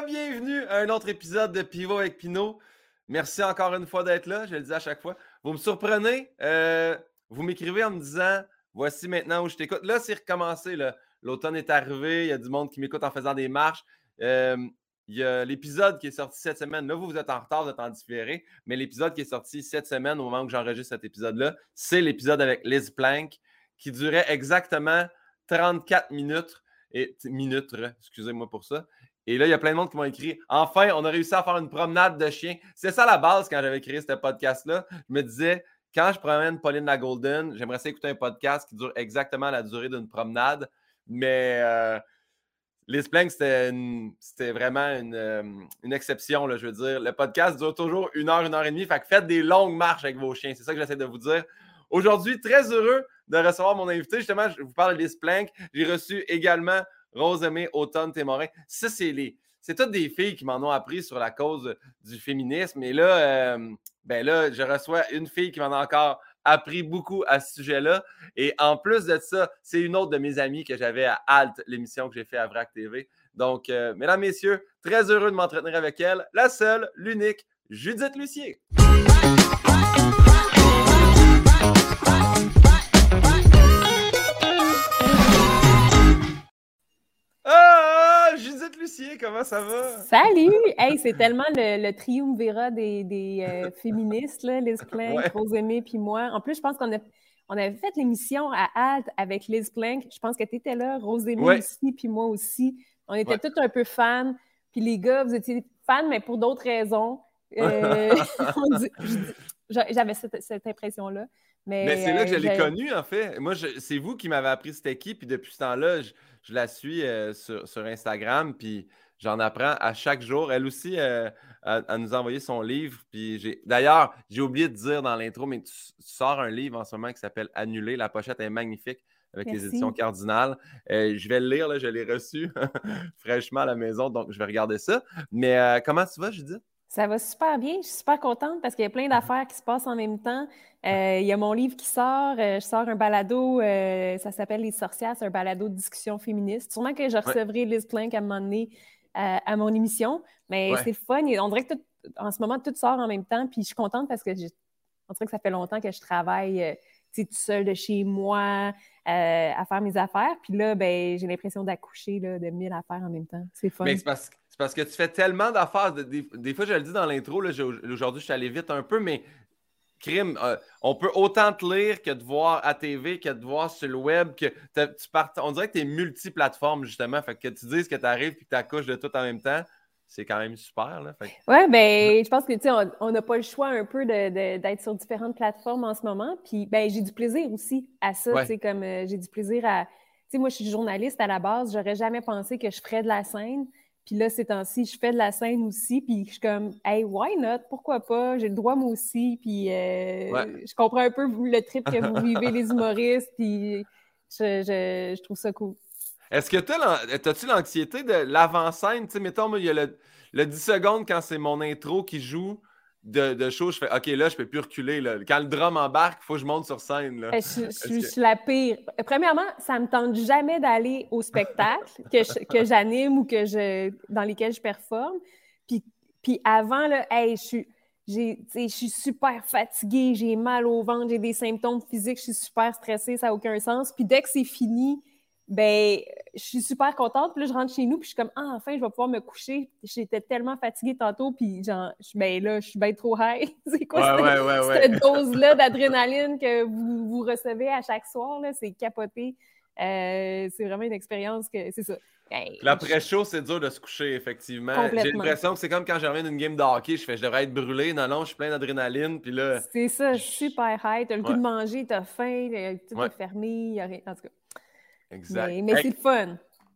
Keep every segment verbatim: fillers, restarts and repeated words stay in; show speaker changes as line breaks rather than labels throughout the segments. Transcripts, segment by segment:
re-bienvenue à un autre épisode de Pivot avec Pinot. Merci encore une fois d'être là, je le dis à chaque fois. Vous me surprenez, euh, vous m'écrivez en me disant « Voici maintenant où je t'écoute ». Là, c'est recommencé. Là. L'automne est arrivé, il y a du monde qui m'écoute en faisant des marches. Euh, il y a l'épisode qui est sorti cette semaine. Là, vous, vous êtes en retard, vous êtes en différé, mais l'épisode qui est sorti cette semaine, au moment où j'enregistre cet épisode-là, c'est l'épisode avec Liz Plank qui durait exactement trente-quatre minutes. Et, minutes, excusez-moi pour ça. Et là, il y a plein de monde qui m'ont écrit « Enfin, on a réussi à faire une promenade de chien. » C'est ça la base quand j'avais créé ce podcast-là. Je me disais, quand je promène Pauline la Golden, j'aimerais ça écouter un podcast qui dure exactement la durée d'une promenade. Mais euh, Liz Plank, c'était, une, c'était vraiment une, euh, une exception, là, je veux dire. Le podcast dure toujours une heure, une heure et demie. Fait que faites des longues marches avec vos chiens. C'est ça que j'essaie de vous dire. Aujourd'hui, très heureux de recevoir mon invité. Justement, je vous parle de Liz Plank. J'ai reçu également Rose-Aimée Automne-Témorin. Ça, c'est les... C'est toutes des filles qui m'en ont appris sur la cause du féminisme. Et là, euh, ben là, je reçois une fille qui m'en a encore appris beaucoup à ce sujet-là. Et en plus de ça, c'est une autre de mes amies que j'avais à Alt, l'émission que j'ai fait à Vrac T V. Donc, euh, mesdames, messieurs, très heureux de m'entretenir avec elle. La seule, l'unique, Judith Lucier. Ah, Judith Lucier, comment ça va?
Salut! Hey, c'est tellement le, le triumvirat des, des euh, féministes, là, Liz Plank, ouais. Rose-Aimée puis moi. En plus, je pense qu'on a, on avait fait l'émission à Alt avec Liz Plank. Je pense que tu étais là, Rose-Aimée ouais. aussi, puis moi aussi. On était ouais. tous un peu fans. Puis les gars, vous étiez fans, mais pour d'autres raisons. Euh, dit, j'avais cette, cette impression-là. Mais,
mais c'est là que je
euh,
l'ai connue, en fait. Moi, je, c'est vous qui m'avez appris c'était qui, puis depuis ce temps-là, je, je la suis euh, sur, sur Instagram, puis j'en apprends à chaque jour. Elle aussi, euh, a, a nous envoyé son livre, puis j'ai... D'ailleurs, j'ai oublié de dire dans l'intro, mais tu, tu sors un livre en ce moment qui s'appelle « Annulé ». La pochette est magnifique avec Merci. Les éditions Cardinal. Euh, je vais le lire, là, je l'ai reçu fraîchement à la maison, donc je vais regarder ça. Mais euh, comment tu vas, Judith?
Ça va super bien. Je suis super contente parce qu'il y a plein d'affaires qui se passent en même temps. Euh, il y a mon livre qui sort. Euh, je sors un balado. Euh, ça s'appelle Les Sorcières. C'est un balado de discussion féministe. Sûrement que je recevrai ouais. Liz Plank à un moment donné euh, à mon émission. Mais ouais. c'est fun. On dirait que tout, en ce moment, tout sort en même temps. Puis je suis contente parce que j'ai, on dirait que ça fait longtemps que je travaille euh, tout seul de chez moi euh, à faire mes affaires. Puis là, ben, j'ai l'impression d'accoucher là, de mille affaires en même temps. C'est fun.
Mais c'est parce que Parce que tu fais tellement d'affaires. Des, des fois, je le dis dans l'intro, là, aujourd'hui, je suis allé vite un peu, mais crime, euh, on peut autant te lire que de voir à T V, que de voir sur le web, que tu partes. On dirait que tu es multiplateforme, justement. Fait que tu dises que tu arrives et que tu accouches de tout en même temps, c'est quand même super. Là. Fait que...
Oui, bien, je pense que, tu sais, on n'a pas le choix un peu de, de, d'être sur différentes plateformes en ce moment. Puis, ben, j'ai du plaisir aussi à ça, ouais. tu sais, comme euh, j'ai du plaisir à. Tu sais, moi, je suis journaliste à la base. J'aurais jamais pensé que je ferais de la scène. Puis là, ces temps-ci, je fais de la scène aussi, puis je suis comme « Hey, why not? Pourquoi pas? J'ai le droit, moi aussi. » Puis euh, ouais. je comprends un peu le trip que vous vivez, les humoristes, puis je, je, je trouve ça cool.
Est-ce que tu as-tu l'anxiété de l'avant-scène? Tu sais, mettons, il y a le, le dix secondes quand c'est mon intro qui joue de, de show, je fais « OK, là, je peux plus reculer. Là. Quand le drum embarque, il faut que je monte sur scène. » là.
Je, je, je, que... je suis la pire. Premièrement, ça me tente jamais d'aller au spectacle que, je, que j'anime ou que je, dans lesquels je performe. Puis, puis avant, là, hey, je suis... J'ai, je suis super fatiguée, j'ai mal au ventre, j'ai des symptômes physiques, je suis super stressée, ça n'a aucun sens. Puis dès que c'est fini, ben, je suis super contente. Puis là, je rentre chez nous, puis je suis comme, ah, enfin, je vais pouvoir me coucher. J'étais tellement fatiguée tantôt, puis genre, ben là, je suis bien trop high. C'est quoi
ouais,
cette,
ouais, ouais,
cette
ouais.
dose-là d'adrénaline que vous, vous recevez à chaque soir? Là, c'est capoté. Euh, c'est vraiment une expérience que, c'est ça.
Hey, l'après-show, c'est dur de se coucher, effectivement. J'ai l'impression que c'est comme quand je reviens d'une game de hockey, je fais je devrais être brûlé. Non, non, je suis plein d'adrénaline. Puis là.
C'est ça, je... super high. T'as le goût ouais. de manger, t'as faim, tout
ouais.
est fermé, il y a rien. En tout cas.
Exact.
Mais, mais hey, c'est le fun.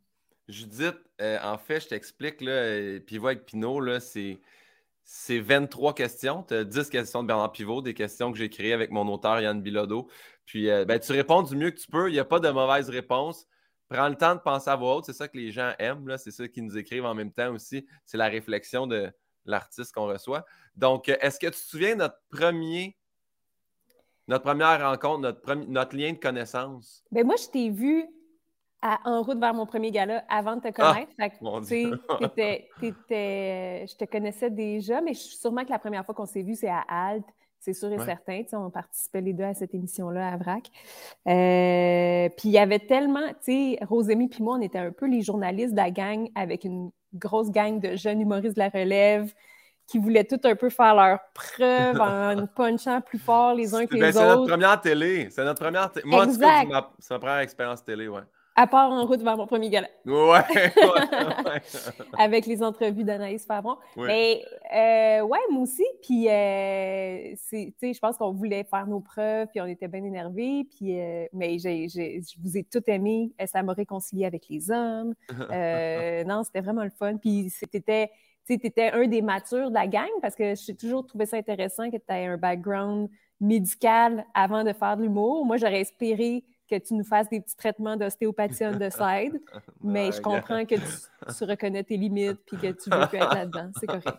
Judith, euh, en fait, je t'explique, là, euh, Pivot avec Pinot, là, c'est. C'est vingt-trois questions. Tu as dix questions de Bernard Pivot, des questions que j'ai créées avec mon auteur Yann Bilodeau. Puis, euh, ben, tu réponds du mieux que tu peux. Il n'y a pas de mauvaise réponse. Prends le temps de penser à voix haute. C'est ça que les gens aiment. Là. C'est ça qu'ils nous écrivent en même temps aussi. C'est la réflexion de l'artiste qu'on reçoit. Donc, est-ce que tu te souviens de notre premier, notre première rencontre, notre, premier, notre lien de connaissance?
Ben moi, je t'ai vu À, en route vers mon premier gala avant de te connaître.
Ah,
fait que,
mon
tu sais,
Dieu.
t'étais, t'étais, je te connaissais déjà, mais sûrement que la première fois qu'on s'est vu, c'est à Alt. C'est sûr et
Ouais.
certain. Tu sais, on participait les deux à cette émission-là à Vrac. Euh, puis il y avait tellement, tu sais, Rosémie puis moi, on était un peu les journalistes de la gang avec une grosse gang de jeunes humoristes de la relève qui voulaient tout un peu faire leurs preuves en punchant plus fort les uns que
Ben,
les
c'est notre
autres.
première télé. C'est notre première télé. Moi, en tout cas, c'est
Exact.
ma, c'est ma première expérience télé, ouais.
À part en route vers mon premier gala.
Ouais, ouais, ouais.
Avec les entrevues d'Anaïs Favron.
Oui.
Mais euh, ouais, moi aussi. Puis, euh, c'est, tu sais, je pense qu'on voulait faire nos preuves, puis on était bien énervés. Puis, euh, mais j'ai, j'ai, je vous ai tout aimé. Ça m'a réconcilié avec les hommes. Euh, non, c'était vraiment le fun. Puis, c'était, tu sais, t'étais un des matures de la gang parce que j'ai toujours trouvé ça intéressant que tu aies un background médical avant de faire de l'humour. Moi, j'aurais espéré que tu nous fasses des petits traitements d'ostéopathie on the side, mais je comprends que tu, tu reconnais tes limites puis que tu veux plus être là-dedans. C'est correct.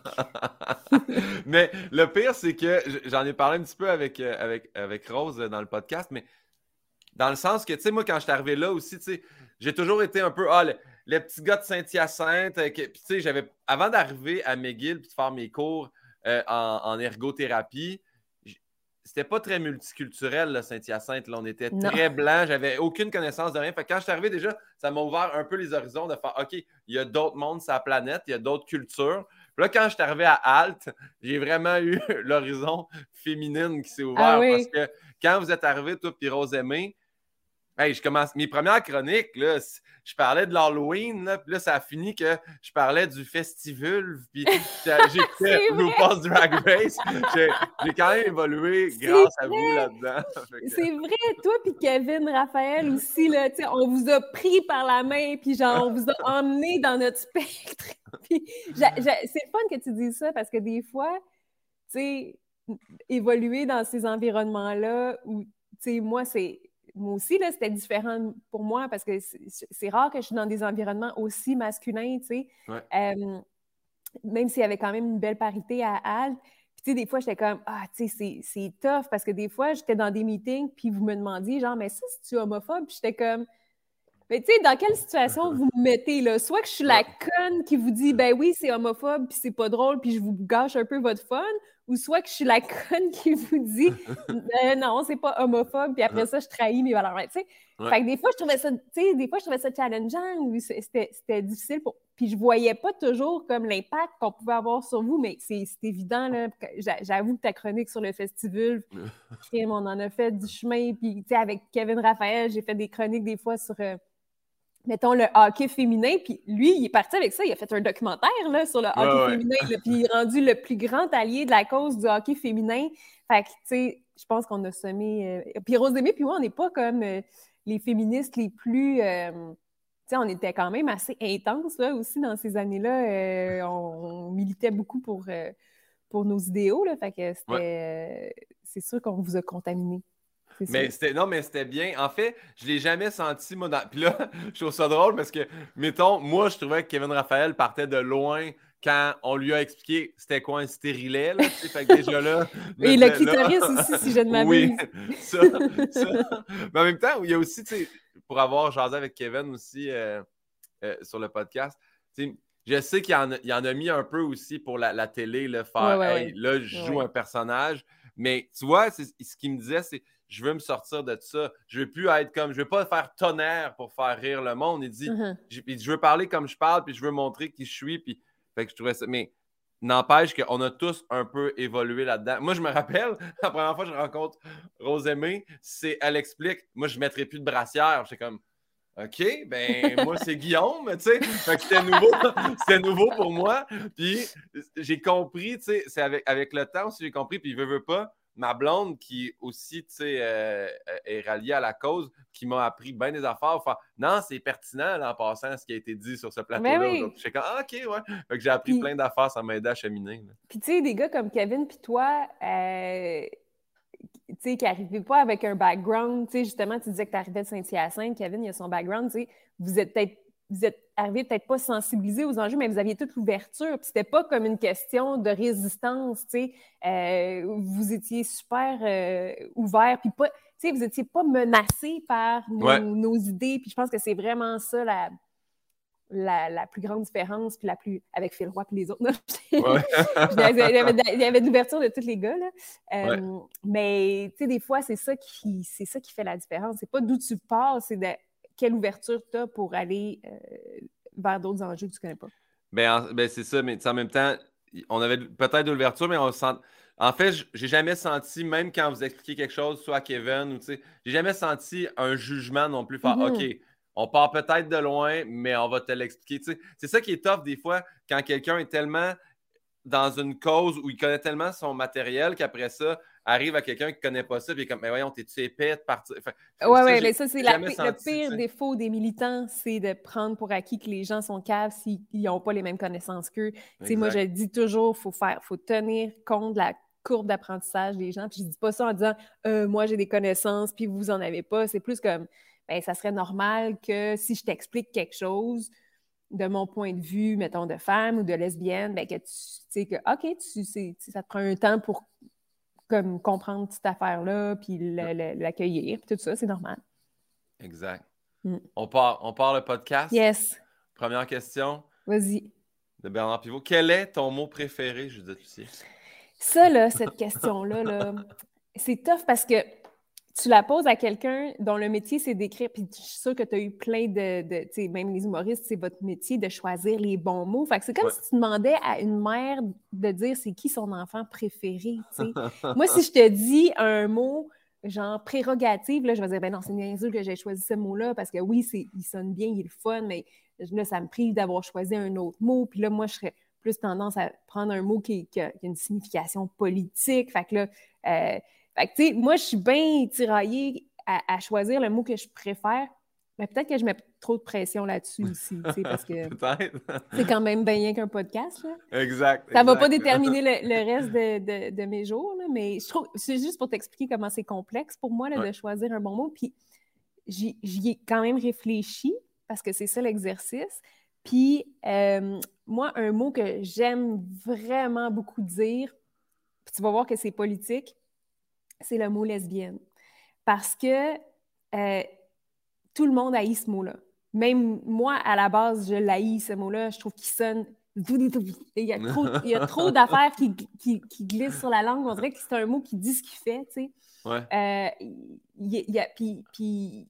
Mais le pire, c'est que j'en ai parlé un petit peu avec, avec, avec Rose dans le podcast, mais dans le sens que, tu sais, moi, quand je suis arrivé là aussi, tu sais, j'ai toujours été un peu, ah, le, le petit gars de Saint-Hyacinthe. Puis, tu sais, j'avais, avant d'arriver à McGill puis de faire mes cours euh, en, en ergothérapie, c'était pas très multiculturel, là, Saint-Hyacinthe. Là. On était
Non.
très blanc. J'avais aucune connaissance de rien. Fait que quand je suis arrivé, déjà, ça m'a ouvert un peu les horizons de faire OK, il y a d'autres mondes sur la planète, il y a d'autres cultures. Puis là, quand je suis arrivé à Alt, j'ai vraiment eu l'horizon féminine qui s'est ouvert.
Ah oui.
Parce que quand vous êtes arrivé, toi et Rose Aimée, hey, je commence mes premières chroniques, là, je parlais de l'Halloween, là, puis là, ça a fini que je parlais du festival, puis j'écoutais RuPaul's Drag Race. J'ai, j'ai quand même évolué
C'est
grâce
vrai.
à vous là-dedans.
Que... C'est vrai, toi puis Kevin Raphaël aussi, là, on vous a pris par la main, puis genre, on vous a emmené dans notre spectre. Puis, j'ai, j'ai, c'est le fun que tu dises ça, parce que des fois, tu sais, évoluer dans ces environnements-là, où, tu sais, moi, c'est... Moi aussi, là, c'était différent pour moi parce que c'est, c'est rare que je suis dans des environnements aussi masculins, tu sais.
Ouais.
Euh, même s'il y avait quand même une belle parité à Alt. Puis, tu sais, des fois, j'étais comme, ah, tu sais, c'est, c'est tough parce que des fois, j'étais dans des meetings puis vous me demandiez, genre, mais ça, c'est-tu homophobe? Puis j'étais comme, mais tu sais, dans quelle situation vous me mettez, là? Soit que je suis la conne qui vous dit, ben oui, c'est homophobe puis c'est pas drôle puis je vous gâche un peu votre fun, ou soit que je suis la conne qui vous dit euh, non, c'est pas homophobe, puis après ça, je trahis mes valeurs. Tu sais, ouais. Fait que des fois, je trouvais ça, tu sais, des fois, je trouvais ça challengeant, ou c'était, c'était difficile, pour... puis je voyais pas toujours comme l'impact qu'on pouvait avoir sur vous, mais c'est, c'est évident, là, j'avoue que ta chronique sur le festival, on en a fait du chemin, puis tu sais, avec Kevin Raphaël, j'ai fait des chroniques des fois sur... Euh, mettons, le hockey féminin, puis lui, il est parti avec ça, il a fait un documentaire là, sur le hockey ouais, féminin, ouais. Là, puis il est rendu le plus grand allié de la cause du hockey féminin. Fait que, tu sais, je pense qu'on a semé... Euh... Puis Rose Aimée, puis moi, on n'est pas comme euh, les féministes les plus... Euh... Tu sais, on était quand même assez intenses, là, aussi, dans ces années-là. Euh, on, on militait beaucoup pour, euh, pour nos idéaux, là, fait que c'était... Ouais. Euh, c'est sûr qu'on vous a contaminé.
Mais c'était, non, mais c'était bien. En fait, je ne l'ai jamais senti, moi. Dans... Puis là, je trouve ça drôle parce que, mettons, moi, je trouvais que Kevin Raphaël partait de loin quand on lui a expliqué c'était quoi un stérilet. Là, fait que déjà là.
Et le clitoris là... aussi, si je ne m'abuse.
Oui, ça, ça. Mais en même temps, il y a aussi, tu sais, pour avoir jasé avec Kevin aussi euh, euh, sur le podcast, tu sais, je sais qu'il en a, il en a mis un peu aussi pour la, la télé, là, faire ouais, ouais, hey, ouais. là, je joue ouais. un personnage. Mais tu vois, c'est, ce qu'il me disait, c'est je veux me sortir de ça. Je veux plus être comme, je veux pas faire tonnerre pour faire rire le monde. Il dit, mm-hmm. je, je veux parler comme je parle, puis je veux montrer qui je suis. Puis, fait que je trouvais ça. Mais n'empêche qu'on a tous un peu évolué là-dedans. Moi, je me rappelle, la première fois que je rencontre Rose Aimée, c'est elle explique, moi, je ne mettrais plus de brassière. J'étais comme, OK, ben moi, c'est Guillaume, tu sais. Fait que c'était nouveau, c'était nouveau pour moi. Puis j'ai compris, tu sais, c'est avec, avec le temps aussi, j'ai compris, puis veut, veut pas. Ma blonde, qui aussi, tu sais, euh, est ralliée à la cause, qui m'a appris bien des affaires. Enfin, non, c'est pertinent, là, en passant, ce qui a été dit sur ce plateau-là.
Oui.
Je suis comme, ah, OK, ouais. Fait que j'ai appris puis, plein d'affaires, ça m'a aidé à cheminer. Là.
Puis, tu sais, des gars comme Kevin, puis toi, euh, tu sais, qui n'arrivaient pas avec un background, tu sais, justement, tu disais que tu arrivais de Saint-Hyacinthe, Kevin, il a son background, tu sais, vous êtes peut-être vous êtes arrivés peut-être pas sensibilisés aux enjeux, mais vous aviez toute l'ouverture. Puis c'était pas comme une question de résistance, tu sais. Euh, vous étiez super euh, ouverts. Puis pas, tu sais, vous n'étiez pas menacés par nos,
Ouais.
nos idées. Puis je pense que c'est vraiment ça la, la, la plus grande différence, puis la plus, avec Phil Roy puis les autres. Non,
Ouais.
il, y avait, il, y avait de, il y avait de l'ouverture de tous les gars, là. Euh,
Ouais.
Mais, tu sais, des fois, c'est ça, qui, c'est ça qui fait la différence. C'est pas d'où tu pars, c'est de quelle ouverture tu as pour aller euh, vers d'autres enjeux que tu connais pas.
Ben, en- ben, c'est ça, mais en même temps, on avait peut-être de l'ouverture, mais on sent. En fait, j- j'ai jamais senti, même quand vous expliquez quelque chose, soit à Kevin ou tu sais, j'ai jamais senti un jugement non plus. Faire, OK,
Mm-hmm.
on part peut-être de loin, mais on va te l'expliquer. Tu sais, c'est ça qui est tough des fois, quand quelqu'un est tellement dans une cause où il connaît tellement son matériel qu'après ça, arrive à quelqu'un qui ne connaît pas ça, puis il est comme, mais voyons, t'es-tu épais de partir. Enfin,
Oui,
ça,
oui,
j'ai
mais ça, c'est
j'ai
la
jamais
pi- le
senti, tu
pire
sais.
défaut des militants, c'est de prendre pour acquis que les gens sont caves s'ils n'ont pas les mêmes connaissances qu'eux. Tu sais, moi, je
Exact.
dis toujours, il faut faire, faut tenir compte de la courbe d'apprentissage des gens. Puis je dis pas ça en disant, euh, moi, j'ai des connaissances, puis vous en avez pas. C'est plus comme, ben, ça serait normal que si je t'explique quelque chose, de mon point de vue, mettons, de femme ou de lesbienne, ben, que tu sais que, OK, tu, c'est- ça te prend un temps pour comme, comprendre cette affaire-là, puis le- le- l'accueillir, puis tout ça, c'est normal.
Exact.
Mm.
On part, on part le podcast.
Yes,
Première question
vas-y.
de Bernard Pivot. Quel est ton mot préféré, Judith Lucier?
Ça, là, cette question-là, là, c'est tough parce que tu la poses à quelqu'un dont le métier, c'est d'écrire, puis je suis sûre que tu as eu plein de, de tu sais, même les humoristes, c'est votre métier de choisir les bons mots. Fait que c'est comme
Ouais.
si tu demandais à une mère de dire c'est qui son enfant préféré, tu sais. Moi, si je te dis un mot, genre prérogative, là, je vais dire, ben non, c'est niaiseux que j'ai choisi ce mot-là, parce que oui, c'est, il sonne bien, il est le fun, mais là, ça me prive d'avoir choisi un autre mot, puis là, moi, je serais plus tendance à prendre un mot qui, qui, a, qui a une signification politique. Fait que là, euh, fait que, tu sais, moi, je suis bien tiraillée à, à choisir le mot que je préfère, mais peut-être que je mets trop de pression là-dessus aussi, tu sais, parce que
Peut-être.
c'est quand même bien rien qu'un podcast, là.
Exact,
Ça ne va pas
exact.
déterminer le, le reste de, de, de mes jours, là, mais je trouve, c'est juste pour t'expliquer comment c'est complexe pour moi là,
Ouais.
de choisir un bon mot. Puis j'y, j'y ai quand même réfléchi parce que c'est ça l'exercice. Puis euh, moi, un mot que j'aime vraiment beaucoup dire, puis tu vas voir que c'est politique, c'est le mot lesbienne. Parce que euh, tout le monde haït ce mot-là. Même moi, à la base, je l'haïs, ce mot-là. Je trouve qu'il sonne... Il y a trop, il y a trop d'affaires qui, qui, qui glissent sur la langue. On dirait que c'est un mot qui dit ce qu'il fait, tu sais.
Ouais.
Euh, il, il y a, puis, puis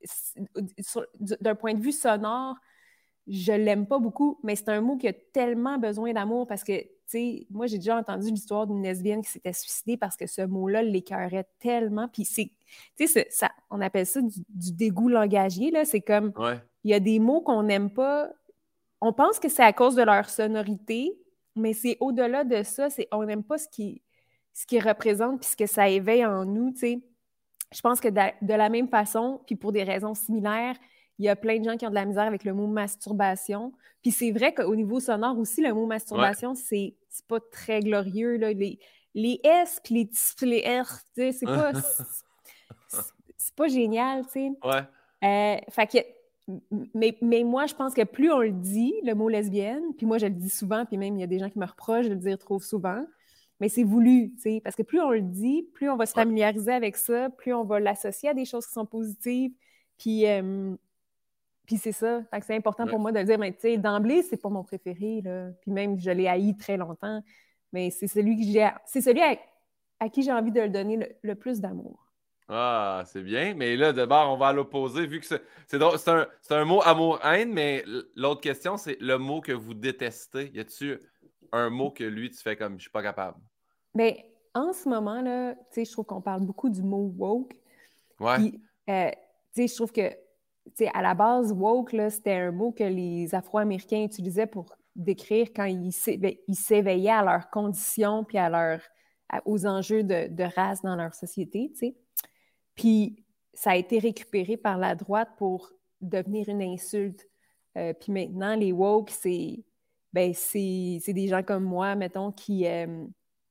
sur, d'un point de vue sonore, je l'aime pas beaucoup, mais c'est un mot qui a tellement besoin d'amour parce que, tu sais, moi, j'ai déjà entendu l'histoire d'une lesbienne qui s'était suicidée parce que ce mot-là l'écœurait tellement. Puis c'est, tu sais, ça, on appelle ça du, du dégoût langagier, là. C'est comme,
Ouais.
il y a des mots qu'on n'aime pas. On pense que c'est à cause de leur sonorité, mais c'est au-delà de ça. C'est, on n'aime pas ce qui, ce qui représente puis ce que ça éveille en nous, tu sais. Je pense que de, de la même façon, puis pour des raisons similaires, il y a plein de gens qui ont de la misère avec le mot masturbation. Puis c'est vrai qu'au niveau sonore aussi, le mot masturbation, ouais. c'est, c'est pas très glorieux, là. Les, les S puis les T puis les R, tu sais, c'est pas... c'est, c'est pas génial, tu sais.
Ouais.
Euh, fait que... Mais, mais moi, je pense que plus on le dit, le mot lesbienne, puis moi, je le dis souvent, puis même, il y a des gens qui me reprochent de le dire trop souvent, mais c'est voulu, tu sais, parce que plus on le dit, plus on va se familiariser ouais. avec ça, plus on va l'associer à des choses qui sont positives, puis... Euh, Puis c'est ça. Fait que c'est important ouais. pour moi de le dire, mais tu sais, d'emblée, c'est pas mon préféré, là. Puis même, je l'ai haï très longtemps. Mais c'est celui que j'ai... C'est celui à, à qui j'ai envie de le donner le, le plus d'amour.
Ah, c'est bien. Mais là, d'abord, on va à l'opposé, vu que c'est, c'est, drôle, c'est, un, c'est un mot amour-haine, mais l'autre question, c'est le mot que vous détestez. Y a-tu un mot que lui, tu fais comme « je suis pas capable ».
Bien, en ce moment, là, tu sais, je trouve qu'on parle beaucoup du mot « woke ».
Ouais.
Puis, euh, tu sais, je trouve que T'sais, à la base, woke, là, c'était un mot que les Afro-Américains utilisaient pour décrire quand ils, ils s'éveillaient à leurs conditions puis à leur, à, aux enjeux de, de race dans leur société. T'sais. Puis ça a été récupéré par la droite pour devenir une insulte. Euh, puis maintenant, les woke, c'est, ben, c'est, c'est des gens comme moi, mettons, qui, euh,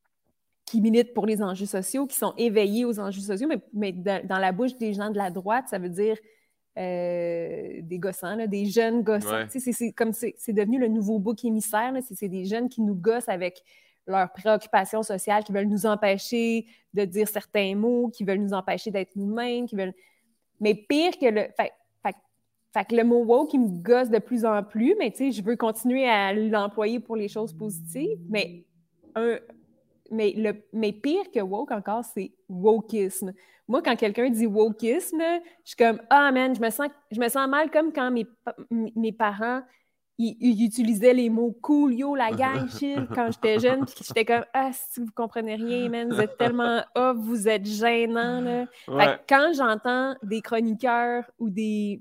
qui militent pour les enjeux sociaux, qui sont éveillés aux enjeux sociaux, mais, mais dans, dans la bouche des gens de la droite, ça veut dire Euh, des gossants, là, des jeunes gossants. Ouais. C'est, c'est, comme c'est, c'est devenu le nouveau bouc émissaire. Là, c'est, c'est des jeunes qui nous gossent avec leurs préoccupations sociales, qui veulent nous empêcher de dire certains mots, qui veulent nous empêcher d'être nous-mêmes, qui veulent... Mais pire que le... Fait, fait, fait que le mot « woke », il me gosse de plus en plus, mais tu sais, je veux continuer à l'employer pour les choses positives, mais un... Mais, le, mais pire que woke encore, c'est wokisme. Moi, quand quelqu'un dit wokisme, je suis comme « Ah, man, je me sens, je me sens mal comme quand mes, mes parents ils, ils utilisaient les mots « cool, yo, la gang, chill » quand j'étais jeune, puis j'étais comme « Ah, si vous comprenez rien, man, vous êtes tellement off, vous êtes gênants. » là.
Ouais.
Fait que quand j'entends des chroniqueurs ou des,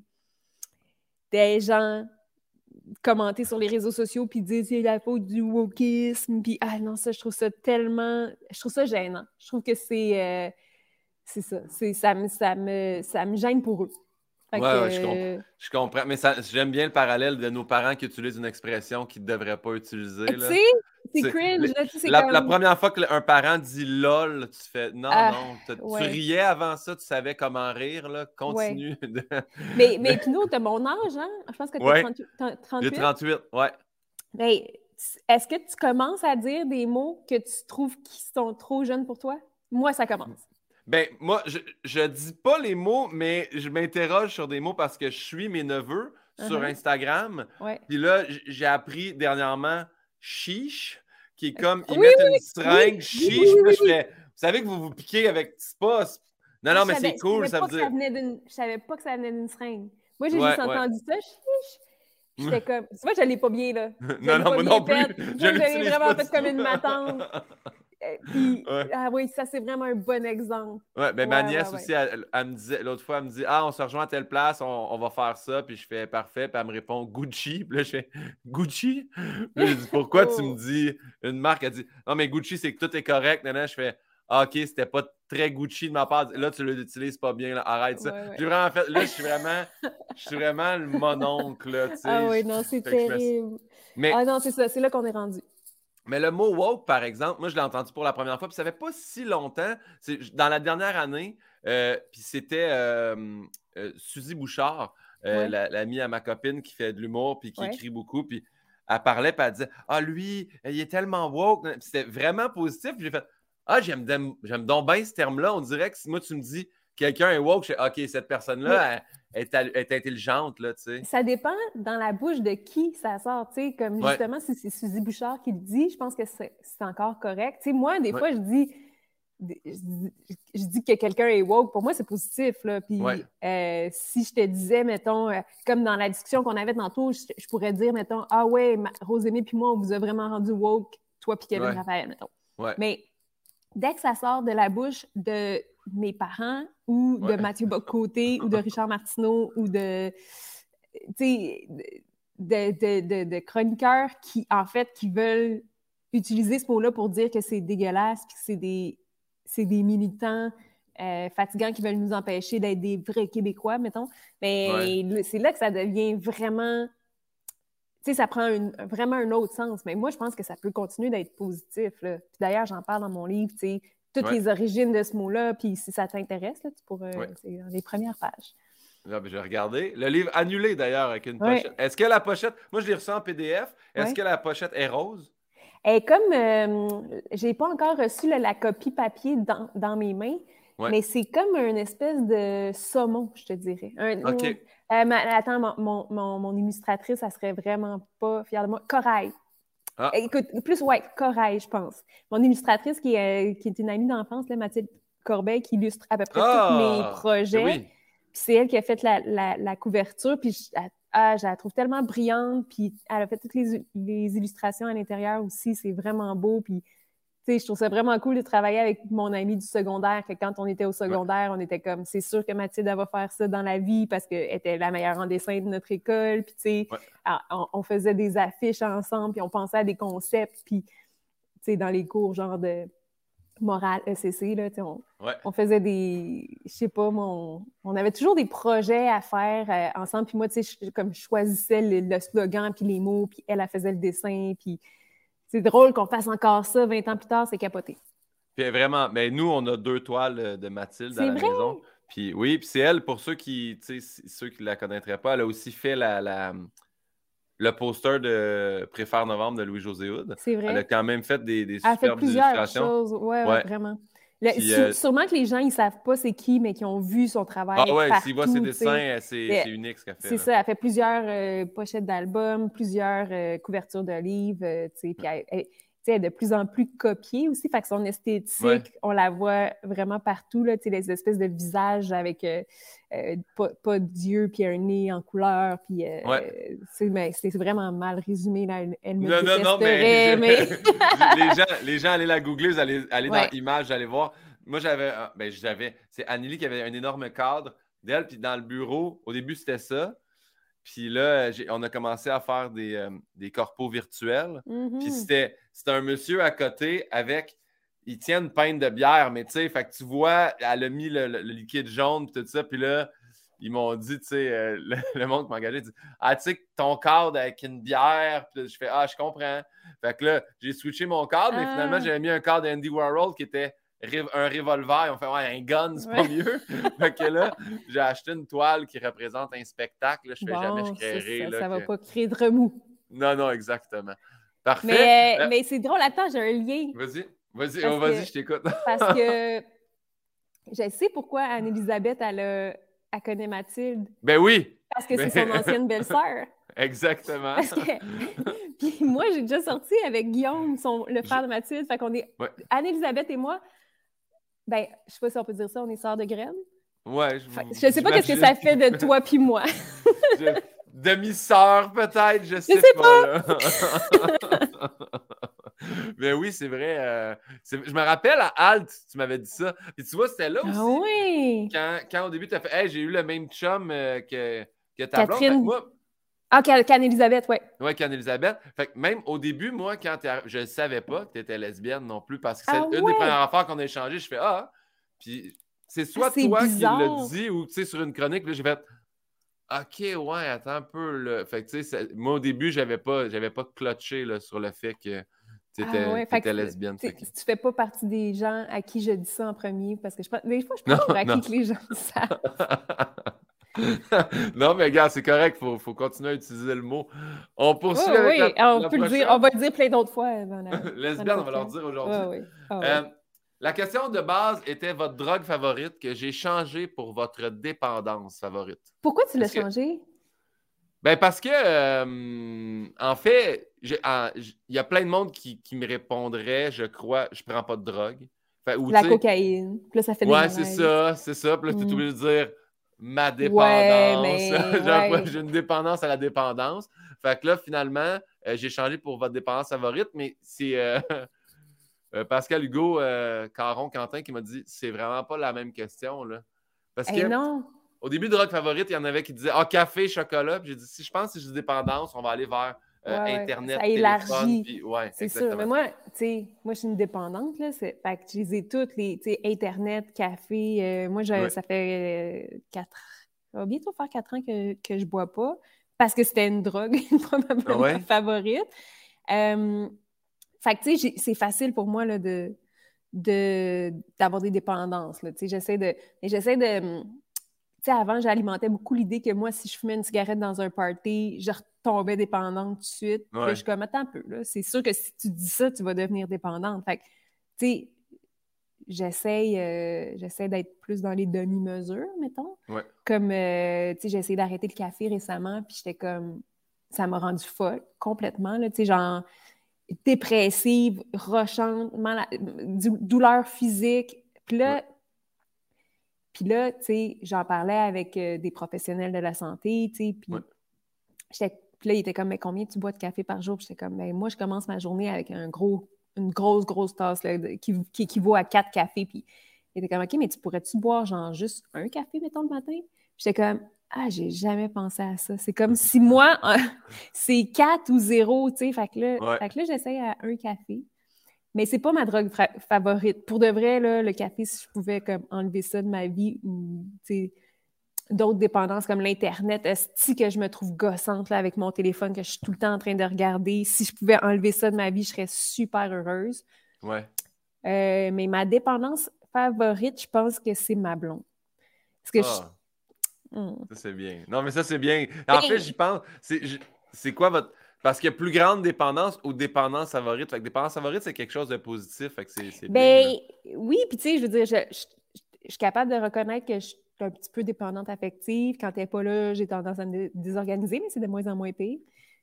des gens commenter sur les réseaux sociaux puis dire c'est la faute du wokisme puis ah non ça je trouve ça tellement je trouve ça gênant je trouve que c'est euh, c'est ça c'est ça me ça me ça me gêne pour eux.
Ouais,
que,
ouais, je, comp- je comprends mais ça, j'aime bien le parallèle de nos parents qui utilisent une expression qu'ils ne devraient pas utiliser
tu sais c'est
C'est-
cringe
les-
là, tu sais, c'est
la,
comme...
la première fois qu'un parent dit lol, tu fais non,
Ah,
non, tu
ouais.
riais avant ça, tu savais comment rire, là, continue.
Ouais.
de-
mais mais Pinot, t'as mon âge, hein? Je pense que t'as
Ouais.
trente-huit, trente-huit.
J'ai trente-huit, ouais.
Mais est-ce que tu commences à dire des mots que tu trouves qui sont trop jeunes pour toi? Moi, ça commence.
Ben, moi, je, je dis pas les mots, mais je m'interroge sur des mots parce que je suis mes neveux sur
Uh-huh.
Instagram.
Ouais.
Puis là, j- j'ai appris dernièrement chiche, qui est comme, ils
Oui,
mettent
oui,
une seringue
oui,
chiche.
oui,
Puis là,
oui,
je fais, vous savez que vous vous piquez avec, c'est pas. c'est- Non, non,
Je
mais
savais-
c'est cool,
je
ça
savais
veut
pas que ça
dire.
venait d'une- Je savais pas que ça venait d'une seringue. Moi, j'ai
Ouais,
juste
ouais.
entendu ça, chiche. Puis j'étais comme... Tu vois, je l'ai pas bien, là. Je
Non,
l'ai
non,
pas
moi
bien
non plus.
faite.
Je
Je l'ai
l'utilise
vraiment
pas
fait
du
comme
tout.
une matante. Euh, Puis,
Ouais.
ah oui, ça, c'est vraiment un bon exemple.
Ouais, ben ma
Ouais,
nièce
ouais, ouais.
aussi, elle, elle me disait, l'autre fois, elle me dit ah, on se rejoint à telle place, on, on va faire ça. Puis je fais parfait. Puis elle me répond Gucci. Puis là, je fais Gucci. Puis là, je dis pourquoi tu me
Oh.
dis une marque? Elle dit non, mais Gucci, c'est que tout est correct. Nan, nan. Je fais ah, ok, c'était pas très Gucci de ma part. Là, tu l'utilises pas bien. Là. Arrête ça.
Ouais, ouais.
J'ai vraiment fait. Là, je suis vraiment, je suis vraiment le mononcle. Là, tu sais.
Ah oui,
Je-
non, c'est
fait que je me-
terrible.
Mais
Ah non, c'est ça, c'est là qu'on est rendu.
mais le mot woke, par exemple, moi, je l'ai entendu pour la première fois, puis ça fait pas si longtemps. C'est dans la dernière année, euh, puis c'était euh, euh, Suzy Bouchard, euh,
Ouais.
la- l'amie à ma copine qui fait de l'humour, puis qui
Ouais.
écrit beaucoup, puis elle parlait, puis elle disait « Ah, lui, il est tellement woke. » Puis c'était vraiment positif, puis j'ai fait « Ah, j'aime dem- j'aime donc bien ce terme-là. » On dirait que si moi, tu me dis « Quelqu'un est woke », je fais « OK, cette personne-là, elle, elle est, elle est intelligente, là, tu sais. »
Ça dépend dans la bouche de qui ça sort, tu sais, comme
Ouais.
justement, si c'est Suzy Bouchard qui le dit, je pense que c'est c'est encore correct. Tu sais, moi, des
Ouais.
fois, je dis, je dis, je dis que quelqu'un est woke, pour moi, c'est positif, là. Puis
Ouais.
euh, si je te disais, mettons, euh, comme dans la discussion qu'on avait tantôt, je, je pourrais dire, mettons, ah ouais, Ma- Rosémie puis moi, on vous a vraiment rendu woke, toi puis Kevin
Ouais.
Raphaël, mettons.
Ouais.
Mais dès que ça sort de la bouche de mes parents ou de
Ouais.
Mathieu Bock-Côté ou de Richard Martineau ou de, tu sais, de, de, de, de chroniqueurs qui, en fait, qui veulent utiliser ce mot-là pour dire que c'est dégueulasse puis que c'est des, c'est des militants euh, fatigants qui veulent nous empêcher d'être des vrais Québécois, mettons. Mais
Ouais.
le- c'est là que ça devient vraiment... Tu sais, ça prend une- vraiment un autre sens. Mais moi, je pense que ça peut continuer d'être positif, là. Puis d'ailleurs, j'en parle dans mon livre, tu sais, toutes
Ouais.
les origines de ce mot-là. Puis si ça t'intéresse, là, tu pourrais...
Ouais.
C'est dans les premières pages.
Là, ben, je vais regarder. Le livre annulé d'ailleurs avec une
Ouais.
pochette. Est-ce que la pochette, moi je l'ai reçu en P D F, est-ce
Ouais.
que la pochette est rose?
Et comme euh, j'ai pas encore reçu là, la copie papier dans, dans mes mains,
Ouais.
mais c'est comme une espèce de saumon, je te dirais. Un-
OK.
Euh, mais attends, mon, mon, mon, mon illustratrice, elle serait vraiment pas fière de moi. Corail.
Ah.
Écoute, plus, ouais, Corail, je pense. Mon illustratrice, qui est, qui est une amie d'enfance, là, Mathilde Corbeil, qui illustre à peu près
Ah!
tous mes projets.
Oui.
Puis c'est elle qui a fait la, la, la couverture. Puis je, ah, je la trouve tellement brillante. Puis elle a fait toutes les, les illustrations à l'intérieur aussi. C'est vraiment beau. Puis tu sais, je trouve ça vraiment cool de travailler avec mon ami du secondaire, que quand on était au secondaire, on était comme, c'est sûr que Mathilde, elle va faire ça dans la vie parce qu'elle était la meilleure en dessin de notre école. Puis, tu sais,
Ouais.
ah, on, on faisait des affiches ensemble, puis on pensait à des concepts. Puis, tu sais, dans les cours, genre de morale, E C C, là, tu sais, on,
Ouais.
on faisait des, je sais pas, moi, on, on avait toujours des projets à faire euh, ensemble. Puis moi, tu sais, je, comme je choisissais le, le slogan, puis les mots, puis elle, elle faisait le dessin, puis c'est drôle qu'on fasse encore ça vingt ans plus tard, c'est capoté.
Puis vraiment, mais nous, on a deux toiles de Mathilde
C'est
à la
vrai?
maison. Puis oui, puis c'est elle, pour ceux qui, tu sais, ceux qui la connaîtraient pas, elle a aussi fait la, la le poster de Préfère Novembre de Louis-José Hood.
C'est vrai.
Elle a quand même fait des, des
Elle a fait
superbes
plusieurs
illustrations.
choses. Oui, ouais,
Ouais.
vraiment. Le,
Puis,
sur-
euh,
Sûrement que les gens, ils ne savent pas c'est qui, mais qui ont vu son travail.
Ah ouais,
partout,
s'ils voient ses
tu sais.
dessins, c'est
Mais
c'est unique ce qu'elle fait.
C'est
là.
ça, elle fait plusieurs euh, pochettes d'albums, plusieurs euh, couvertures de livres, euh, tu sais, puis elle, elle- tu sais, elle est de plus en plus copiée aussi, fait que son esthétique,
Ouais.
on la voit vraiment partout, là, tu sais, les espèces de visages avec euh, euh, pas, pas d'yeux, puis un nez en couleur, puis euh,
Ouais.
c'est, mais c'est vraiment mal résumé, là, elle, elle me
Non, non, non, mais,
détesterait,
je-
mais...
les, gens, les gens, allez la googler, vous allez aller
Ouais.
dans Images, vous allez voir. Moi, j'avais, euh, ben, j'avais, c'est Anneli qui avait un énorme cadre d'elle, puis dans le bureau, au début, c'était ça. Puis là, j'ai- on a commencé à faire des, euh, des corpos virtuels.
Mhm.
Puis c'était, c'était un monsieur à côté avec, il tient une pinte de bière, mais tu sais, fait que tu vois, elle a mis le, le- le liquide jaune, puis tout ça, puis là, ils m'ont dit, tu sais, euh, le, le monde qui m'a engagé, dit, ah, tu sais, ton cadre avec une bière, puis là, je fais, ah, je comprends. Fait que là, j'ai switché mon cadre, mais
Ah.
finalement, j'avais mis un cadre Andy Warhol qui était ré- un revolver. On fait, ouais, un gun, c'est pas
Ouais.
mieux. Fait que là, j'ai acheté une toile qui représente un spectacle. Là, je fais
Bon,
jamais, je
ça,
créerai.
ça,
là,
ça va
que-
pas créer de remous.
Non, non, exactement. Parfait.
Mais,
Euh,
mais c'est drôle, attends, j'ai un lien.
Vas-y, vas-y,
Parce
oh, vas-y,
que-
je t'écoute.
Parce que je sais pourquoi Anne-Élisabeth, elle, a- elle connaît Mathilde.
Ben oui.
Parce que
Ben-
c'est son ancienne belle-sœur.
Exactement.
Parce que... Puis moi, j'ai déjà sorti avec Guillaume, son... le frère de Mathilde. Fait qu'on est...
Ouais.
Anne-Élisabeth et moi, ben, je sais pas si on peut dire ça, on est sœurs de graines.
Ouais, je,
Fait- Je sais pas qu'est-ce que
j'imagine.
ça fait de toi puis moi.
Je- Demi-sœur, peut-être, je sais,
sais
pas. là. Mais oui, c'est vrai. euh, c'est- Je me rappelle à Alt, tu m'avais dit ça. Puis tu vois, c'était là aussi.
Ah oui!
Quand, quand au début, tu as fait Hey, j'ai eu le même chum euh, que, que ta blonde. Fait
Catherine.
que moi,
Ah, qu'Anne-Élisabeth, ouais.
ouais, qu'Anne-Elisabeth. Fait que même au début, moi, quand t'es arri- je ne savais pas que tu étais lesbienne non plus, parce que c'est
Ah
une
ouais?
des premières affaires qu'on a échangées. Je fais Ah, puis c'est soit
Ah, c'est
toi
bizarre.
qui l'as dit ou tu sais, sur une chronique, là, j'ai fait OK, ouais, attends un peu. Là. Fait que tu sais, c'est- moi au début, j'avais pas, j'avais pas clutché là, sur le fait que tu étais,
Ah ouais, fait que
lesbienne.
tu
Fait que-
tu fais pas partie des gens à qui je dis ça en premier, parce que je pense, des fois, je
Non,
pense pour
non.
acquis que les gens le savent.
Non, mais gars, c'est correct, il faut, faut continuer à utiliser le mot. On poursuit
Oui,
avec
oui,
la,
on
la
peut le dire,
prochaine.
on va le dire plein d'autres fois. Dans la, dans
Lesbienne,
le
on va leur
podcast.
dire aujourd'hui.
Oui, oui. Ah, ouais.
Euh, la question de base était votre drogue favorite que j'ai changée pour votre dépendance favorite.
Pourquoi tu l'as
Est-ce que-
changé?
Ben parce que, euh, en fait, j'ai- en- j- il y a plein de monde qui, qui me répondrait, je crois, je prends pas de drogue. Fait, ou,
La
tu sais,
cocaïne. Puis là, ça fait des
ouais, c'est
malaises.
ça, c'est ça. Puis là, tu es
Mm.
obligé de dire ma dépendance.
Ouais, mais-
Genre,
ouais.
j'ai une dépendance à la dépendance. Fait que là, finalement, euh, j'ai changé pour votre dépendance favorite, mais c'est euh, euh, Pascal Hugo euh, Caron Quentin qui m'a dit c'est vraiment pas la même question. Là. Parce
Eh
que
non.
au début de drogue favorite, il y en avait qui disaient ah, café, chocolat. Puis j'ai dit si je pense que j'ai une dépendance, on va aller vers euh,
Ouais, ouais,
Internet,
ça
téléphone.
élargit.
Puis, ouais,
C'est
exactement.
sûr. Mais moi, tu sais, moi, je suis une dépendante, là. C'est... Fait que je les ai toutes, les, tu sais, Internet, café. euh, moi, je-
Ouais.
ça fait euh, quatre... Ça va bientôt faire quatre ans que, que je bois pas parce que c'était une drogue, probablement
Ah ouais?
favorite. Euh, fait que, tu sais, j'ai- c'est facile pour moi, là, de, de, d'avoir des dépendances, là. Tu sais, j'essaie de... mais j'essaie de... Tu sais, avant, j'alimentais beaucoup l'idée que moi, si je fumais une cigarette dans un party, je retombais dépendante tout de suite. Puis là,
Ouais.
je suis comme, attends un peu, là. C'est sûr que si tu dis ça, tu vas devenir dépendante. Fait que, tu sais, j'essaie, euh, j'essaie d'être plus dans les demi-mesures, mettons.
Ouais.
Comme, euh, tu sais, j'ai essayé d'arrêter le café récemment, puis j'étais comme, ça m'a rendue folle, complètement, là. Tu sais, genre, dépressive, rochante, mala- dou- douleur physique. Puis là,
Ouais.
puis là, tu sais, j'en parlais avec euh, des professionnels de la santé, tu sais, puis
Ouais.
j'étais- puis là, il était comme, mais combien tu bois de café par jour? Puis j'étais comme, ben moi, je commence ma journée avec un gros, une grosse, grosse tasse là, de- qui, qui équivaut à quatre cafés. Puis il était comme, OK, mais tu pourrais-tu boire genre juste un café, mettons, le matin? Puis j'étais comme, ah, j'ai jamais pensé à ça. C'est comme si moi, c'est quatre ou zéro, tu sais. Fait que là,
Ouais.
fait que là j'essaie à un café. Mais c'est pas ma drogue fra- favorite. Pour de vrai, là, le café, si je pouvais comme, enlever ça de ma vie ou tu sais, d'autres dépendances comme l'Internet, est-ce que je me trouve gossante là, avec mon téléphone, que je suis tout le temps en train de regarder. Si je pouvais enlever ça de ma vie, je serais super heureuse.
Ouais.
Euh, mais ma dépendance favorite, je pense que c'est ma blonde. Parce que
Ah.
je... Hmm.
Ça, c'est bien. Non, mais ça, c'est bien. En
Mais-
fait, j'y pense. C'est, je- c'est quoi votre... Parce qu'il y a plus grande dépendance ou dépendance favorite. Fait que dépendance favorite, c'est quelque chose de positif. Fait que c'est, c'est
Ben
bien. Là.
oui, puis tu sais, je veux dire, je, je, je, je suis capable de reconnaître que je suis un petit peu dépendante affective. Quand elle n'est pas là, j'ai tendance à me désorganiser, mais c'est de moins en moins pire.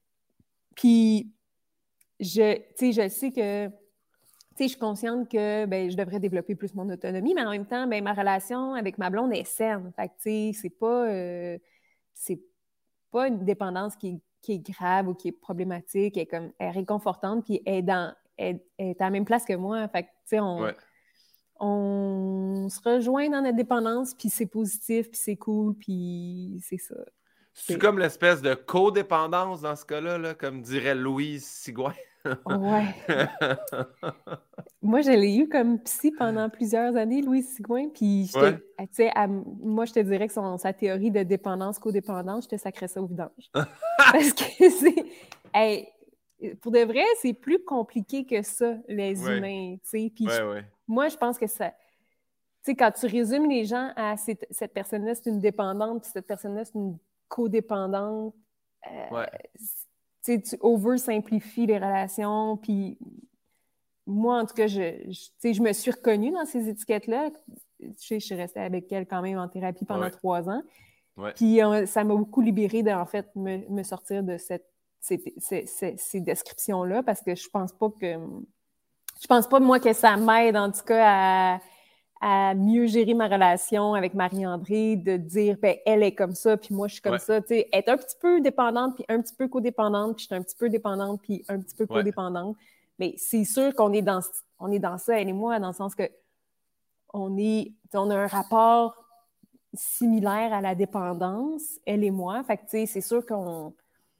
Puis, je, tu sais, je sais que, tu sais, je suis consciente que ben, je devrais développer plus mon autonomie, mais en même temps, ben, ma relation avec ma blonde est saine. Fait que, tu sais, c'est pas, euh, c'est pas une dépendance qui est, qui est grave ou qui est problématique. Elle est, comme, elle est réconfortante, puis elle est, dans, elle, elle est à la même place que moi. Fait que, tu sais, on,
Ouais.
on se rejoint dans notre dépendance, puis c'est positif, puis c'est cool, puis c'est ça.
C'est comme l'espèce de codépendance dans ce cas-là, là, comme dirait Louise Sigouin.
Ouais. Moi, je l'ai eu comme psy pendant plusieurs années, Louise Sigouin, puis
Ouais.
tu sais, moi, je te dirais que son, sa théorie de dépendance, codépendance, je te sacrais ça au vidange. Parce que c'est... Hey, pour de vrai, c'est plus compliqué que ça, les
ouais.
humains, tu sais. Puis
ouais,
je,
ouais.
moi, je pense que ça... Tu sais, quand tu résumes les gens à cette, cette personne-là, c'est une dépendante, puis cette personne-là, c'est une codépendante, euh,
ouais.
tu sais, tu oversimplifies les relations, puis moi, en tout cas, je, je, tu sais, je me suis reconnue dans ces étiquettes-là. Tu sais, je suis restée avec elle quand même en thérapie pendant
ouais.
trois ans.
Ouais.
Puis euh, ça m'a beaucoup libérée de, en fait, me, me sortir de cette, ces, ces, ces, ces descriptions-là, parce que je pense pas que... Je pense pas, moi, que ça m'aide, en tout cas, à... à mieux gérer ma relation avec Marie-André, de dire, ben, elle est comme ça, puis moi, je suis comme
ouais.
ça. Tu sais, être un petit peu dépendante, puis un petit peu codépendante, puis je suis un petit peu dépendante, puis un petit peu codépendante. Ouais. Mais c'est sûr qu'on est dans, on est dans ça, elle et moi, dans le sens que on, est, on a un rapport similaire à la dépendance, elle et moi. Fait que, tu sais, c'est sûr qu'on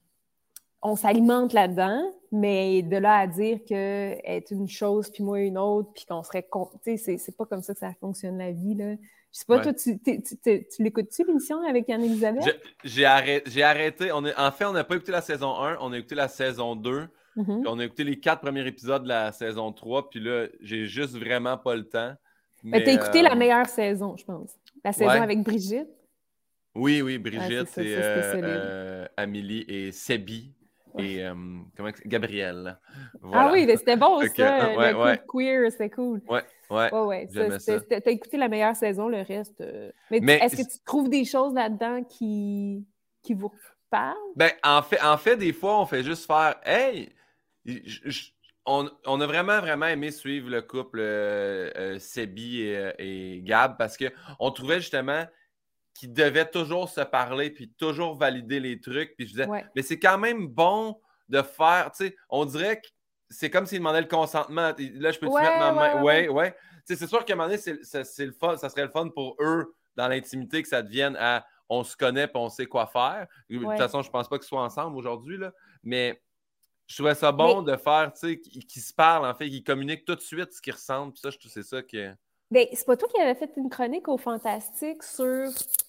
on s'alimente là-dedans, mais de là à dire qu'elle est une chose, puis moi une autre, puis qu'on serait... Tu sais, c'est, c'est pas comme ça que ça fonctionne la vie, là. Je sais pas, ouais. Toi, tu, tu, tu, tu l'écoutes-tu, l'émission avec Anne-Elisabeth?
Je, j'ai, arrêté, j'ai arrêté. On est, en fait, on n'a pas écouté la saison un, on a écouté la saison deux, mm-hmm. Puis on a écouté les quatre premiers épisodes de la saison trois, puis là, j'ai juste vraiment pas le temps.
Mais, mais t'as écouté euh... la meilleure saison, je pense. La saison ouais. avec Brigitte.
Oui, oui, Brigitte,
ah,
et euh, euh, Amélie et Sebi. Ouais. Et euh, comment Gabrielle.
Voilà. Ah oui, mais c'était bon, ça. Que, euh,
ouais,
le
ouais.
couple queer, c'était cool.
Ouais, ouais.
ouais, ouais ça, ça. T'as écouté la meilleure saison, le reste. Euh... Mais,
mais
est-ce que tu trouves des choses là-dedans qui, qui vous parlent?
Ben, en fait, en fait, des fois, on fait juste faire hey! Je, je, on, on a vraiment, vraiment aimé suivre le couple euh, euh, Sebi et, et Gab parce qu'on trouvait justement qui devaient toujours se parler puis toujours valider les trucs. Puis je disais, ouais. mais c'est quand même bon de faire, tu sais, on dirait que c'est comme s'ils demandaient le consentement. Là, je peux-tu
ouais,
mettre ma main?
Ouais,
ouais, ouais. Tu sais, c'est sûr qu'à un moment donné, c'est, c'est, c'est le fun, ça serait le fun pour eux, dans l'intimité, que ça devienne à on se connaît puis on sait quoi faire. De toute ouais. façon, je pense pas qu'ils soient ensemble aujourd'hui, là. Mais je trouvais ça bon mais... de faire, tu sais, qu'ils, qu'ils se parlent, en fait, qu'ils communiquent tout de suite ce qu'ils ressentent. Puis ça, je trouve c'est ça que...
Ben, c'est pas toi qui avais fait une chronique au Fantastique sur,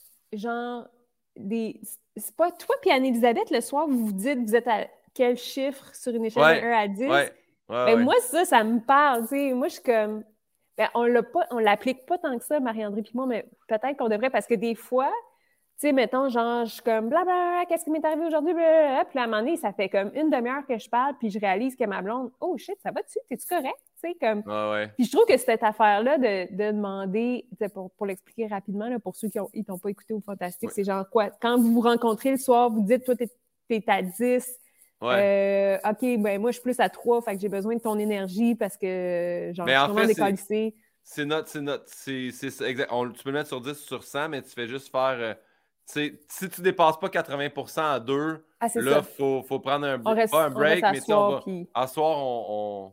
genre, des... C'est pas toi puis Anne-Elisabeth, le soir, vous vous dites, vous êtes à quel chiffre sur une échelle
ouais.
de un à dix?
Ouais. Ouais,
ben,
ouais.
moi, ça, ça me parle, tu sais. Moi, je suis comme... Ben, on l'a pas, on l'applique pas tant que ça, Marie-André puis moi, mais peut-être qu'on devrait, parce que des fois, tu sais, mettons, genre, je suis comme, blablabla, qu'est-ce qui m'est arrivé aujourd'hui? Blablabla. Puis à un moment donné, ça fait comme une demi-heure que je parle, puis je réalise que ma blonde, oh shit, ça va-tu? T'es-tu correct? Tu sais, comme.
Ah ouais.
Puis je trouve que cette affaire-là de, de demander, pour, pour l'expliquer rapidement, là, pour ceux qui ne t'ont pas écouté au Fantastique, ouais. C'est genre quoi? Quand vous vous rencontrez le soir, vous dites, toi, t'es, t'es à dix. Ouais. Euh, OK, ben moi, je suis plus à trois, fait que j'ai besoin de ton énergie parce que, genre,
mais
je suis
en
vraiment
fait,
décalissée.
C'est, c'est notre. C'est notre c'est, c'est, c'est exact. On, tu peux le mettre sur dix, sur cent, mais tu fais juste faire. Euh, si tu ne dépasses pas quatre-vingts pour cent à deux, ah, là, il faut, faut prendre un,
reste,
pas un break, mais
soir,
on va.
Puis...
À soir, on.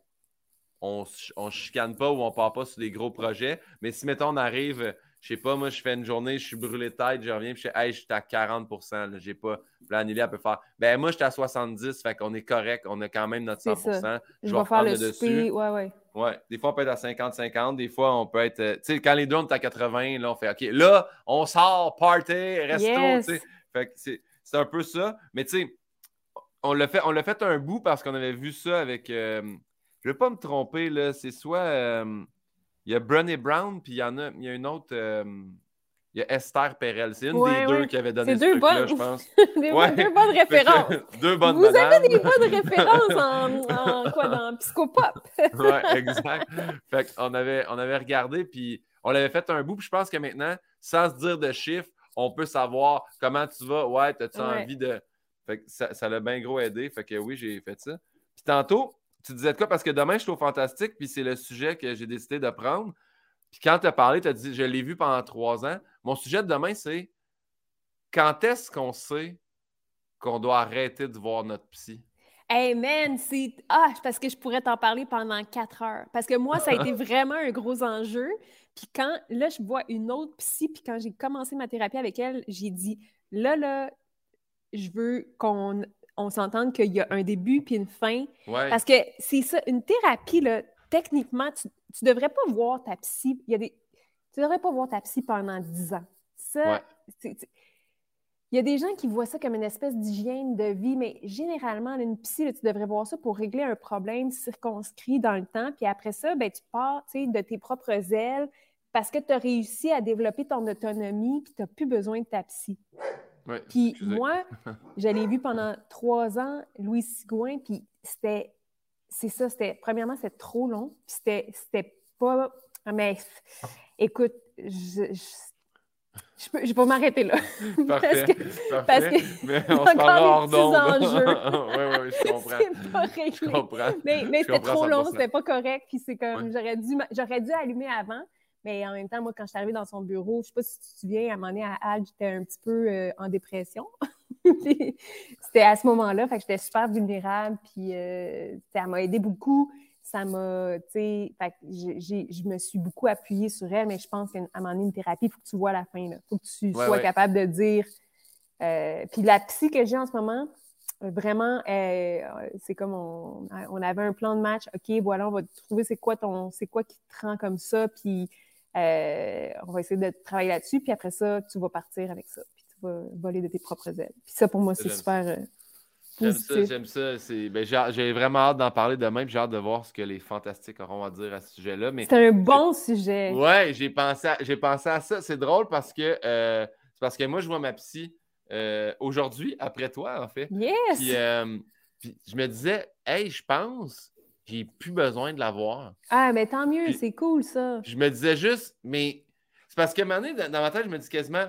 on On, on chicane pas ou on part pas sur des gros projets. Mais si, mettons, on arrive, je sais pas, moi, je fais une journée, je suis brûlé de tête, je reviens, puis je dis, hey, je suis à quarante pour cent, là, j'ai pas. Puis là, Anneli, elle peut faire, ben, moi, j'étais à soixante-dix, fait qu'on est correct, on a quand même notre cent pour cent.
Je, je vais faire le dessus. Ouais, ouais.
Ouais. Des fois, on peut être à cinquante cinquante, des fois, on peut être. Tu sais, quand les deux, on est à quatre-vingts, là, on fait, OK, là, on sort, party, resto,
yes.
tu sais. Fait que c'est, c'est un peu ça. Mais, tu sais, on l'a fait, on l'a fait un bout parce qu'on avait vu ça avec. Euh, Je ne vais pas me tromper, là. C'est soit. Il euh, y a Brené Brown, puis il y en a. Il y a une autre. Euh, Il y a Esther Perel. C'est une
Ouais,
des deux
ouais.
qui avait donné
C'est
ce
deux
truc-là,
bonnes.
je pense.
Des
Ouais.
bonnes- deux bonnes références.
Deux bonnes
Vous
madames.
avez des bonnes références en, en quoi, dans Psychopop.
Ouais, exact. Fait qu'on avait, on avait regardé, puis on l'avait fait un bout, puis je pense que maintenant, sans se dire de chiffres, on peut savoir comment tu vas. Ouais, t'as-tu
Ouais.
envie de. Fait que ça, ça l'a bien gros aidé. Fait que oui, j'ai fait ça. Puis tantôt, tu disais de quoi? Parce que demain, je suis au Fantastique, puis c'est le sujet que j'ai décidé de prendre. Puis quand tu as parlé, tu as dit, je l'ai vu pendant trois ans. Mon sujet de demain, c'est quand est-ce qu'on sait qu'on doit arrêter de voir notre psy?
Hey man, c'est. Ah, parce que je pourrais t'en parler pendant quatre heures. Parce que moi, ça a été vraiment un gros enjeu. Puis quand, là, je vois une autre psy, puis quand j'ai commencé ma thérapie avec elle, j'ai dit, là, là, je veux qu'on on s'entende qu'il y a un début puis une fin.
Ouais.
Parce que c'est ça, une thérapie, là, techniquement, tu ne devrais pas voir ta psy. Il y a des... Tu ne devrais pas voir ta psy pendant dix ans. Ça,
Ouais.
c'est, c'est... Il y a des gens qui voient ça comme une espèce d'hygiène de vie, mais généralement, une psy, là, tu devrais voir ça pour régler un problème circonscrit dans le temps. Puis après ça, ben, tu pars de tes propres ailes parce que tu as réussi à développer ton autonomie puis tu n'as plus besoin de ta psy.
Ouais,
puis
excusez.
moi, je l'ai vu pendant trois ans, Louis Sigouin, puis c'était, c'est ça, c'était, premièrement, c'était trop long, puis c'était, c'était pas, mais écoute, je, je, je peux, je peux m'arrêter là.
Parfait,
parce que,
parfait.
parce que
mais on se parlera hors d'onde.
Oui,
oui, oui, je comprends.
C'est pas réglé.
Je comprends.
Mais, mais
Je
c'était
comprends
trop long,
cent pour cent.
c'était pas correct, puis c'est comme,
Ouais.
j'aurais dû, j'aurais dû allumer avant. Mais en même temps, moi, quand je suis arrivée dans son bureau, je sais pas si tu te souviens, à un moment donné, à Halle, j'étais un petit peu euh, en dépression. Puis, c'était à ce moment-là, fait que j'étais super vulnérable, puis euh, ça m'a aidé beaucoup. Ça m'a, tu sais, fait que j'ai, j'ai, je me suis beaucoup appuyée sur elle, mais je pense qu'à un moment donné, une thérapie, il faut que tu vois la fin, il faut que tu
Ouais,
sois
ouais.
capable de dire... Euh, puis la psy que j'ai en ce moment, vraiment, euh, c'est comme on, on avait un plan de match. OK, voilà, on va trouver c'est quoi ton, c'est quoi qui te rend comme ça, puis euh, on va essayer de travailler là-dessus, puis après ça, tu vas partir avec ça, puis tu vas voler de tes propres ailes. Puis ça, pour moi, c'est
J'aime
super euh,
J'aime
positif.
ça, j'aime ça. C'est... Ben, j'ai, j'ai vraiment hâte d'en parler demain, puis j'ai hâte de voir ce que les fantastiques auront à dire à ce sujet-là. Mais
c'est un bon sujet.
Ouais, j'ai pensé à, j'ai pensé à ça. C'est drôle parce que euh, c'est parce que moi, je vois ma psy euh, aujourd'hui, après toi, en fait.
Yes!
Puis, euh, puis je me disais, hey, je pense, j'ai plus besoin de la voir.
Ah, mais tant mieux,
Puis-
c'est cool, ça.
Puis je me disais juste, mais c'est parce qu'à un moment donné, dans, dans ma tête, je me dis quasiment,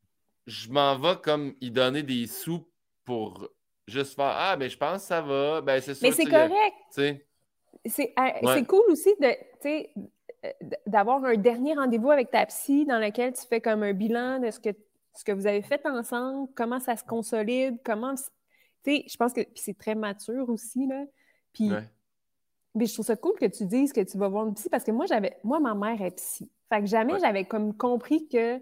je m'en vais comme y donner des sous pour juste faire, ah, mais je pense que ça va. Ben, c'est sûr,
Mais c'est
tu sais,
correct.
tu sais.
C'est, euh,
Ouais.
c'est cool aussi de, tu sais, euh, d'avoir un dernier rendez-vous avec ta psy dans lequel tu fais comme un bilan de ce que, ce que vous avez fait ensemble, comment ça se consolide, comment... Tu sais, je pense que puis c'est très mature aussi, là. Puis,
Ouais.
mais je trouve ça cool que tu dises que tu vas voir une psy parce que moi, j'avais, moi, ma mère est psy. Fait que jamais
Ouais.
j'avais comme compris que...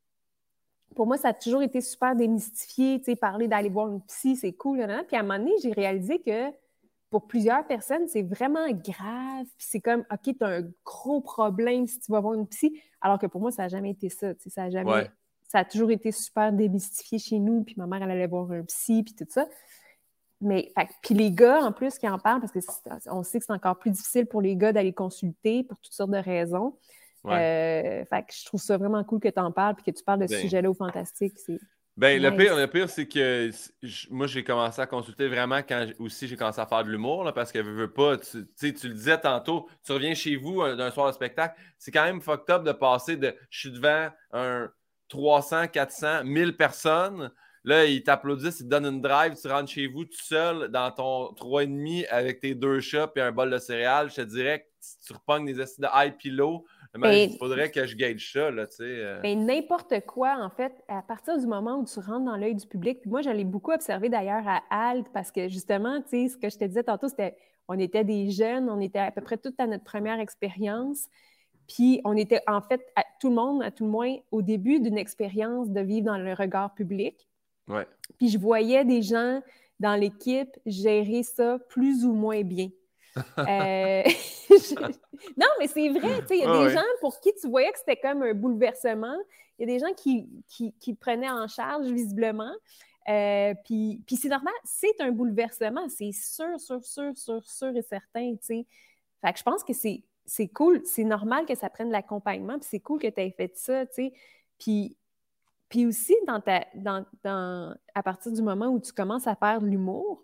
Pour moi, ça a toujours été super démystifié, tu sais, parler d'aller voir une psy, c'est cool, là, là. Puis à un moment donné, j'ai réalisé que pour plusieurs personnes, c'est vraiment grave. Puis c'est comme, OK, tu as un gros problème si tu vas voir une psy. Alors que pour moi, ça n'a jamais été ça. Ça a jamais...
Ouais.
Ça a toujours été super démystifié chez nous. Puis ma mère, elle allait voir un psy, puis tout ça. Mais, fait, puis les gars, en plus, qui en parlent, parce qu'on sait que c'est encore plus difficile pour les gars d'aller consulter pour toutes sortes de raisons. Ouais. Euh, fait que je trouve ça vraiment cool que tu en parles puis que tu parles de ce
Ben...
sujet-là au Fantastique. C'est...
Ben,
nice.
le pire, le pire, c'est que j- moi, j'ai commencé à consulter vraiment quand j- aussi j'ai commencé à faire de l'humour, là, parce que veux, veux pas, tu sais, tu le disais tantôt, tu reviens chez vous euh, d'un soir de spectacle, c'est quand même fucked up de passer de je suis devant un trois cents, quatre cents, mille personnes, là, ils t'applaudissent, ils te donnent une drive, tu rentres chez vous tout seul dans ton trois et demi avec tes deux chats et un bol de céréales, je te dirais que si tu repognes des acides de high pillow, il faudrait que je gage ça, là, tu sais. Euh...
Mais n'importe quoi, en fait, à partir du moment où tu rentres dans l'œil du public, puis moi, je l'ai beaucoup observé d'ailleurs à Alt, parce que justement, tu sais, ce que je te disais tantôt, c'était, on était des jeunes, on était à peu près toutes à notre première expérience, puis on était, en fait, à, tout le monde, à tout le moins, au début d'une expérience de vivre dans le regard public.
Ouais.
Puis je voyais des gens dans l'équipe gérer ça plus ou moins bien. euh... non, mais c'est vrai, tu sais, il y a
oh,
des
oui.
gens pour qui tu voyais que c'était comme un bouleversement. Il y a des gens qui, qui, qui le prenaient en charge, visiblement. Euh, puis, puis c'est normal, c'est un bouleversement, c'est sûr, sûr, sûr, sûr, sûr et certain, tu sais. Fait que je pense que c'est, c'est cool, c'est normal que ça prenne de l'accompagnement, puis c'est cool que tu aies fait ça, tu sais. Puis Puis aussi, dans ta, dans, dans, à partir du moment où tu commences à faire de l'humour,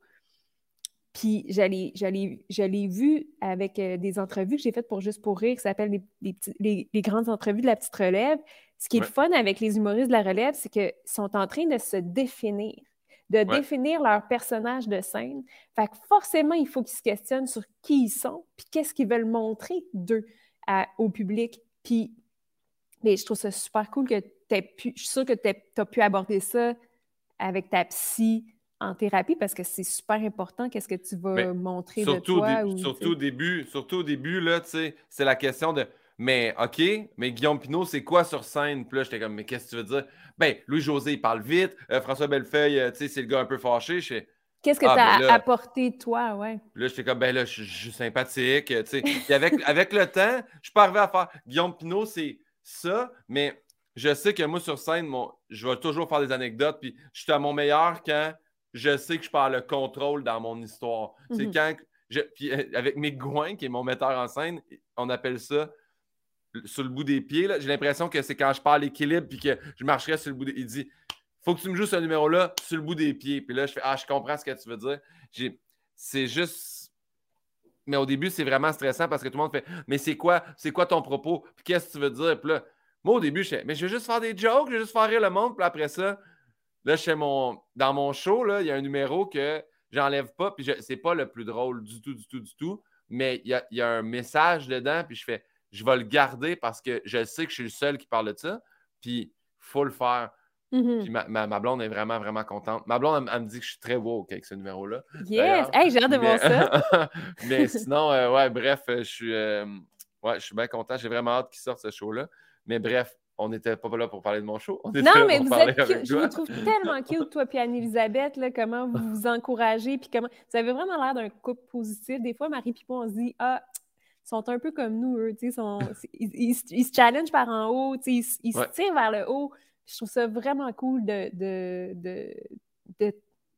puis je l'ai, je l'ai, je l'ai vu avec euh, des entrevues que j'ai faites pour Juste pour rire, qui s'appellent les, les, petits- les, les grandes entrevues de la petite relève. Ce qui est
Ouais,
le fun avec les humoristes de la relève, c'est qu'ils sont en train de se définir, de
ouais.
définir leur personnage de scène. Fait que forcément, il faut qu'ils se questionnent sur qui ils sont, puis qu'est-ce qu'ils veulent montrer d'eux à- au public. Puis mais je trouve ça super cool que tu pu, je suis sûre que tu as pu aborder ça avec ta psy en thérapie parce que c'est super important qu'est-ce que tu vas
Mais
montrer de
surtout au, dé-
toi ou, tu
surtout
sais.
au début, surtout au début, là, tu sais, c'est la question de mais OK, mais Guillaume Pinot, c'est quoi sur scène? Puis là, j'étais comme, mais qu'est-ce que tu veux dire? Ben, Louis-José, il parle vite. Euh, François Bellefeuille, euh, tu sais, c'est le gars un peu fâché. Je fais,
Qu'est-ce que
ah,
tu
ben
as
là,
apporté toi, ouais.
là, j'étais comme, ben là, je je suis sympathique, euh, tu sais. Puis avec, avec le temps, je suis pas arrivé à faire Guillaume Pinot, c'est ça, mais je sais que moi, sur scène, mon, je vais toujours faire des anecdotes, puis je suis à mon meilleur quand je sais que je perds le contrôle dans mon histoire. C'est
Mhm.
quand, je, puis euh, avec Mick Gouin, qui est mon metteur en scène, on appelle ça sur le bout des pieds, là. J'ai l'impression que c'est quand je perds l'équilibre, puis que je marcherais sur le bout des... Il dit, faut que tu me joues ce numéro-là sur le bout des pieds. Puis là, je fais, ah, je comprends ce que tu veux dire. J'ai... C'est juste... Mais au début, c'est vraiment stressant parce que tout le monde fait mais c'est quoi, c'est quoi ton propos? Puis qu'est-ce que tu veux dire? Puis là, moi, au début, je fais mais je veux juste faire des jokes, je veux juste faire rire le monde. Puis après ça, là, je fais mon. Dans mon show, là, il y a un numéro que j'enlève pas, puis je... c'est pas le plus drôle du tout, du tout, du tout. Mais il y a, il y a un message dedans, puis je fais je vais le garder parce que je sais que je suis le seul qui parle de ça. Puis il faut le faire.
Mhm.
Puis ma, ma, ma blonde est vraiment, vraiment contente. Ma blonde, elle, elle me dit que je suis très woke avec ce numéro-là,
Yes!
d'ailleurs.
Hey, j'ai hâte de
Mais,
voir ça.
mais sinon, euh, ouais, bref, je suis, euh, ouais, je suis bien content. J'ai vraiment hâte qu'il sorte ce show-là. Mais bref, on n'était pas là pour parler de mon show. On
Non,
était là
mais
pour
vous
parler
êtes cute.
avec
Je vous
toi.
trouve tellement cute, toi et Anne-Élisabeth, là, comment vous vous encouragez, puis comment... Vous avez vraiment l'air d'un couple positif. Des fois, Marie et moi, on se dit, ah, ils sont un peu comme nous, eux, tu sais, sont... ils, ils, ils se challengent par en haut, tu sais, ils, ils
Ouais.
se tirent vers le haut. Je trouve ça vraiment cool de, de, de, de,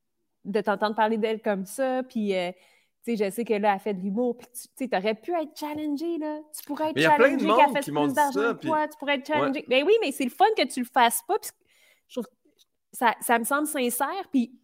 de t'entendre parler d'elle comme ça, puis... Euh, tu sais, je sais que là, elle fait de l'humour, puis tu sais, aurais pu être challengée, là. Tu pourrais être
Mais il y a plein de
challengée qu'elle
monde
fasse
qui m'ont
plus
dit
d'argent
ça.
que
Puis,
toi. Tu pourrais être
ouais.
challengée. Ben oui, mais c'est le fun que tu le fasses pas, puis je trouve ça, ça me semble sincère, puis,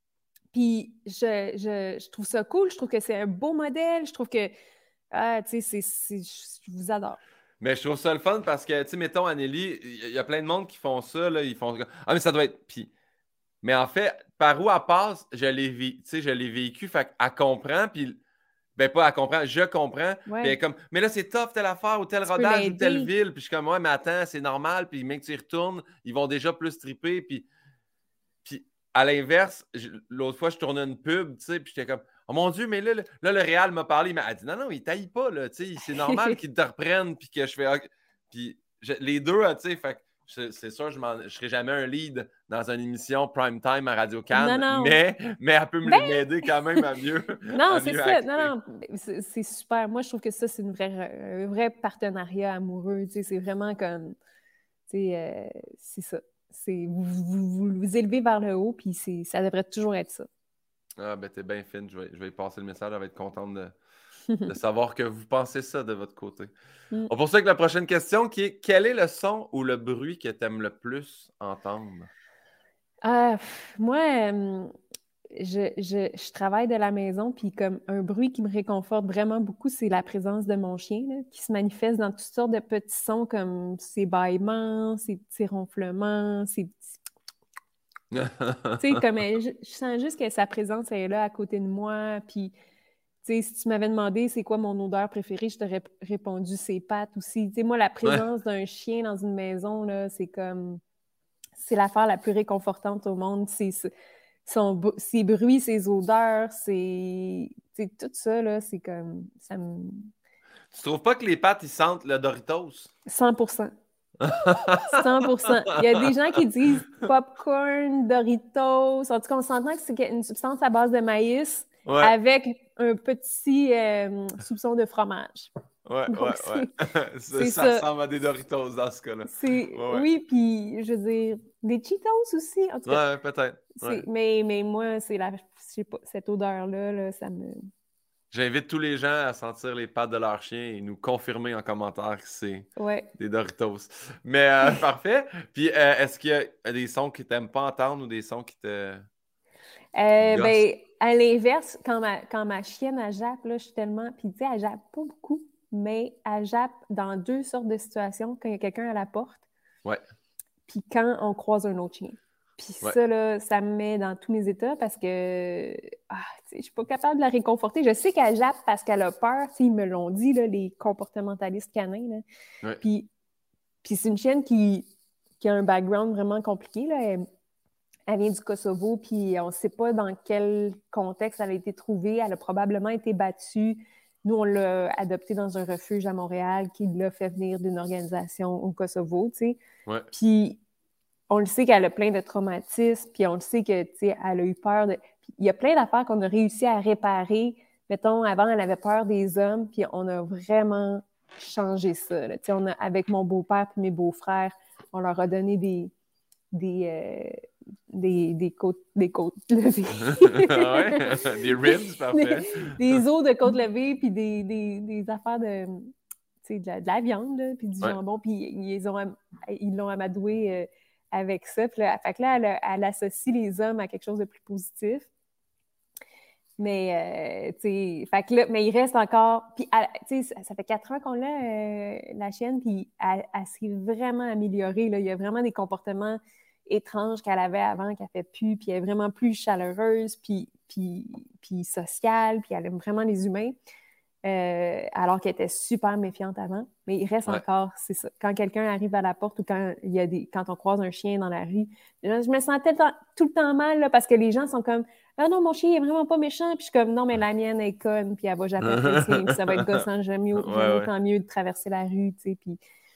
puis je, je, je trouve ça cool, je trouve que c'est un beau modèle, je trouve que, ah, tu sais, c'est, c'est, je vous adore.
Mais je trouve ça le fun parce que, tu sais, mettons, Anneli, il y a plein de monde qui font ça, là. Ils font. Ah, mais ça doit être. Puis, mais en fait, par où elle passe, je l'ai vé- tu sais, je l'ai vécu, fait qu'elle comprend, puis ben pas elle comprend, je comprends, puis elle
Ouais,
est comme mais là c'est tough telle affaire ou tel
tu peux
rodage ou telle
l'aider.
ville, puis je suis comme ouais mais attends, c'est normal, puis même que tu y retournes, ils vont déjà plus triper, puis puis à l'inverse, je- l'autre fois je tournais une pub, tu sais, puis j'étais comme oh mon Dieu, mais là le, là, le Réal m'a parlé, il m'a dit non non, il taille pas là, tu sais, c'est normal qu'ils te reprennent puis que je fais ok. Puis je- les deux, tu sais, fait que c'est c'est sûr, je ne serai jamais un lead dans une émission prime time à Radio
Non,
Cannes,
non.
mais, mais elle peut
Ben,
m'aider quand même à mieux,
non,
à
c'est
mieux
ça. Non,
acter.
non, c'est c'est super. Moi, je trouve que ça, c'est une vraie, un vrai partenariat amoureux. Tu sais, c'est vraiment comme, tu sais, euh, c'est ça. C'est, vous, vous, vous vous élevez vers le haut, puis c'est, ça devrait toujours être ça.
Ah, ben t'es bien fine, je vais, je vais y passer le message, elle va être contente de, de savoir que vous pensez ça de votre côté.
Mm.
On poursuit avec la prochaine question qui est quel est le son ou le bruit que tu aimes le plus entendre?
Ah, pff, moi, euh, je, je, je travaille de la maison, puis comme un bruit qui me réconforte vraiment beaucoup, c'est la présence de mon chien, là, qui se manifeste dans toutes sortes de petits sons comme ses bâillements, ses petits ronflements, ses petits... Tu sais, comme elle- je, je sens juste que sa présence est là à côté de moi, puis tu sais, si tu m'avais demandé c'est quoi mon odeur préférée, je t'aurais répondu ses pattes aussi. Tu sais, moi, la
Ouais.
présence d'un chien dans une maison, là, c'est comme... C'est l'affaire la plus réconfortante au monde. C'est c'est- son, br- ses bruits, ses odeurs, c'est... tu sais, tout ça, là, c'est comme... Ça me...
Tu trouves pas que les pâtes, ils sentent le Doritos?
cent pour cent. cent pour cent. Il y a des gens qui disent popcorn, Doritos. En tout cas, on s'entend que c'est une substance à base de maïs
Ouais,
avec un petit euh, soupçon de fromage.
ouais, ouais,
Donc,
ouais.
c'est
ça,
c'est
ça
ça.
ressemble à des Doritos dans ce cas-là.
C'est...
Ouais, ouais.
Oui, puis je veux dire, des Cheetos aussi. En tout cas,
Ouais, peut-être. Ouais.
c'est... Mais, mais moi, c'est la... Je sais pas, cette odeur-là, là, ça me...
J'invite tous les gens à sentir les pattes de leur chien et nous confirmer en commentaire que c'est
Ouais.
des Doritos. Mais euh, parfait. Puis, euh, est-ce qu'il y a des sons que tu n'aimes pas entendre ou des sons qui te
Euh,
gossent?
ben, à l'inverse, quand ma, quand ma chienne, elle jappe, là, je suis tellement... Puis, tu sais, elle jappe pas beaucoup, mais elle jappe dans deux sortes de situations. Quand il y a quelqu'un à la porte,
Ouais.
puis quand on croise un autre chien. Puis
Ouais.
ça, là, ça me met dans tous mes états parce que ah, tu sais, je suis pas capable de la réconforter. Je sais qu'elle jappe parce qu'elle a peur. Tu sais, ils me l'ont dit, là, les comportementalistes canins. Là.
Ouais.
Puis, puis c'est une chienne qui, qui a un background vraiment compliqué. Là. Elle, elle vient du Kosovo, puis on ne sait pas dans quel contexte elle a été trouvée. Elle a probablement été battue. Nous, on l'a adoptée dans un refuge à Montréal qui l'a fait venir d'une organisation au Kosovo, tu sais.
Ouais.
Puis on le sait qu'elle a plein de traumatismes, puis on le sait que, tu sais, elle a eu peur de... Puis il y a plein d'affaires qu'on a réussi à réparer. Mettons, avant, elle avait peur des hommes, puis on a vraiment changé ça. Là. Tu sais, on a, avec mon beau-père et mes beaux-frères, on leur a donné des... des euh, Des, des côtes des côtes levées.
Ouais, des ribs, parfait.
Des, des os de côtes levées, puis des, des, des affaires de, tu sais, de, la, de la viande, là, puis du
Ouais.
jambon, puis ils l'ont ils l'ont amadoué euh, avec ça. Puis là, fait que là, elle, elle associe les hommes à quelque chose de plus positif. Mais, euh, tu sais, fait que là, mais il reste encore... Puis, tu sais, ça fait quatre ans qu'on l'a, euh, la chienne, puis elle, elle s'est vraiment améliorée, là. Il y a vraiment des comportements étranges qu'elle avait avant, qu'elle fait plus, puis elle est vraiment plus chaleureuse, puis, puis, puis sociale, puis elle aime vraiment les humains, euh, alors qu'elle était super méfiante avant. Mais il reste
Ouais.
encore, c'est ça. Quand quelqu'un arrive à la porte ou quand, il y a des, quand on croise un chien dans la rue, je me sentais tout le temps mal, là, parce que les gens sont comme « Ah non, mon chien, il est vraiment pas méchant. » Puis je suis comme « Non, mais la mienne est conne, puis elle va japper après le sien, puis ça va être gossant. J'aime mieux,
Ouais,
j'aime
ouais.
autant mieux de traverser la rue, tu sais. » Puis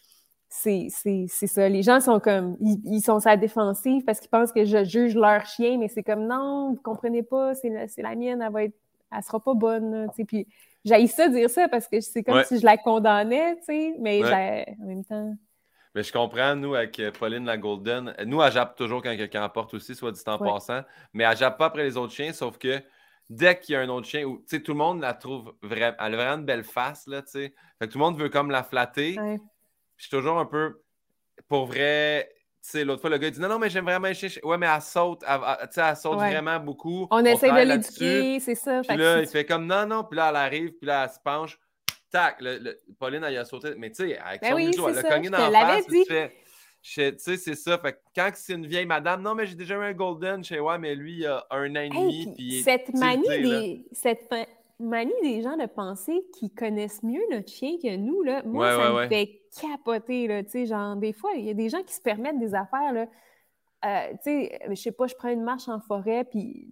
c'est, c'est, c'est ça. Les gens sont comme, ils, ils sont sur la défensive parce qu'ils pensent que je juge leur chien, mais c'est comme, non, vous comprenez pas, c'est la, c'est la mienne, elle va être, elle sera pas bonne, tu sais. Puis j'haïs ça dire ça parce que c'est comme
Ouais.
si je la condamnais, tu sais, mais
Ouais.
en même temps...
Mais je comprends, nous, avec Pauline la Golden, nous, elle jappe toujours quand quelqu'un apporte aussi, soit dit en
Ouais.
passant, mais elle jappe pas après les autres chiens, sauf que dès qu'il y a un autre chien, où, tu sais, tout le monde la trouve vraiment, elle a vraiment une belle face, là, tu sais. Fait que tout le monde veut comme la flatter.
Ouais.
Je suis toujours un peu, pour vrai, tu sais, l'autre fois, le gars, il dit non, non, mais j'aime vraiment les chiens. Ouais, mais elle saute, elle, elle, tu sais, elle saute
Ouais.
vraiment beaucoup.
On essaie de
travaille
l'éduquer,
là-dessus.
c'est ça.
Puis
Fait
là,
que
il
si
fait comme non, non, puis là, elle arrive, puis là, elle se penche. Tac, le, le, Pauline, elle a sauté. Mais tu sais, avec
Ben
son
oui,
museau,
c'est
elle l'a
ça,
cogné
je
dans
te
la
l'avais
face. Puis
dit.
tu fais, je- tu sais, c'est ça. Fait que quand c'est une vieille madame, non, mais j'ai déjà eu un Golden. Je sais, ouais, mais lui, il a un an et
Hey,
demi.
puis
Puis il est
cette manie
tilté, là.
des cette fa- manie des gens de penser qu'ils connaissent mieux notre chien que nous, là, moi,
Ouais,
ça
ouais,
me
ouais.
fait capoter, là, tu sais, genre, des fois, il y a des gens qui se permettent des affaires, là, euh, tu sais, je sais pas, je prends une marche en forêt, puis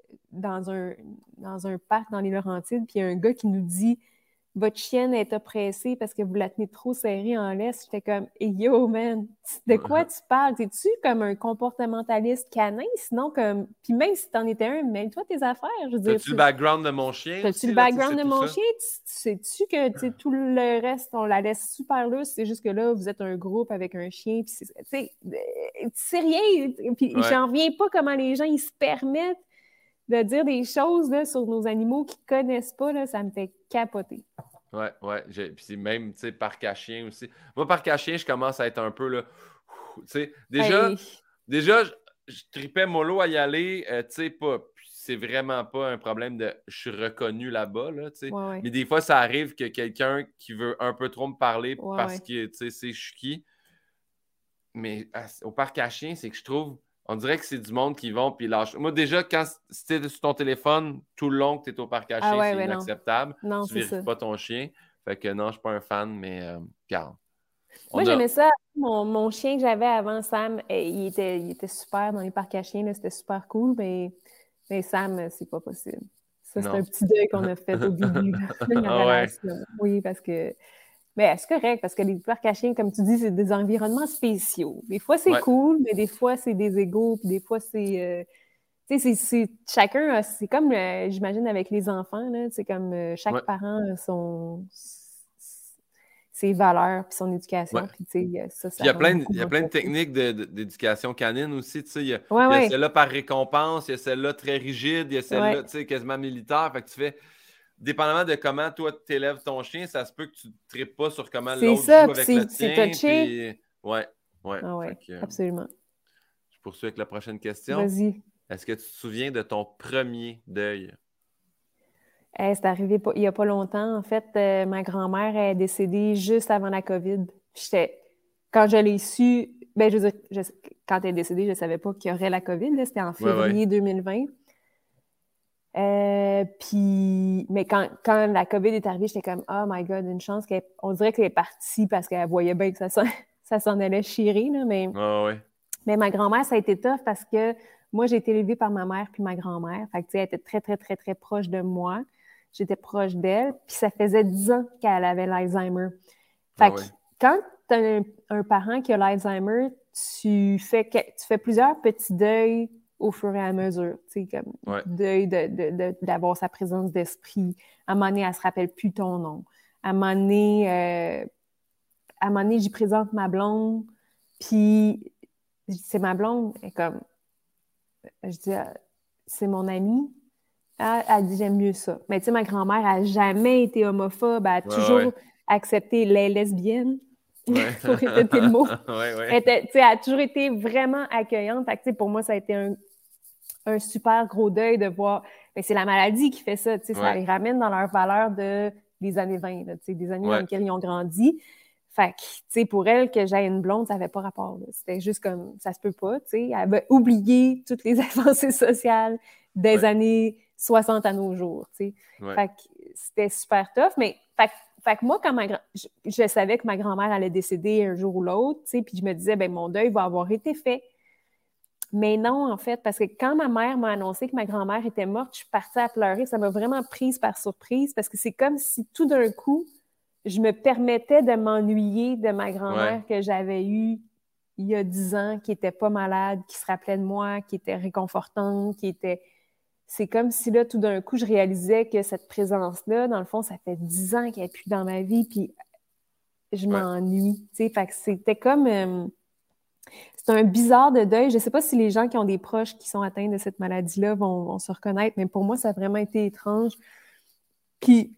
dans un, dans un parc dans les Laurentides, puis il y a un gars qui nous dit « Votre chienne est oppressée parce que vous la tenez trop serrée en laisse. » J'étais comme hey, « Yo, man, de quoi tu parles? T'es-tu comme un comportementaliste canin? Sinon, comme... Puis même si t'en étais un, mêle-toi tes affaires. Je veux dire,
T'as-tu
tu...
le background de mon chien
T'as-tu
aussi?
le
Là, tu sais,
background
c'est
de
tout
mon
ça?
chien? Tu, tu sais-tu que tu sais, tout le reste, on la laisse super loose? C'est juste que là, vous êtes un groupe avec un chien. Puis c'est, tu sais, tu sais rien. Puis
Ouais.
j'en reviens pas comment les gens, ils se permettent de dire des choses là, sur nos animaux qu'ils connaissent pas. Là, ça me fait capoter.
Ouais, ouais. J'ai... Puis même, tu sais, parc à chien aussi. Moi, parc à chien, je commence à être un peu, là... Tu sais, déjà,
Hey.
déjà, je, je tripais mollo à y aller, euh, tu sais, pas... C'est vraiment pas un problème de « je suis reconnu là-bas », là, tu sais.
Ouais, ouais.
Mais des fois, ça arrive que quelqu'un qui veut un peu trop me parler
Ouais,
parce
ouais.
que, tu sais, c'est je suis qui. Mais à- au parc à chiens, c'est que je trouve... On dirait que c'est du monde qui vont puis lâche. Moi, déjà, quand c'était sur ton téléphone tout le long que tu es au parc à
Ah
chiens,
ouais,
c'est
ouais, non.
inacceptable.
Non,
Tu
c'est
vérifies
ça.
pas ton chien. Fait que non, je suis pas un fan, mais euh, regarde.
Moi,
On a...
j'aimais ça. Mon, mon chien que j'avais avant, Sam, eh, il était, il était super dans les parcs à chiens. là, C'était super cool, mais, mais Sam, c'est pas possible. Ça, c'est
Non.
un petit deuil qu'on a fait au début là, de la
Ah ouais.
relation. Oui, parce que... Mais c'est correct, parce que les parcs à chiens, comme tu dis, c'est des environnements spéciaux. Des fois, c'est
Ouais.
cool, mais des fois, c'est des égaux, puis des fois, c'est... euh, tu sais, c'est, c'est chacun, a- c'est comme, euh, j'imagine, avec les enfants, là, c'est comme euh, chaque
Ouais.
parent a son, ses valeurs puis son éducation.
Ouais.
Puis, tu sais, ça, ça
Puis il y a
rend
plein de,
beaucoup
il y a
moins
plein de
facile.
techniques de- de- d'éducation canine aussi. Tu sais, il y a,
Ouais,
il y a
ouais.
celle-là par récompense, il y a celle-là très rigide, il y a celle-là
Ouais.
tu sais, quasiment militaire. Fait que tu fais dépendamment de comment toi t'élèves ton chien, ça se peut que tu ne tripes pas sur comment
C'est
l'autre
ça,
joue
puis
avec
c'est
le
c'est
tien.
touché.
Puis... Ouais, ouais.
Ah ouais,
Fait que, euh,
absolument.
je poursuis avec la prochaine question.
Vas-y.
Est-ce que tu te souviens de ton premier deuil?
Hey, c'est arrivé pas- il n'y a pas longtemps. En fait, euh, ma grand-mère est décédée juste avant la COVID. J'étais, quand je l'ai su, ben, je veux dire, je- quand elle est décédée, je ne savais pas qu'il y aurait la COVID, là. C'était en
Ouais,
février
ouais.
deux mille vingt. Euh, puis, mais quand, quand la COVID est arrivée, j'étais comme, oh my God, une chance qu'elle, on dirait qu'elle est partie parce qu'elle voyait bien que ça s'en, ça s'en allait chirer, là, mais,
Ouais, ouais.
mais ma grand-mère, ça a été tough parce que moi, j'ai été élevée par ma mère puis ma grand-mère. Fait que, tu sais, elle était très, très, très, très proche de moi. J'étais proche d'elle. Puis ça faisait dix ans qu'elle avait l'Alzheimer. Fait
Ah
que
ouais.
quand tu as un, un parent qui a l'Alzheimer, tu fais, que- tu fais plusieurs petits deuils au fur et à mesure. Tu sais, comme
Ouais.
deuil de, de, de- d'avoir sa présence d'esprit. À un moment donné, elle se rappelle plus ton nom. À un moment donné, euh, à un moment donné, j'y présente ma blonde. Puis je dis, c'est ma blonde. Elle est comme, je dis, ah, c'est mon amie. Elle, elle dit, j'aime mieux ça. Mais tu sais, ma grand-mère a jamais été homophobe. Elle a
Ouais,
toujours
ouais.
accepté les lesbiennes,
Ouais.
pour répéter le mot.
Ouais, ouais.
Elle, était, tu sais, elle a toujours été vraiment accueillante. Fait que, tu sais, pour moi, ça a été un, un super gros deuil de voir. Mais c'est la maladie qui fait ça. Tu sais, ça
Ouais.
les ramène dans leurs valeurs de, des années vingt, là, tu sais, des années dans
Ouais.
lesquelles ils ont grandi. Fait que, tu sais, pour elle, que j'aie une blonde, ça n'avait pas rapport, là. C'était juste comme, ça se peut pas, tu sais. Elle avait oublié toutes les avancées sociales des
Ouais.
années soixante à nos jours, tu sais.
Ouais.
Fait que c'était super tough, mais fait, que- fait que moi, quand ma grand... je, je savais que ma grand-mère allait décéder un jour ou l'autre, tu sais, puis je me disais, ben mon deuil va avoir été fait. Mais non, en fait, parce que quand ma mère m'a annoncé que ma grand-mère était morte, je suis partie à pleurer. Ça m'a vraiment prise par surprise parce que c'est comme si tout d'un coup, je me permettais de m'ennuyer de ma grand-mère
Ouais.
que j'avais eue il y a dix ans, qui était pas malade, qui se rappelait de moi, qui était réconfortante, qui était... C'est comme si là, tout d'un coup, je réalisais que cette présence-là, dans le fond, ça fait dix ans qu'elle n'est plus dans ma vie, puis je
Ouais.
m'ennuie, tu sais. Fait que c'était comme... euh, c'est un bizarre de deuil. Je ne sais pas si les gens qui ont des proches qui sont atteints de cette maladie-là vont, vont se reconnaître, mais pour moi, ça a vraiment été étrange. Puis,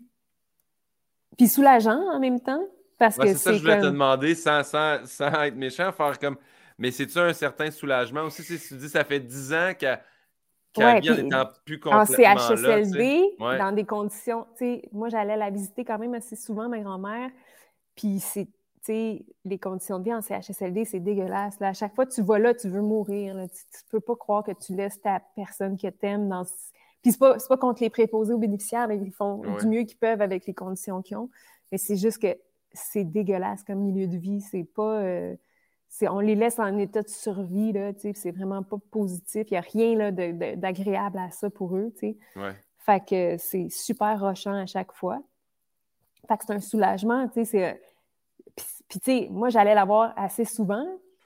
puis soulageant en même temps, parce
Ouais,
que
c'est ça que je
c'est
voulais te
comme...
demander, sans, sans, sans être méchant, faire comme. Mais c'est-tu un certain soulagement aussi? Si tu dis que ça fait dix ans qu'elle qu'elle
Ouais,
vit en
puis
étant plus
en
complètement là, tu sais?
C H S L D,
Ouais.
dans des conditions... Tu sais, moi, j'allais la visiter quand même assez souvent, ma grand-mère, puis c'est... Tu sais, les conditions de vie en C H S L D, c'est dégueulasse. Là. À chaque fois que tu vas là, tu veux mourir. Là. Tu ne peux pas croire que tu laisses ta personne que tu aimes dans... Puis c'est pas, c'est pas contre les préposés aux bénéficiaires, là, ils font
Ouais.
du mieux qu'ils peuvent avec les conditions qu'ils ont. Mais c'est juste que c'est dégueulasse comme milieu de vie. C'est pas... euh, c'est, on les laisse en état de survie, là, tu sais, c'est vraiment pas positif. Il n'y a rien là, de, de, d'agréable à ça pour eux. Tu sais.
Ouais.
Fait que c'est super rochant à chaque fois. Fait que c'est un soulagement. Tu sais, c'est... Puis, puis tu sais, moi, j'allais la voir assez souvent,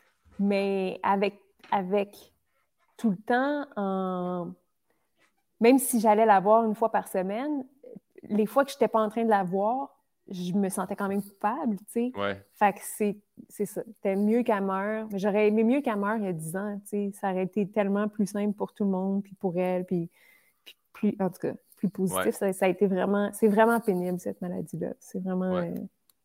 mais avec, avec tout le temps, en... même si j'allais la voir une fois par semaine, les fois que je n'étais pas en train de la voir, je me sentais quand même coupable, tu sais.
Ouais.
Fait que c'est, c'est ça. C'était mieux qu'elle meure. J'aurais aimé mieux qu'elle meure il y a dix ans, tu sais. Ça aurait été tellement plus simple pour tout le monde, puis pour elle, puis, puis plus, en tout cas, plus positif.
Ouais.
Ça, ça a été vraiment... C'est vraiment pénible, cette maladie-là. C'est vraiment...
Ouais.
euh,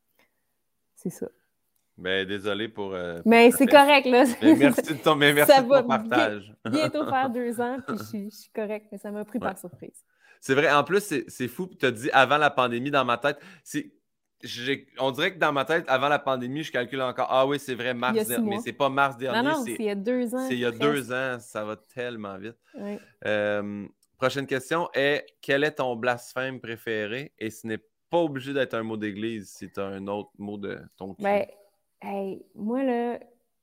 c'est ça.
Ben, désolé pour. euh, pour
Mais
ta
c'est
perte.
correct, là.
Mais merci de ton, mais merci
Ça
de
va
ton
bien-
partage.
bientôt faire deux ans, puis je suis, je suis correcte, mais ça m'a pris
Ouais.
par surprise.
C'est vrai, en plus, c'est, c'est fou. Tu as dit avant la pandémie dans ma tête. C'est, j'ai, on dirait que dans ma tête, avant la pandémie, je calcule encore. Ah oui, c'est vrai,
Il y
mars
a six
dernier. Mais
mois.
c'est pas mars dernier,
Non, non,
c'est,
c'est il y a deux ans.
c'est il y a
presque.
deux ans. Ça va tellement vite.
Oui.
Euh, prochaine question est quel est ton blasphème préféré? Et ce n'est pas obligé d'être un mot d'église si tu as un autre mot de ton cri.
Ben, hey, moi, là,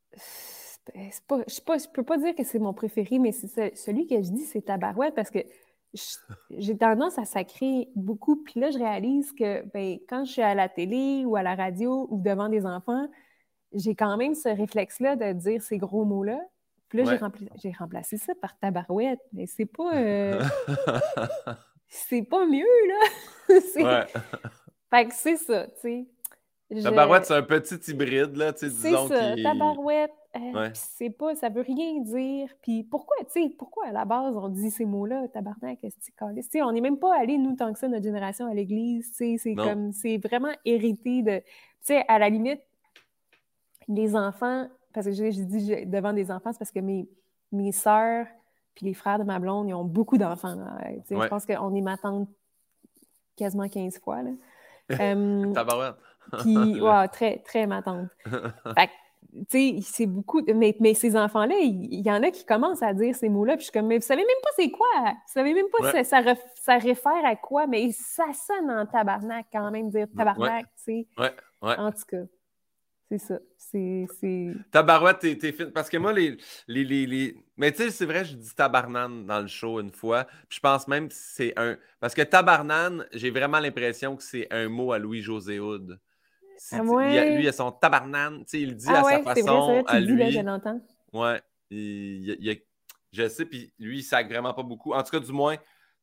c'est pas, je sais pas, je peux pas dire que c'est mon préféré, mais c'est ce- celui que je dis, c'est tabarouette, parce que je- j'ai tendance à sacrer beaucoup. Puis là, je réalise que ben, quand je suis à la télé ou à la radio ou devant des enfants, j'ai quand même ce réflexe-là de dire ces gros mots-là. Puis là,
Ouais.
j'ai, rempli- j'ai remplacé ça par tabarouette. Mais c'est pas... euh, c'est pas mieux, là! C'est-
Ouais.
Fait que c'est ça, tu sais. Je-
Tabarouette, c'est un petit hybride, là, tu sais,
C'est
disons
ça,
qui.
tabarouette. Euh,
Ouais.
Puis c'est pas, ça veut rien dire. Puis pourquoi, tu sais, pourquoi à la base on dit ces mots-là, tabarnak, esti, câlisse? Tu sais, on n'est même pas allé, nous, tant que ça, notre génération, à l'église. Tu sais, c'est
Non.
comme, c'est vraiment hérité de. Tu sais, à la limite, les enfants, parce que j'ai j'ai dit j'ai- devant des enfants, c'est parce que mes, mes sœurs puis les frères de ma blonde, ils ont beaucoup d'enfants. Là. Tu sais,
Ouais.
Je pense qu'on est ma tante quasiment quinze fois. Là. Euh,
Tabarouette.
puis, ouais, très, très ma tante. Fait que, tu sais, c'est beaucoup. Mais, mais ces enfants-là, il, il y en a qui commencent à dire ces mots-là. Puis je suis comme, mais vous savez même pas c'est quoi. Vous savez même pas
Ouais.
ça, ça, ref- ça réfère à quoi. Mais ça sonne en tabarnak quand même, dire tabarnak, tu sais.
Ouais, ouais.
En tout cas, c'est ça. C'est. c'est...
Tabarouette, t'es, t'es fine. Parce que moi, les. les, les, les... Mais tu sais, c'est vrai, je dis tabarnane dans le show une fois. Puis je pense même que c'est un. Parce que tabarnane, j'ai vraiment l'impression que c'est un mot à Louis-José Hood. Si
Ah
tu- il a- lui, il
ouais.
a son tabarnane. Tu sais, il le dit
Ah
à sa
ouais, c'est vrai, c'est
façon,
vrai, tu
à
le dis, là, je
lui.
l'entends.
Ouais. Il, il- il a- je sais, puis lui, il sacre vraiment pas beaucoup. En tout cas, du moins,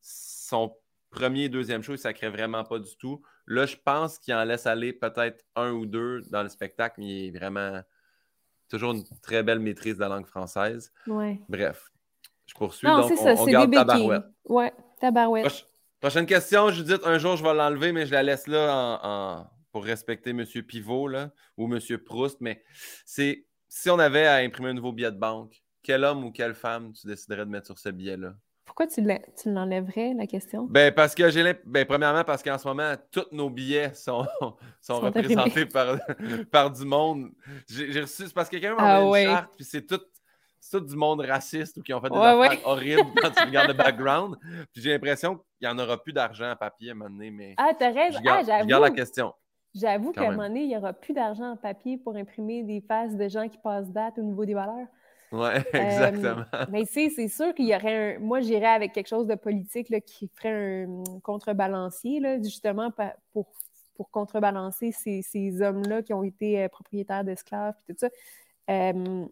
son premier et deuxième show, il sacrait vraiment pas du tout. Là, je pense qu'il en laisse aller peut-être un ou deux dans le spectacle, mais il est vraiment toujours une très belle maîtrise de la langue française.
Ouais.
Bref, je poursuis.
Non,
Donc,
c'est
on,
ça,
on
c'est des
garde
béquilles.
tabarouette.
Ouais, tabarouette.
Proche- prochaine question, Judith. Un jour, je vais l'enlever, mais je la laisse là en, en- pour respecter M. Pivot là, ou M. Proust. Mais c'est si on avait à imprimer un nouveau billet de banque, quel homme ou quelle femme tu déciderais de mettre sur ce billet-là?
Pourquoi tu l'en- tu l'enlèverais, la question?
Ben, parce que j'ai l'imp- ben, premièrement, parce qu'en ce moment, tous nos billets sont, sont
Sont
représentés par, par du monde. J'ai j'ai reçu, c'est parce que quelqu'un m'a
Ah
envoyé
ouais.
une charte, puis c'est tout, c'est tout du monde raciste ou qui ont fait des
Ouais,
affaires
ouais.
horribles quand tu regardes le background. Puis j'ai l'impression qu'il n'y en aura plus d'argent à papier à un moment donné, mais
Ah, t'as raison.
je garde,
Ah,
je garde la
j'avoue.
question.
J'avoue
Quand
qu'à un
même.
moment donné, il n'y aura plus d'argent en papier pour imprimer des faces de gens qui passent date au niveau des valeurs.
Ouais,
Euh,
exactement.
mais tu sais, c'est sûr qu'il y aurait un. Moi, j'irais avec quelque chose de politique là, qui ferait un contrebalancier, là, justement, pa- pour, pour contrebalancer ces, ces hommes-là qui ont été euh, propriétaires d'esclaves et tout ça. Euh,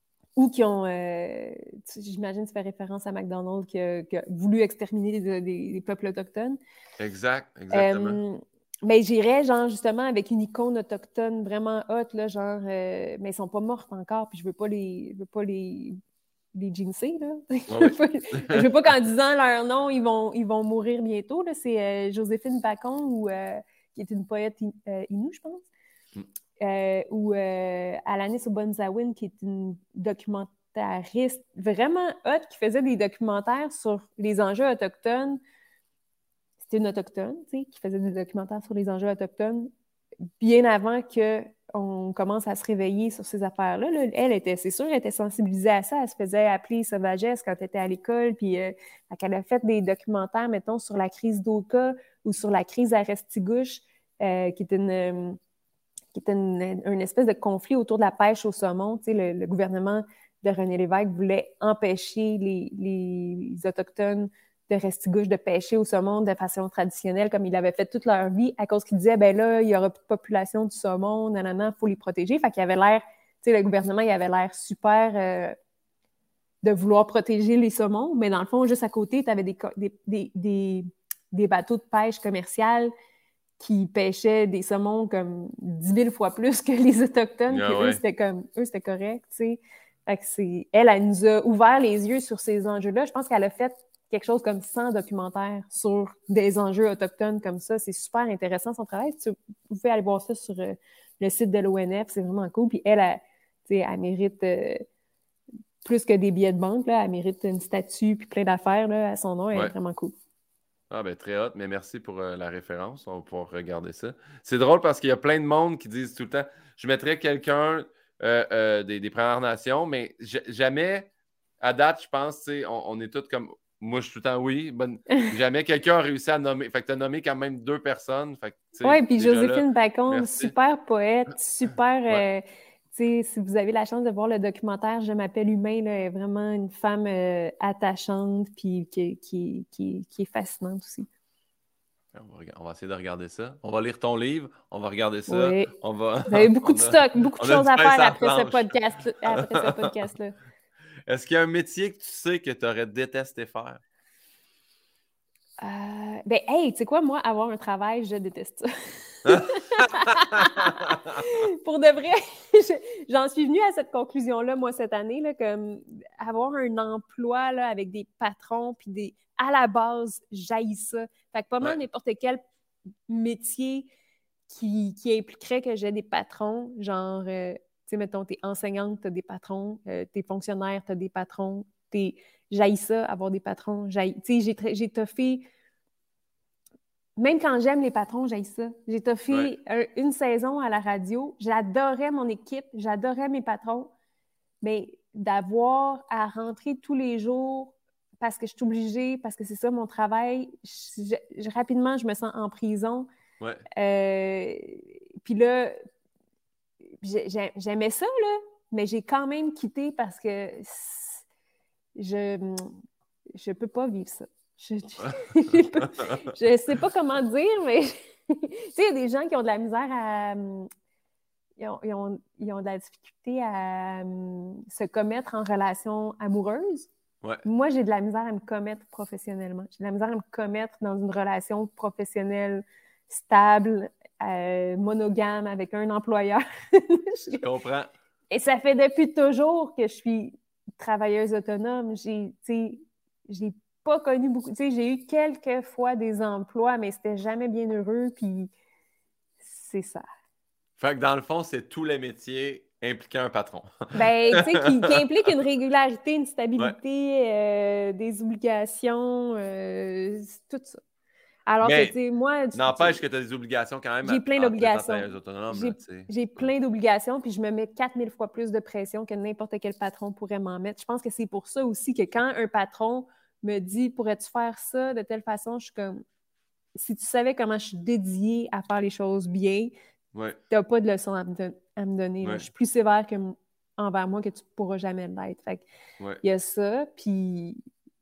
ou qui ont. euh, tu- J'imagine que tu fais référence à McDonald's qui a, qui a voulu exterminer des, des- des peuples autochtones.
Exact, exactement.
Euh, mais j'irais, genre, justement, avec une icône autochtone vraiment hot, là, genre, euh, mais ils sont pas mortes encore, puis je veux pas les, je veux pas les, les jinxer, là. Je veux
Ouais,
pas, je veux pas qu'en disant leur nom, ils vont, ils vont mourir bientôt, là. C'est euh, Joséphine Bacon, ou, euh, qui est une poète in- euh, Innu, je pense,
Mm.
euh, ou euh, Alanis Obonzawin, qui est une documentariste vraiment hot, qui faisait des documentaires sur les enjeux autochtones. C'était une autochtone, tu sais, qui faisait des documentaires sur les enjeux autochtones bien avant qu'on commence à se réveiller sur ces affaires-là. Là. Elle était, c'est sûr, elle était sensibilisée à ça. Elle se faisait appeler sauvagesse quand elle était à l'école. Puis euh, elle a fait des documentaires, mettons, sur la crise d'Oka ou sur la crise à Restigouche, euh, qui était une, euh, qui était une, une espèce de conflit autour de la pêche au saumon. Tu sais, le, le gouvernement de René Lévesque voulait empêcher les, les Autochtones de Restigouche de pêcher au saumon de façon traditionnelle, comme ils l'avaient fait toute leur vie, à cause qu'ils disaient, ben là, il n'y aura plus de population du saumon, nanana, il faut les protéger. Fait qu'il avait l'air, tu sais, le gouvernement, il avait l'air super euh, de vouloir protéger les saumons, mais dans le fond, juste à côté, tu avais des, des, des, des, des bateaux de pêche commerciales qui pêchaient des saumons comme dix mille fois plus que les Autochtones,
Ah
puis
ouais.
eux, c'était comme, eux, c'était correct, tu sais. Fait que c'est, elle, elle nous a ouvert les yeux sur ces enjeux-là. Je pense qu'elle a fait quelque chose comme cent documentaires sur des enjeux autochtones comme ça. C'est super intéressant, son travail. Tu, vous pouvez aller voir ça sur euh, le site de l'O N F. C'est vraiment cool. Puis elle, elle, elle, elle mérite euh, plus que des billets de banque. Là. Elle mérite une statue puis plein d'affaires là, à son nom. Elle
Ouais.
est vraiment cool.
Ah ben très hot, mais merci pour euh, la référence. On va pouvoir regarder ça. C'est drôle parce qu'il y a plein de monde qui disent tout le temps je mettrais quelqu'un euh, euh, des, des Premières Nations, mais j- jamais, à date, je pense, on, on est tous comme. Moi, je suis tout le temps oui. Bonne... Jamais quelqu'un a réussi à nommer. Fait que tu as nommé quand même deux personnes.
Oui, puis Joséphine
là,
Bacon,
merci.
super poète, super.
Ouais.
Euh, tu sais, si vous avez la chance de voir le documentaire Je m'appelle humain, là, elle est vraiment une femme euh, attachante puis qui, qui, qui, qui est fascinante aussi.
On va, on va essayer de regarder ça. On va lire ton livre, on va regarder ça.
Oui.
On va,
vous avez beaucoup de
a,
stock, beaucoup de choses à faire après
planche.
ce podcast, après ce podcast-là.
Est-ce qu'il y a un métier que tu sais que tu aurais détesté faire?
Euh, ben, hey, tu sais quoi, moi, avoir un travail, je déteste ça. Pour de vrai, j'en suis venue à cette conclusion-là, moi, cette année, là, comme avoir un emploi là, avec des patrons, puis des... à la base, j'haïs ça. Fait que pas mal
Ouais.
n'importe quel métier qui, qui impliquerait que j'ai des patrons, genre, euh, tu sais, mettons, t'es enseignante, t'as des patrons, euh, t'es fonctionnaire, t'as des patrons, t'es... j'haïs ça, avoir des patrons, j'haïs... Tu sais, j'ai, tra- j'ai toffé... Même quand j'aime les patrons, j'haïs ça. J'ai toffé
Ouais.
un- une saison à la radio, j'adorais mon équipe, j'adorais mes patrons, mais d'avoir à rentrer tous les jours parce que je suis obligée, parce que c'est ça mon travail, je- je- rapidement, je me sens en prison.
Ouais.
Euh, Puis là, j'ai- j'ai- j'aimais ça, là, mais j'ai quand même quitté parce que c- je je peux pas vivre ça. Je ne sais pas comment dire, mais tu sais, il y a des gens qui ont de la misère à... Ils ont, ils ont, ils ont de la difficulté à um, se commettre en relation amoureuse.
Ouais.
Moi, j'ai de la misère à me commettre professionnellement. J'ai de la misère à me commettre dans une relation professionnelle stable, euh, monogame, avec un employeur.
Je comprends.
Et ça fait depuis toujours que je suis travailleuse autonome. J'ai, tu sais, j'ai pas connu beaucoup... Tu sais, j'ai eu quelques fois des emplois, mais c'était jamais bien heureux, puis c'est ça.
Fait que dans le fond, c'est tous les métiers impliquant un patron.
Ben, tu sais, qui, qui implique une régularité, une stabilité, ouais. euh, des obligations, euh, tout ça. Alors
mais,
que, tu sais, moi...
n'empêche que tu as des obligations quand même.
J'ai plein d'obligations.
J'ai,
là, j'ai plein d'obligations, puis je me mets quatre mille fois plus de pression que n'importe quel patron pourrait m'en mettre. Je pense que c'est pour ça aussi que quand un patron me dit « Pourrais-tu faire ça de telle façon? » Je suis comme... Si tu savais comment je suis dédiée à faire les choses bien,
ouais.
tu n'as pas de leçon à me, don- à me donner. Ouais. Je suis plus sévère que m- envers moi que tu ne pourras jamais l'être. Fait que,
ouais.
il y a ça, puis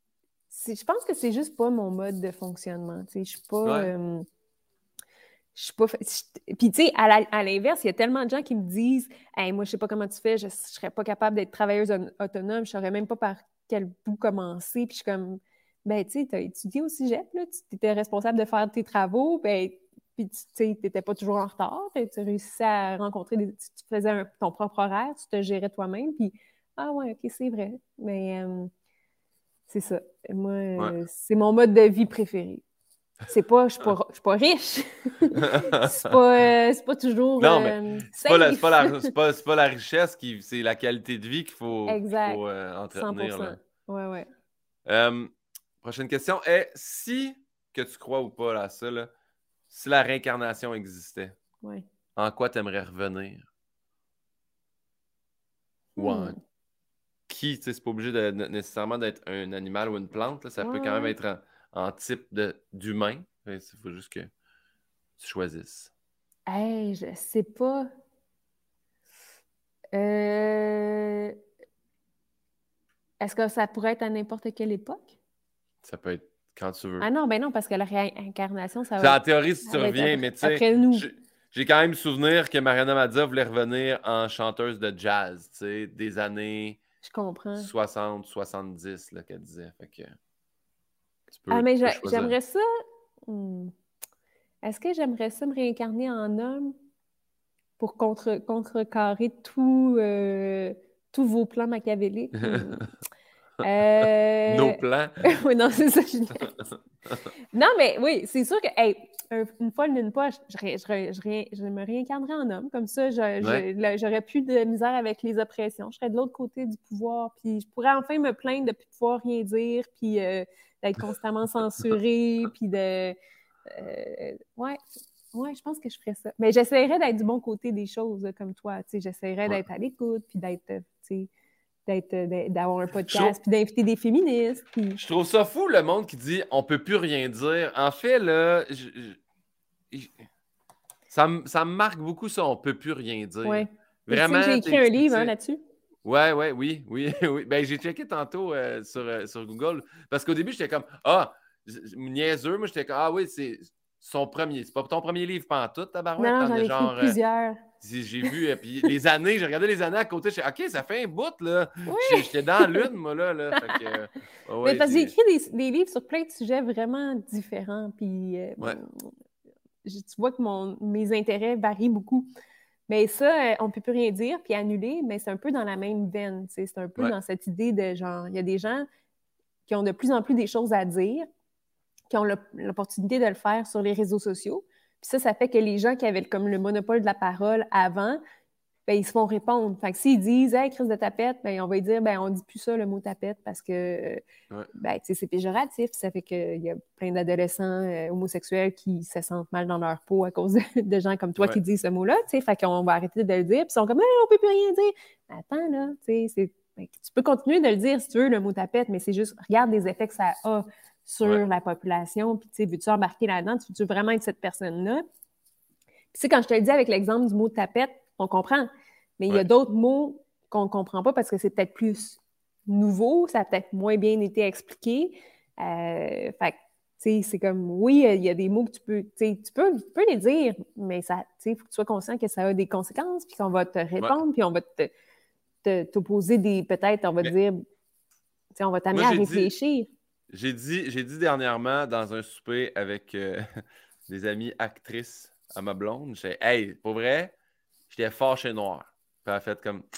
je pense que c'est juste pas mon mode de fonctionnement. Je suis pas...
Ouais.
Euh, je suis pas... Puis, tu sais, à, la, à l'inverse, il y a tellement de gens qui me disent « Hey, moi, je sais pas comment tu fais, je, je serais pas capable d'être travailleuse autonome, je saurais même pas par quel bout commencer. » Puis je suis comme... Ben, tu sais, tu as étudié au cégep, là, tu étais responsable de faire tes travaux, ben, puis tu sais, n'étais pas toujours en retard, tu réussissais à rencontrer, des, tu faisais un, ton propre horaire, tu te gérais toi-même, puis ah ouais, ok, c'est vrai. Mais euh, c'est ça. Moi, ouais. euh, c'est mon mode de vie préféré. C'est pas, je suis pas, je suis pas riche. c'est pas, euh, c'est pas toujours.
Non, mais
euh,
c'est, pas la, c'est, pas la, c'est, pas, c'est pas la richesse, qui, c'est la qualité de vie qu'il faut,
exact.
qu'il faut euh, entretenir.
cent pour cent. Là. Ouais, ouais.
Euh, prochaine question est si, que tu crois ou pas à ça, là, si la réincarnation existait,
ouais.
en quoi tu aimerais revenir? Hmm. Ou en qui? C'est pas obligé de, nécessairement d'être un animal ou une plante. Là, ça ouais. peut quand même être en, en type de, d'humain. Il faut juste que tu choisisses.
Hey, je sais pas. Euh... Est-ce que ça pourrait être à n'importe quelle époque?
Ça peut être quand tu veux.
Ah non, ben non, parce que la réincarnation, ça va...
En théorie, si tu reviens, après, mais tu sais, j'ai quand même souvenir que Mariana Mazza voulait revenir en chanteuse de jazz, tu sais, des années
je comprends.
soixante, soixante-dix, là, qu'elle disait. Fait que tu peux,
ah, mais
tu peux
je, j'aimerais ça... Hmm. Est-ce que j'aimerais ça me réincarner en homme pour contre, contrecarrer tout, euh, tous vos plans machiavéliques? euh...
Nos plans?
oui, non, c'est ça. Je... non, mais oui, c'est sûr que hey, une fois une poche, je, je, je, je, je me réincarnerais en homme. Comme ça, je, ouais. je, j'aurais plus de misère avec les oppressions. Je serais de l'autre côté du pouvoir. Puis je pourrais enfin me plaindre de ne plus pouvoir rien dire, puis euh, d'être constamment censurée, puis de... Euh, ouais. ouais, je pense que je ferais ça. Mais j'essaierais d'être du bon côté des choses, là, comme toi. J'essaierais ouais. d'être à l'écoute, puis d'être... D'être, d'avoir un podcast, puis d'inviter des féministes. Puis...
Je trouve ça fou, le monde qui dit « on peut plus rien dire ». En fait, là, je, je, je, ça, ça me marque beaucoup ça, on peut plus rien dire.
Ouais.
Vraiment.
J'ai écrit un livre hein, là-dessus.
Ouais, ouais, oui, oui, oui. Ben, j'ai checké tantôt euh, sur, euh, sur Google, parce qu'au début, j'étais comme « ah, niaiseux », moi, j'étais comme « ah oui, c'est son premier, c'est pas ton premier livre pantoute, tabarouette ».
Non, j'en ai
genre,
écrit plusieurs.
Euh, J'ai vu, puis les années, j'ai regardé les années à côté, je suis OK, ça fait un bout, là. Oui. J'étais dans l'une, moi, là. là fait que, euh,
ouais, mais parce que j'ai écrit des, des livres sur plein de sujets vraiment différents, puis euh,
ouais.
tu vois que mon, mes intérêts varient beaucoup. Mais ça, euh, on ne peut plus rien dire, puis annuler, mais c'est un peu dans la même veine. C'est un peu
Ouais.
dans cette idée de genre, il y a des gens qui ont de plus en plus des choses à dire, qui ont l'opportunité de le faire sur les réseaux sociaux. Puis ça, ça fait que les gens qui avaient comme le monopole de la parole avant, ben, ils se font répondre. Fait que s'ils disent « Hey, crise de tapette », ben, on va dire ben, « On dit plus ça, le mot tapette, parce que
Ouais.
ben, c'est péjoratif. » Ça fait qu'il y a plein d'adolescents euh, homosexuels qui se sentent mal dans leur peau à cause de, de gens comme toi
Ouais.
qui disent ce mot-là. Fait qu'on va arrêter de le dire. Puis ils sont comme hey, « On peut plus rien dire. » Attends, là, c'est, ben, tu peux continuer de le dire si tu veux, le mot tapette, mais c'est juste, regarde les effets que ça a sur
Ouais.
la population. Puis, tu sais, veux-tu embarquer là-dedans? Tu veux vraiment être cette personne-là? Puis, tu sais, quand je te le dis avec l'exemple du mot tapette, on comprend. Mais il ouais. y a d'autres mots qu'on ne comprend pas parce que c'est peut-être plus nouveau, ça a peut-être moins bien été expliqué. Euh, fait que, tu sais, c'est comme, oui, il y a des mots que tu peux, tu sais, tu peux, tu peux les dire, mais ça, tu sais, il faut que tu sois conscient que ça a des conséquences, puis qu'on va te répondre, ouais. puis on va te, te, t'opposer des, peut-être, on va mais, dire, tu sais, on va t'amener à réfléchir.
J'ai dit, j'ai dit dernièrement dans un souper avec euh, des amies actrices à ma blonde, j'ai hey, pour vrai, j'étais fâché noir. Puis elle a fait comme,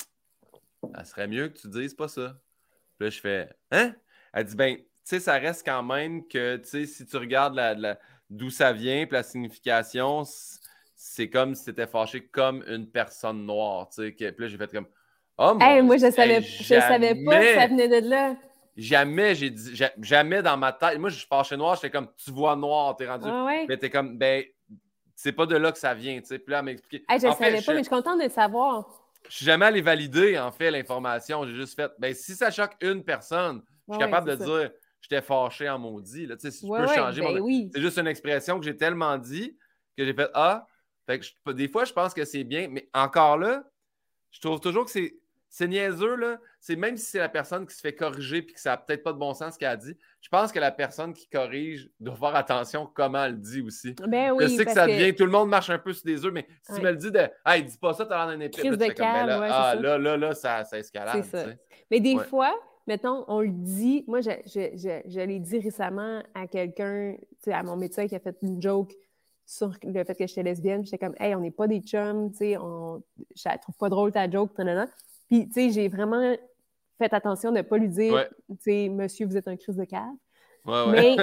ça serait mieux que tu dises pas ça. Puis là, je fais, hein? Elle dit, ben, tu sais, ça reste quand même que, tu sais, si tu regardes la, la, d'où ça vient, puis la signification, c'est comme si tu étais fâché comme une personne noire, tu sais. Puis là, j'ai fait comme, oh mon
hey, moi, je savais,
hey,
je savais pas que ça venait de là.
Jamais, j'ai dit, jamais dans ma tête. Moi, je suis fâché noir, j'étais comme, tu vois noir, t'es rendu.
Ah ouais?
Mais t'es comme, ben, c'est pas de là que ça vient, tu sais. Puis là, elle m'a expliqué.
Hey, je ne savais
fait,
pas,
je,
mais je suis contente de le savoir.
Je suis jamais allé valider, en fait, l'information. J'ai juste fait, ben, si ça choque une personne, je suis ouais, capable ouais, de ça. dire, j'étais fâché en maudit. Là. Tu sais, si je
ouais,
peux
ouais,
changer
ben
mon.
Oui.
C'est juste une expression que j'ai tellement dit que j'ai fait, ah, fait que je, des fois, je pense que c'est bien, mais encore là, je trouve toujours que c'est. C'est niaiseux, là. C'est même si c'est la personne qui se fait corriger et que ça n'a peut-être pas de bon sens ce qu'elle a dit, je pense que la personne qui corrige doit faire attention comment elle dit aussi.
Ben oui,
je sais que ça devient, que... tout le monde marche un peu sur des œufs, mais si ouais. tu me le dis de « Hey, dis pas ça, t'as l'air d'un épée. »
Crise de calme,
ben là,
ouais,
ah,
ça.
là, là, là, ça, ça escalade.
C'est ça.
T'sais.
Mais des
ouais.
fois, mettons, on le dit, moi, je, je, je, je l'ai dit récemment à quelqu'un, à mon médecin qui a fait une joke sur le fait que j'étais lesbienne. J'étais comme « Hey, on n'est pas des chums, tu sais, on... je trouve pas drôle ta joke, nanana. » Puis, tu sais, j'ai vraiment fait attention de ne pas lui dire,
ouais.
tu sais, monsieur, vous êtes un Christ de cave.
Ouais, ouais.
Mais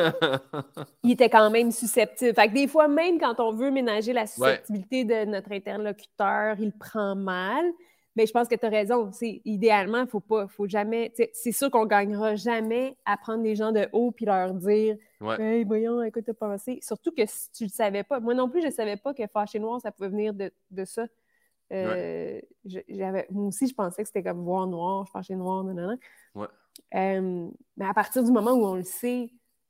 il était quand même susceptible. Fait que des fois, même quand on veut ménager la susceptibilité ouais. de notre interlocuteur, il prend mal. Mais je pense que tu as raison. C'est, idéalement, il ne faut pas, faut jamais. C'est sûr qu'on ne gagnera jamais à prendre les gens de haut puis leur dire ouais. Hey, voyons, écoute, t'as pensé. Surtout que si tu ne le savais pas. Moi non plus, je ne savais pas que fâché noir, ça pouvait venir de, de ça. Euh, ouais. j'avais, moi aussi, je pensais que c'était comme voir noir, fâché noir, nanana.
Ouais.
Euh, mais à partir du moment où on le sait,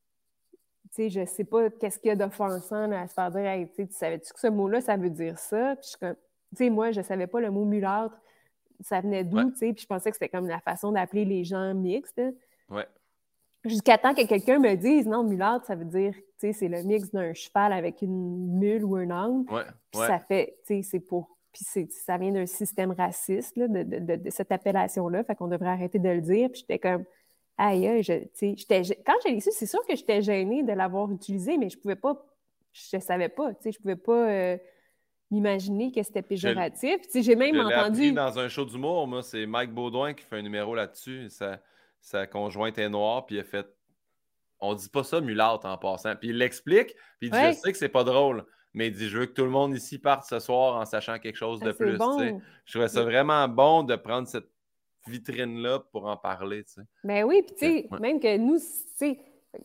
tu sais, je sais pas qu'est-ce qu'il y a d'offensant là, à se faire dire hey, tu savais-tu que ce mot-là, ça veut dire ça? Puis je comme, tu sais, moi, je savais pas le mot mulâtre, ça venait d'où, ouais. tu sais, puis je pensais que c'était comme la façon d'appeler les gens mixtes.
Ouais.
Jusqu'à temps que quelqu'un me dise non, mulâtre, ça veut dire, tu sais, c'est le mix d'un cheval avec une mule ou un âne.
Ouais.
Puis
ouais.
ça fait, tu sais, c'est pour. Puis c'est, ça vient d'un système raciste, là, de, de, de, de cette appellation-là. Fait qu'on devrait arrêter de le dire. Puis j'étais comme, aïe, je, j'étais, quand j'ai lu ça, c'est sûr que j'étais gênée de l'avoir utilisé, mais je pouvais pas, je savais pas, tu sais, je pouvais pas euh, m'imaginer que c'était péjoratif. Tu sais, j'ai même
je
entendu...
l'ai appris dans un show d'humour, moi, c'est Mike Baudouin qui fait un numéro là-dessus. Sa, sa conjointe est noire, puis il a fait, on dit pas ça mulâtre en passant. Puis il l'explique, puis il dit, ouais. je sais que c'est pas drôle. Mais il dit, je veux que tout le monde ici parte ce soir en sachant quelque chose de ah, plus. Bon. Je trouvais ça vraiment bon de prendre cette vitrine-là pour en parler. T'sais.
Ben oui, puis tu sais, ouais. même que nous, tu sais,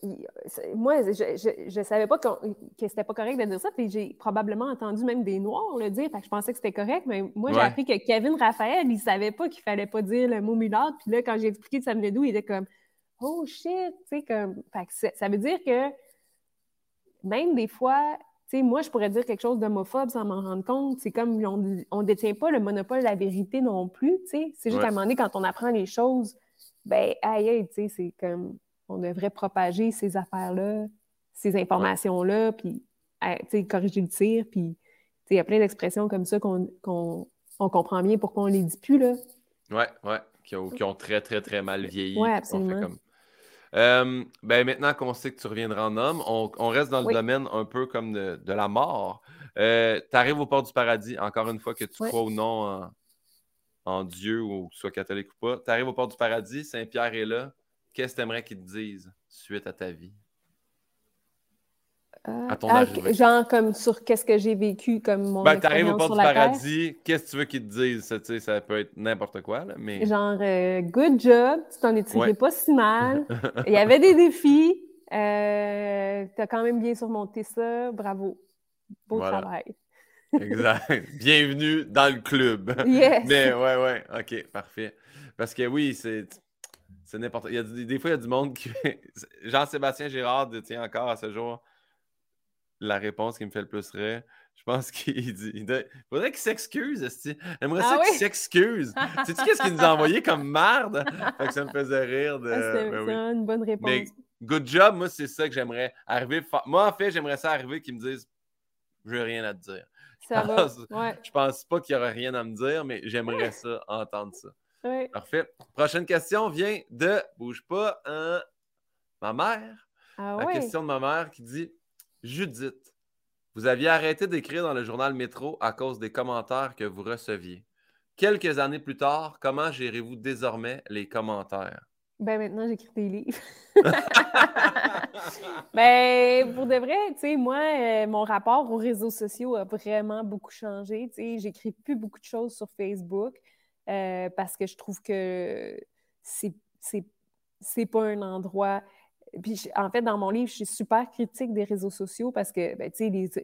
moi, je ne savais pas que c'était pas correct de dire ça, puis j'ai probablement entendu même des Noirs le dire, fait que je pensais que c'était correct, mais moi, ouais. j'ai appris que Kevin Raphaël, il savait pas qu'il fallait pas dire le mot mulâtre, puis là, quand j'ai expliqué que ça venait d'où, il était comme « Oh shit! » Tu sais, comme... Fait que ça veut dire que même des fois... T'sais, moi, je pourrais dire quelque chose d'homophobe sans m'en rendre compte. C'est comme on ne détient pas le monopole de la vérité non plus. T'sais. C'est juste ouais. qu'à un moment donné, quand on apprend les choses, ben aïe, aïe, c'est comme on devrait propager ces affaires-là, ces informations-là, ouais. puis corriger le tir. Puis il y a plein d'expressions comme ça qu'on qu'on, on comprend bien pourquoi on ne les dit plus. Là.
Ouais, ouais, qui ont, qui ont très, très, très mal vieilli.
Oui, absolument.
On fait comme... Euh, ben maintenant qu'on sait que tu reviendras en homme, on, on reste dans le oui. domaine un peu comme de, de la mort. Euh, tu arrives aux portes du paradis, encore une fois, que tu
Ouais.
crois ou non en, en Dieu ou que tu sois catholique ou pas. Tu arrives aux portes du paradis, Saint-Pierre est là. Qu'est-ce que tu aimerais qu'il te dise suite à ta vie?
Euh,
À ton
ah,
arrivée.
genre comme sur qu'est-ce que j'ai vécu, comme mon
Ben, tu arrives aux
expérience
portes
sur
du
la Terre.
paradis, qu'est-ce que tu veux qu'il te dise? Ça, tu sais, ça peut être n'importe quoi, là, mais...
Genre, euh, good job, tu t'en es tiré
Ouais.
pas si mal. Il y avait des défis. Euh, tu as quand même bien surmonté ça. Bravo. Beau
Voilà.
travail.
Exact. Bienvenue dans le club.
Yes.
Mais ouais, ouais, ok, parfait. Parce que oui, c'est, c'est n'importe. Il y a des, des fois, il y a du monde qui. Jean-Sébastien Girard détient encore à ce jour la réponse qui me fait le plus rire. Je pense qu'il dit. Il doit- il faudrait qu'il s'excuse, esti. J'aimerais
Ah
ça qu'il
oui?
s'excuse. Sais-tu qu'est-ce qu'il nous a envoyé comme marde? Fait que ça me faisait rire de.
Ah, c'est
Ben
c'est
oui.
vraiment une bonne réponse.
Mais good job, moi, c'est ça que j'aimerais arriver. fa- Moi, en fait, j'aimerais ça arriver qu'ils me disent j'ai rien à te dire.
Ça
Je
va.
pense,
Ouais.
je pense pas qu'il y aurait rien à me dire, mais j'aimerais ça, entendre ça.
Ouais.
Parfait. Prochaine question vient de, bouge pas, hein, ma mère.
Ah
La
ouais.
question de ma mère qui dit Judith, vous aviez arrêté d'écrire dans le journal Métro à cause des commentaires que vous receviez. Quelques années plus tard, comment gérez-vous désormais les commentaires?
Ben maintenant, j'écris des livres. Ben, pour de vrai, tu sais, moi, euh, mon rapport aux réseaux sociaux a vraiment beaucoup changé. Tu sais, j'écris plus beaucoup de choses sur Facebook euh, parce que je trouve que c'est, c'est, c'est pas un endroit. Puis, je- en fait, dans mon livre, je suis super critique des réseaux sociaux parce que, ben, tu sais, les,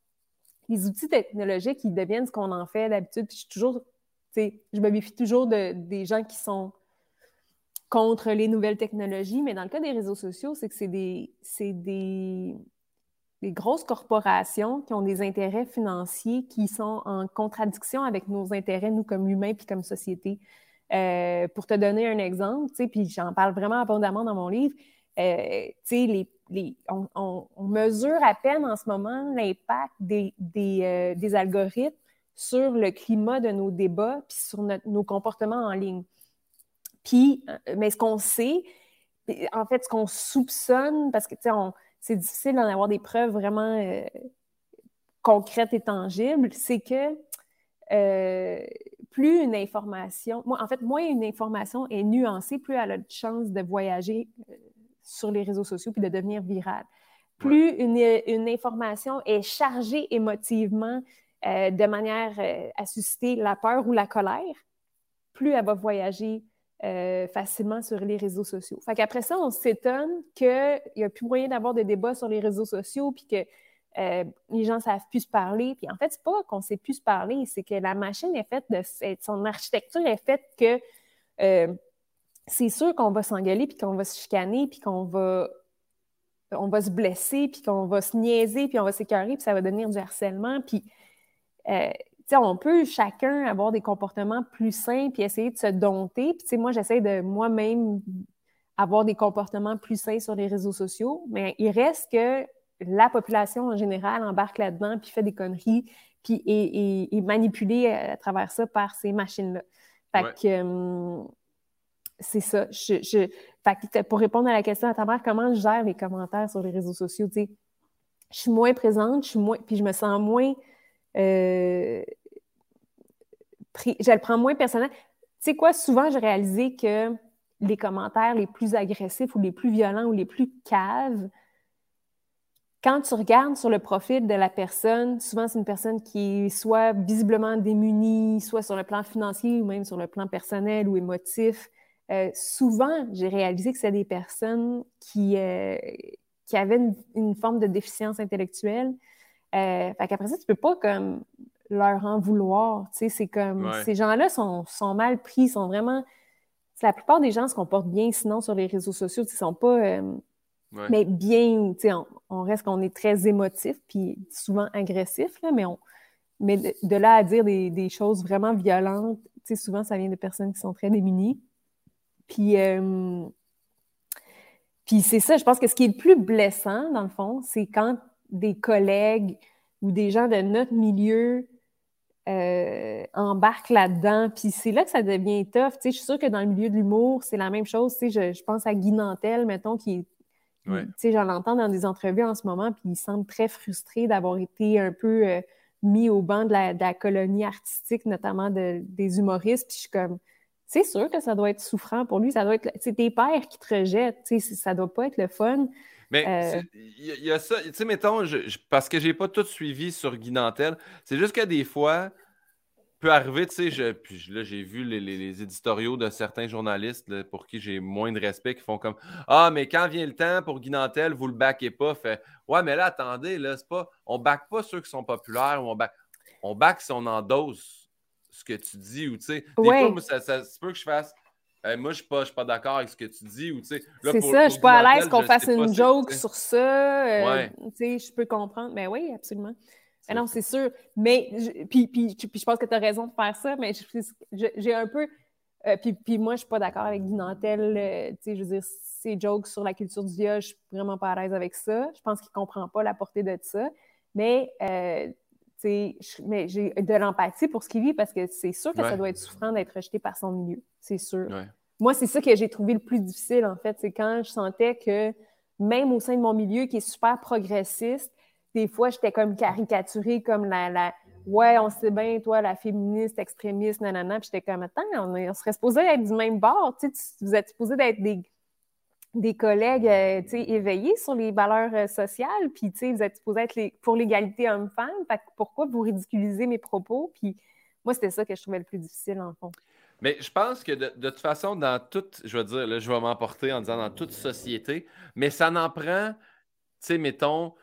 les outils technologiques, ils deviennent ce qu'on en fait d'habitude. Puis, je suis toujours, tu sais, je me méfie toujours de, des gens qui sont contre les nouvelles technologies, mais dans le cas des réseaux sociaux, c'est que c'est des, c'est des, des grosses corporations qui ont des intérêts financiers qui sont en contradiction avec nos intérêts, nous, comme humains puis comme société. Euh, pour te donner un exemple, tu sais, puis j'en parle vraiment abondamment dans mon livre, euh, tu sais, les, les, on, on, on mesure à peine en ce moment l'impact des, des, euh, des algorithmes sur le climat de nos débats puis sur notre, nos comportements en ligne. Puis, mais ce qu'on sait, en fait, ce qu'on soupçonne, parce que, tu sais, c'est difficile d'en avoir des preuves vraiment euh, concrètes et tangibles, c'est que euh, plus une information, moi, en fait, moins une information est nuancée, plus elle a de chance de voyager euh, sur les réseaux sociaux puis de devenir virale. Plus ouais. une, une information est chargée émotivement euh, de manière euh, à susciter la peur ou la colère, plus elle va voyager Euh, facilement sur les réseaux sociaux. Fait qu'après ça, on s'étonne qu'il n'y a plus moyen d'avoir de débat sur les réseaux sociaux puis que euh, les gens ne savent plus se parler. Puis en fait, c'est pas qu'on ne sait plus se parler, c'est que la machine est faite de... Son architecture est faite que euh, c'est sûr qu'on va s'engueuler puis qu'on va se chicaner puis qu'on va... on va se blesser puis qu'on va se niaiser puis on va s'écœurer puis ça va devenir du harcèlement. Puis... Euh, T'sais, on peut chacun avoir des comportements plus sains puis essayer de se dompter. Puis, moi, j'essaie de moi-même avoir des comportements plus sains sur les réseaux sociaux, mais il reste que la population en général embarque là-dedans puis fait des conneries puis est, est, est manipulée à travers ça par ces machines-là. Fait ouais. que euh, c'est ça. Je, je, fait que pour répondre à la question à ta mère, comment je gère les commentaires sur les réseaux sociaux, tu sais, je suis moins présente, je suis moins, puis je me sens moins... Euh, pris, je le prends moins personnel. Tu sais quoi, souvent, j'ai réalisé que les commentaires les plus agressifs ou les plus violents ou les plus caves, quand tu regardes sur le profil de la personne, souvent, c'est une personne qui est soit visiblement démunie, soit sur le plan financier ou même sur le plan personnel ou émotif. Euh, souvent, j'ai réalisé que c'est des personnes qui, euh, qui avaient une, une forme de déficience intellectuelle. Euh, fait qu'après ça, tu peux pas comme leur en vouloir, tu sais, c'est comme, ouais. Ces gens-là sont, sont mal pris, sont vraiment, la plupart des gens se comportent bien sinon sur les réseaux sociaux, ils sont pas, euh, ouais. Mais bien, tu sais, on, on reste qu'on est très émotif, puis souvent agressif, là, mais on, mais de, de là à dire des, des choses vraiment violentes, tu sais, souvent ça vient de personnes qui sont très démunies, puis euh, puis c'est ça, je pense que ce qui est le plus blessant, dans le fond, c'est quand des collègues ou des gens de notre milieu euh, embarquent là-dedans. Puis c'est là que ça devient tough. Tu sais, je suis sûre que dans le milieu de l'humour, c'est la même chose. Tu sais, je, je pense à Guy Nantel, mettons, qui est... Ouais. Tu sais, j'en entends dans des entrevues en ce moment, puis il semble très frustré d'avoir été un peu euh, mis au banc de la, de la colonie artistique, notamment de, des humoristes. Puis je suis comme, c'est sûr que ça doit être souffrant pour lui. Ça doit être, c'est tes pères qui te rejettent. Tu sais, ça doit pas être le fun.
Mais
Euh,
il y, y a ça, tu sais, mettons, je, je- parce que j'ai pas tout suivi sur Guy Nantel, c'est juste que des fois, peut arriver, tu sais, je, puis je- là, j'ai vu les, les- les éditoriaux de certains journalistes là, pour qui j'ai moins de respect, qui font comme Ah, mais quand vient le temps pour Guy Nantel, vous le backez pas. Fait Ouais, mais là, attendez, là, c'est pas. On back pas ceux qui sont populaires, ou on back, on back si on endosse ce que tu dis, ou tu sais, des fois,
ouais,
moi, ça, ça se peut que je fasse. Euh, moi, je suis pas, je suis pas d'accord avec ce que tu dis, ou tu sais, là,
c'est
pour,
ça. Je
pour
suis
Guy
pas à l'aise
Nantel,
qu'on
je
fasse
sais pas,
une
c'est.
joke
Tu sais,
sur ça. Euh,
ouais,
tu sais, je peux comprendre. Mais oui, absolument. Mais
c'est
non, c'est sûr. Mais, je- puis, puis, puis je pense que tu as raison de faire ça, mais je- je- j'ai un peu. euh, puis, puis moi, je suis pas d'accord avec Guy Nantel. euh, tu sais, je veux dire, ses jokes sur la culture du viol, je suis vraiment pas à l'aise avec ça. Je pense qu'il comprend pas la portée de ça. Mais, euh, tu sais, je- mais j'ai de l'empathie pour ce qu'il vit parce que c'est sûr que ça
ouais,
doit être souffrant d'être rejeté par son milieu. C'est sûr.
ouais.
Moi, c'est ça que j'ai trouvé le plus difficile, en fait. C'est quand je sentais que, même au sein de mon milieu qui est super progressiste, des fois, j'étais comme caricaturée comme la, la ouais, on sait bien, toi, la féministe, extrémiste, nanana. Puis j'étais comme, attends, on, est- on serait supposé être du même bord. Tu sais, tu- vous êtes supposé d'être des, des collègues euh, tu sais, éveillés sur les valeurs euh, sociales. Puis, tu sais, vous êtes supposé être les, pour l'égalité homme-femme. Fait que pourquoi vous ridiculisez mes propos? Puis moi, c'était ça que je trouvais le plus difficile, en fond.
Mais je pense que de, de toute façon, dans toute, je vais dire, là, je vais m'emporter en disant dans toute société, mais ça n'en prend, tu sais, mettons,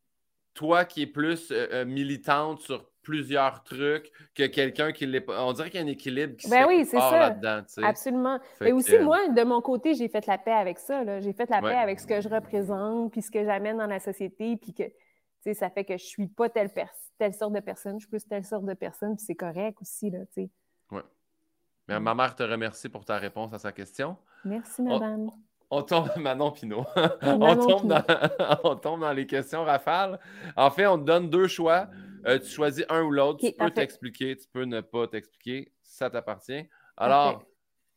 toi qui es plus euh, euh, militante sur plusieurs trucs que quelqu'un qui l'est pas. On dirait qu'il y a un équilibre qui se
Ben
fait
oui,
quelque
c'est
part
ça.
là-dedans, tu sais.
Absolument.
Fait
Mais
que,
aussi,
euh,
moi, de mon côté, j'ai fait la paix avec ça, là. J'ai fait la paix
ouais,
avec ce que je représente, puis ce que j'amène dans la société, puis que, tu sais, ça fait que je suis pas telle, pers- telle sorte de personne, je suis plus telle sorte de personne, puis c'est correct aussi, là, tu sais.
ouais. Mais
Mm.
ma mère te remercie pour ta réponse à sa question.
Merci,
On,
madame.
on tombe, Manon Pinot. on,
Manon
tombe dans,
Pinot.
on tombe dans les questions rafales. En fait, on te donne deux choix. Euh, tu choisis un ou l'autre. Tu
OK,
peux
parfait.
t'expliquer, tu peux ne pas t'expliquer. Ça t'appartient.
Parfait.
Alors,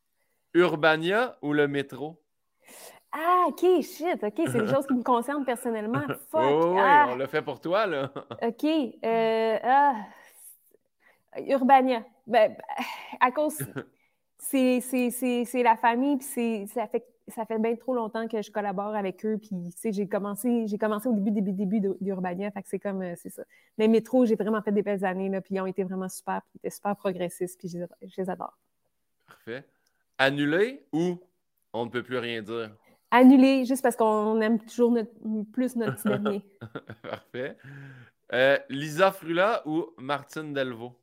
Urbania ou le métro?
Ah, OK, shit, OK, c'est des choses qui me concernent personnellement.
Oui,
Fuck.
oui, oui,
Ah,
on l'a fait pour toi, là.
OK. Euh, ah, Urbania. Ben, à cause, c'est, c'est, c'est, c'est la famille, puis c'est, ça fait, ça fait bien trop longtemps que je collabore avec eux, puis tu sais, j'ai commencé, j'ai commencé au début, début, début de- d'Urbania, fait que c'est comme, euh, c'est ça. Mais Métro, j'ai vraiment fait des belles années, là, puis ils ont été vraiment super, puis ils étaient super progressistes, puis je, les- je les adore.
Parfait. Annulé ou on ne peut plus rien dire?
Annulé, juste parce qu'on aime toujours notre- plus notre petit dernier.
Parfait. Euh, Lisa Frula ou Martine Delvaux?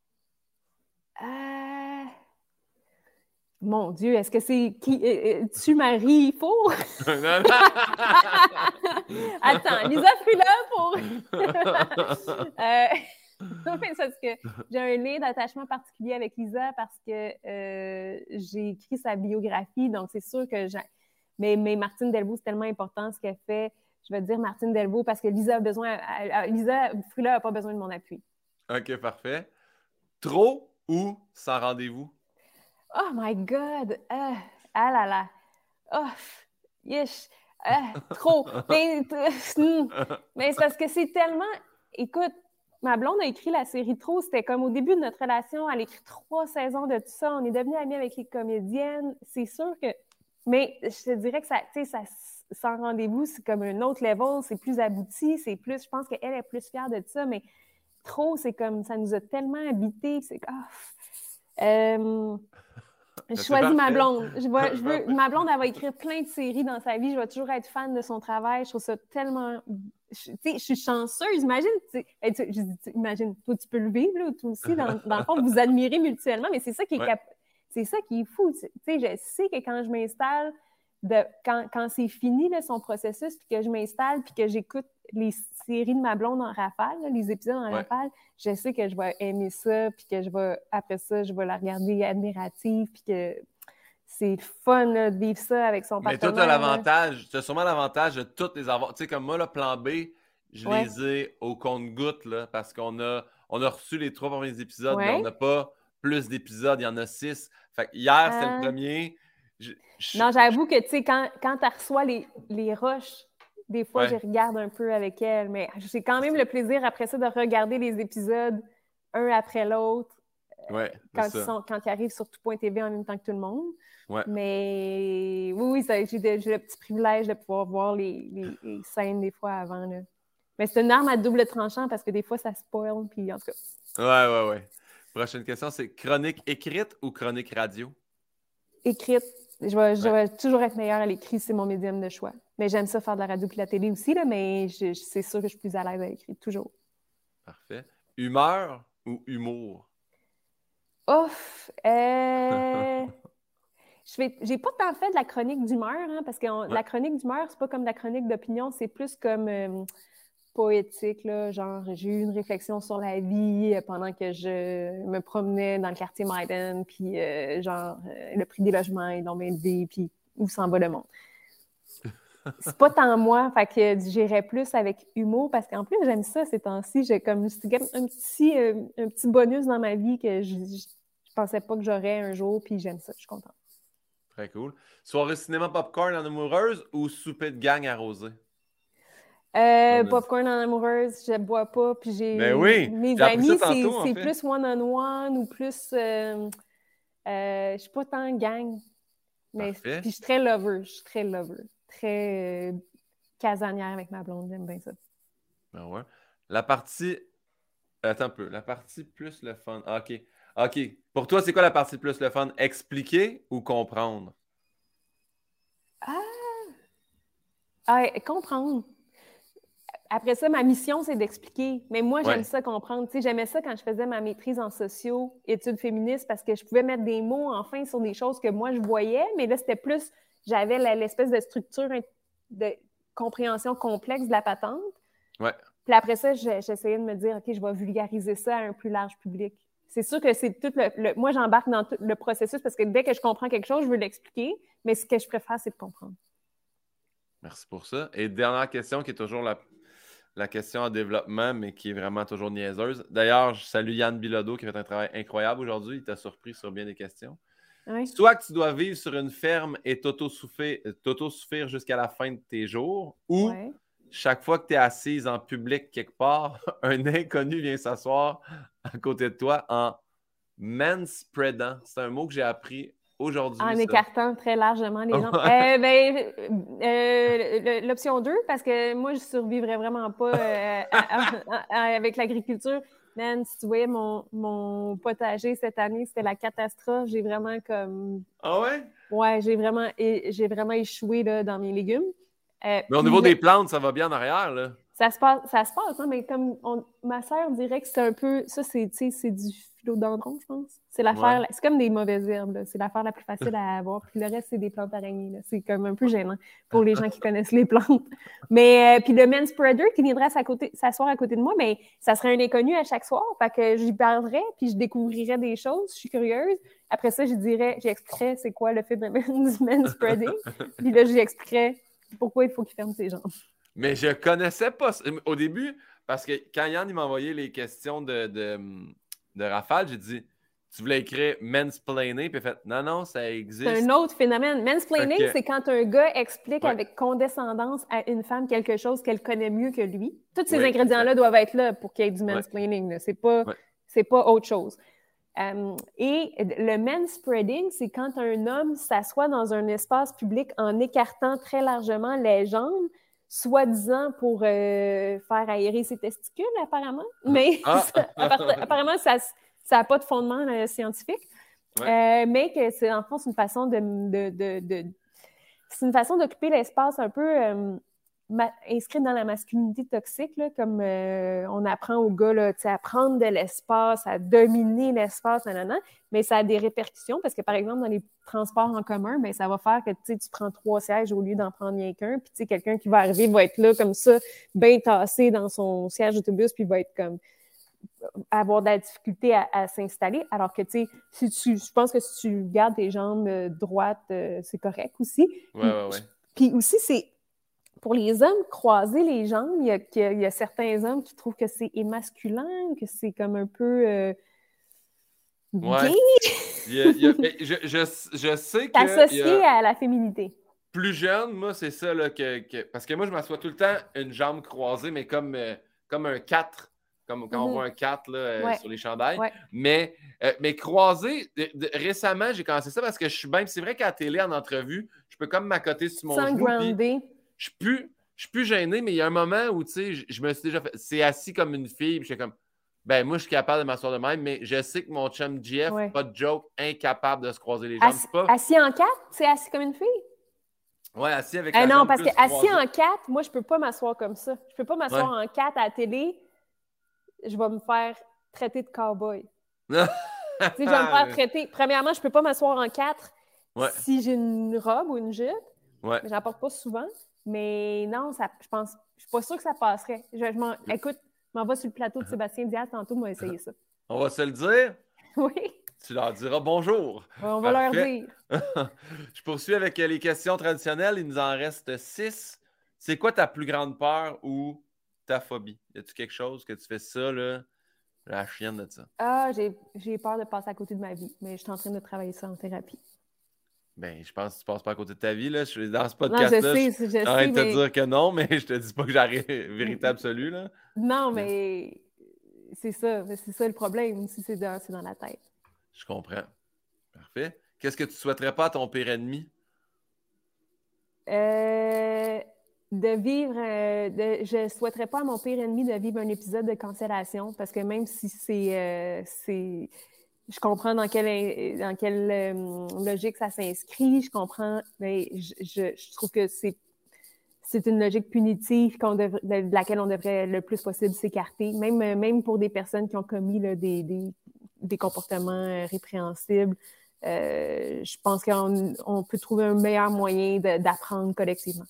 Ah, mon Dieu, est-ce que c'est qui? euh, euh, tu Marie Four?
Non, non.
Attends, Lisa Frula pour. Euh, non, mais c'est parce que j'ai un lien d'attachement particulier avec Lisa parce que euh, j'ai écrit sa biographie, donc c'est sûr que j'ai. Mais, mais Martine Delvaux, c'est tellement important ce qu'elle fait. Je vais te dire Martine Delvaux parce que Lisa a besoin. elle- elle- Lisa Frula n'a pas besoin de mon appui.
OK, parfait. Trop ou sans rendez-vous?
Oh my God! Ah, ah là là! Oh, yes! Ah, trop! Mais, hmm. Mais c'est parce que c'est tellement. Écoute, ma blonde a écrit la série Trop. C'était comme au début de notre relation. Elle a écrit trois saisons de tout ça. On est devenus amis avec les comédiennes. C'est sûr que. Mais je te dirais que ça, tu sais, ça, sans rendez-vous, c'est comme un autre level. C'est plus abouti. C'est plus. Je pense qu'elle est plus fière de ça. Mais Trop, c'est comme. Ça nous a tellement habités. C'est. Oh. Euh, je
C'est
choisis ma
parfait.
blonde. Je, vais, je veux,
Parfait.
ma blonde, elle va écrire plein de séries dans sa vie. Je vais toujours être fan de son travail. Je trouve ça tellement. Je, tu sais, je suis chanceuse. Imagine, tu sais, hey, tu- je dis, tu- imagine, toi, tu peux le vivre, là, toi aussi. Dans, dans le fond, vous admirez mutuellement, mais c'est ça qui est,
Ouais.
cap- c'est ça qui est fou. Tu sais, je sais que quand je m'installe, de, quand, quand c'est fini, là, son processus, puis que je m'installe, puis que j'écoute les séries de ma blonde en rafale, là, les épisodes en
Ouais.
rafale, je sais que je vais aimer ça, puis que je vais, après ça, je vais la regarder admirative, puis que c'est fun là, de vivre ça avec son
Mais toi,
partenaire.
tu as
là.
l'avantage, tu as sûrement l'avantage de toutes les avoir. Tu sais, comme moi, le plan B, je
Ouais.
les ai au compte-gouttes, là, parce qu'on a, on a reçu les trois premiers épisodes, mais
Ouais.
on n'a pas plus d'épisodes, il y en a six. Fait que hier, c'était
Ah.
le premier. Je- je-
Non, j'avoue que, tu sais, quand, quand tu reçois les, les rushs Des fois,
Ouais.
je regarde un peu avec elle, mais j'ai quand même le plaisir après ça de regarder les épisodes un après l'autre
Ouais,
quand,
c'est
ils
ça.
sont, quand ils arrivent sur tout point T V en même temps que tout le monde.
Ouais.
Mais oui, oui, ça, j'ai, de- j'ai le petit privilège de pouvoir voir les, les, les scènes des fois avant. Là. Mais c'est une arme à double tranchant parce que des fois, ça spoil. Puis en tout cas,
Ouais, ouais, ouais. Prochaine question, c'est chronique écrite ou chronique radio?
écrite, je vais, je
Ouais.
vais toujours être meilleure à l'écrit, c'est mon médium de choix. Mais j'aime ça faire de la radio et de la télé aussi, là, mais je, je- c'est sûr que je suis plus à l'aise à l'écrit, toujours.
Parfait. Humeur ou humour?
Ouf! Euh... Je fais... J'ai pas tant fait de la chronique d'humeur, hein, parce que on-
Ouais.
la chronique d'humeur, c'est pas comme la chronique d'opinion, c'est plus comme euh, poétique, là, genre j'ai eu une réflexion sur la vie euh, pendant que je me promenais dans le quartier Maiden, puis euh, genre euh, le prix des logements est donc bien élevé, puis où s'en va le monde. C'est pas tant moi, fait que j'irais plus avec humour, parce qu'en plus j'aime ça ces temps-ci, j'ai comme c'est comme un petit, euh, un petit bonus dans ma vie que je, je, je pensais pas que j'aurais un jour, puis j'aime ça, je suis contente.
Très cool. Soirée cinéma popcorn en amoureuse ou souper de gang arrosé? On
Euh,
a dit.
popcorn en amoureuse, je bois pas. Puis
Ben
j'ai
oui!
mes
J'ai appris ça
amis, c'est,
tantôt, en
c'est
fait.
plus one-on-one ou plus. Euh, euh, je suis pas tant gang. Mais
Parfait.
puis je suis très lover. Je suis très lover. Très euh, casanière avec ma blonde. J'aime bien ça.
Ben ouais. La partie. Attends un peu. La partie plus le fun. Ah, OK. OK. Pour toi, c'est quoi la partie plus le fun? Expliquer ou comprendre?
Ah! Ah, comprendre. Après ça, ma mission, c'est d'expliquer. Mais moi, j'aime
Ouais.
ça comprendre. Tu sais, j'aimais ça quand je faisais ma maîtrise en sociaux, études féministes, parce que je pouvais mettre des mots, enfin, sur des choses que moi, je voyais. Mais là, c'était plus, j'avais la- l'espèce de structure de compréhension complexe de la patente.
Ouais.
Puis après ça, je- j'essayais de me dire, OK, je vais vulgariser ça à un plus large public. C'est sûr que c'est tout le, le- moi, j'embarque dans tout le processus parce que dès que je comprends quelque chose, je veux l'expliquer. Mais ce que je préfère, c'est de comprendre.
Merci pour ça. Et dernière question qui est toujours la, la question en développement, mais qui est vraiment toujours niaiseuse. D'ailleurs, je salue Yann Bilodeau qui a fait un travail incroyable aujourd'hui. Il t'a surpris sur bien des questions.
Oui.
Soit que tu dois vivre sur une ferme et t'autosuffire t'autosuffire jusqu'à la fin de tes jours, ou
Ouais.
chaque fois que tu es assise en public quelque part, un inconnu vient s'asseoir à côté de toi en manspreadant. C'est un mot que j'ai appris aujourd'hui.
En
ça.
écartant très largement les jambes.
Ouais.
Euh, ben, euh, le- l'option deux, parce que moi, je survivrais vraiment pas euh, à- à- à- avec l'agriculture. Man, si tu voyais mon, mon potager cette année, c'était la catastrophe. J'ai vraiment comme...
Ah ouais?
Ouais, j'ai vraiment, é- j'ai vraiment échoué là, dans mes légumes. Euh,
Mais au
puis
niveau
là,
des plantes, ça va bien en arrière, là.
ça se passe, ça se passe, hein, mais comme on- ma sœur dirait que c'est un peu... Ça, c'est, tu sais, c'est du philodendron, je pense. C'est l'affaire...
Ouais.
C'est comme des mauvaises herbes, là. C'est l'affaire la plus facile à avoir. Puis le reste, c'est des plantes araignées, là. C'est comme un peu gênant pour les gens qui connaissent les plantes. Mais, euh, puis le manspreader qui viendrait à côté, s'asseoir à côté de moi, mais ça serait un inconnu à chaque soir. Fait que j'y parlerais, puis je découvrirais des choses. Je suis curieuse. Après ça, je dirais, j'expliquerais c'est quoi le phénomène du manspreading. Puis là, j'expliquerais pourquoi il faut qu'il ferme ses jambes.
Mais je connaissais pas ça. Au début, parce que quand Yann il m'a envoyé les questions de, de, de Rafale, j'ai dit tu voulais écrire mansplainer, puis il a fait non, non, ça existe.
C'est un autre phénomène. Mansplaining,
Okay.
c'est quand un gars explique
Ouais.
avec condescendance à une femme quelque chose qu'elle connaît mieux que lui. Tous ces
Oui,
ingrédients-là
exact.
doivent être là pour qu'il y ait du mansplaining. Là. C'est pas,
Ouais.
c'est pas autre chose. Euh, et le manspreading, c'est quand un homme s'assoit dans un espace public en écartant très largement les jambes, soi-disant pour euh, faire aérer ses testicules, apparemment. Mais
Ah.
ça, apparemment, ça n'a pas de fondement euh, scientifique.
Ouais.
Euh, mais que c'est en fond, c'est une façon de, de, de, de c'est une façon d'occuper l'espace un peu euh, ma, inscrite dans la masculinité toxique, là, comme euh, on apprend aux gars là, à prendre de l'espace, à dominer l'espace, nanana, mais ça a des répercussions parce que, par exemple, dans les transports en commun, ben, ça va faire que tu prends trois sièges au lieu d'en prendre rien qu'un, puis quelqu'un qui va arriver va être là comme ça, bien tassé dans son siège d'autobus, puis va être comme avoir de la difficulté à, à s'installer, alors que, tu sais, si tu, je pense que si tu gardes tes jambes euh, droites, euh, c'est correct aussi.
Ouais,
puis,
ouais, ouais.
Puis aussi, c'est pour les hommes, croiser les jambes, il y a, il y a certains hommes qui trouvent que c'est émasculant, que c'est comme un peu euh,
ouais.
gay.
il y a, il y a, je, je, je sais que...
Associé
il y a...
à la féminité.
plus jeune, moi, c'est ça, là, que, que... Parce que moi, je m'assois tout le temps une jambe croisée, mais comme, euh, comme un quatre, comme quand mm-hmm. on voit un quatre là, euh,
ouais.
sur les chandails.
Ouais.
Mais, euh, mais croisé, de, de, récemment, j'ai commencé ça parce que je suis bien... C'est vrai qu'à la télé, en entrevue, je peux comme m'accoter sur mon
Sans
genou.
Groundé.
Je suis plus, je suis plus gêné, mais il y a un moment où, tu sais, je, je me suis déjà fait... C'est assis comme une fille, puis je suis comme... Ben, moi, je suis capable de m'asseoir de même, mais je sais que mon chum G F, ouais. pas de joke, incapable de se croiser les jambes.
Assis,
pas...
assis en quatre? C'est assis comme une fille?
Oui, assis avec
euh,
la
non,
jambe
parce
plus
que assis
croisée.
en quatre, moi, je peux pas m'asseoir comme ça. Je peux pas m'asseoir ouais. en quatre à la télé. Je vais me faire traiter de cow-boy. tu sais, je vais me faire traiter... Premièrement, je peux pas m'asseoir en quatre ouais. si j'ai une robe ou une jupe.
Ouais.
Mais j'en porte pas souvent. Mais non, ça, je pense... Je suis pas sûre que ça passerait. Je, je m'en... Écoute, je m'en vais sur le plateau de Sébastien Diaz tantôt, moi, essayer ça.
On va se le dire?
Oui.
Tu leur diras bonjour.
Ouais, on va Parfait. leur dire.
Je poursuis avec les questions traditionnelles. Il nous en reste six. C'est quoi ta plus grande peur ou ta phobie? Y a-tu quelque chose que tu fais ça, là? La chienne de ça.
Ah, j'ai, j'ai peur de passer à côté de ma vie, mais je suis en train de travailler ça en thérapie.
Ben, je pense que tu passes pas à côté de ta vie, là. Je suis dans ce podcast-là.
Non, je sais, je, je
J'arrête de
sais,
te
mais...
dire que non, mais je te dis pas que j'arrive vérité absolue, là.
Non, mais c'est ça. C'est ça le problème, si c'est dans, c'est dans la tête.
Je comprends. Parfait. Qu'est-ce que tu souhaiterais pas à ton pire ennemi?
Euh, de vivre... Euh, de, je souhaiterais pas à mon pire ennemi de vivre un épisode de cancellation, parce que même si c'est... Euh, c'est je comprends dans quelle, dans quelle euh, logique ça s'inscrit, je comprends, mais je, je, je trouve que c'est, c'est une logique punitive qu'on devrait, de laquelle on devrait le plus possible s'écarter, même, même pour des personnes qui ont commis là, des, des, des comportements répréhensibles. Euh, je pense qu'on on peut trouver un meilleur moyen de, d'apprendre collectivement.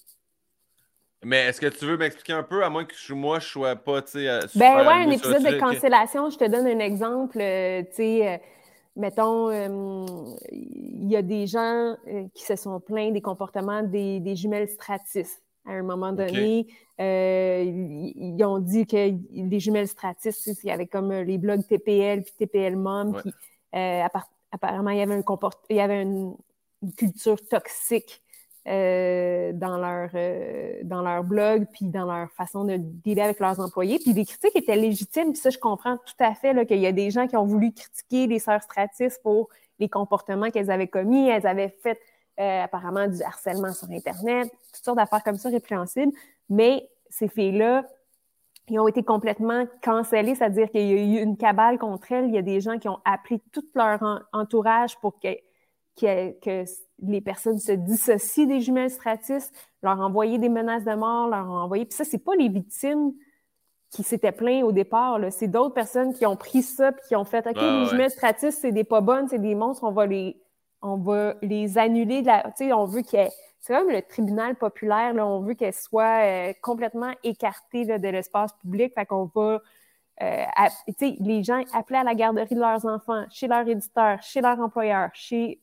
Mais est-ce que tu veux m'expliquer un peu, à moins que je, moi, je sois pas, tu sais,
ben ouais, un épisode de cancellation, je te donne un exemple, euh, tu sais, euh, mettons, il euh, y a des gens euh, qui se sont plaints des comportements des, des jumelles Stratis. À un moment donné, okay. euh, ils, ils ont dit que les jumelles Stratis, il y avait comme les blogs T P L puis T P L Mom, ouais. puis euh, apparemment, il y avait, un comport- il y avait une, une culture toxique Euh, dans leur euh, dans leur blog puis dans leur façon de dealer avec leurs employés. Puis les critiques étaient légitimes, puis ça, je comprends tout à fait là, qu'il y a des gens qui ont voulu critiquer les sœurs Stratis pour les comportements qu'elles avaient commis. Elles avaient fait euh, apparemment du harcèlement sur Internet, toutes sortes d'affaires comme ça répréhensibles. Mais ces filles-là, ils ont été complètement cancellées, c'est-à-dire qu'il y a eu une cabale contre elles. Il y a des gens qui ont appelé tout leur en- entourage pour que Que, que les personnes se dissocient des jumelles Stratis, leur envoyer des menaces de mort, leur envoyer... Puis ça, c'est pas les victimes qui s'étaient plaints au départ, là. C'est d'autres personnes qui ont pris ça puis qui ont fait « OK, ah, les ouais. jumelles Stratis, c'est des pas bonnes, c'est des monstres, on va les, on va les annuler. De la... » Tu sais, on veut qu'elles... C'est comme le tribunal populaire, là, on veut qu'elles soient euh, complètement écartées là, de l'espace public, fait qu'on va... Euh, à, les gens appelaient à la garderie de leurs enfants, chez leur éditeur, chez leur employeur, chez,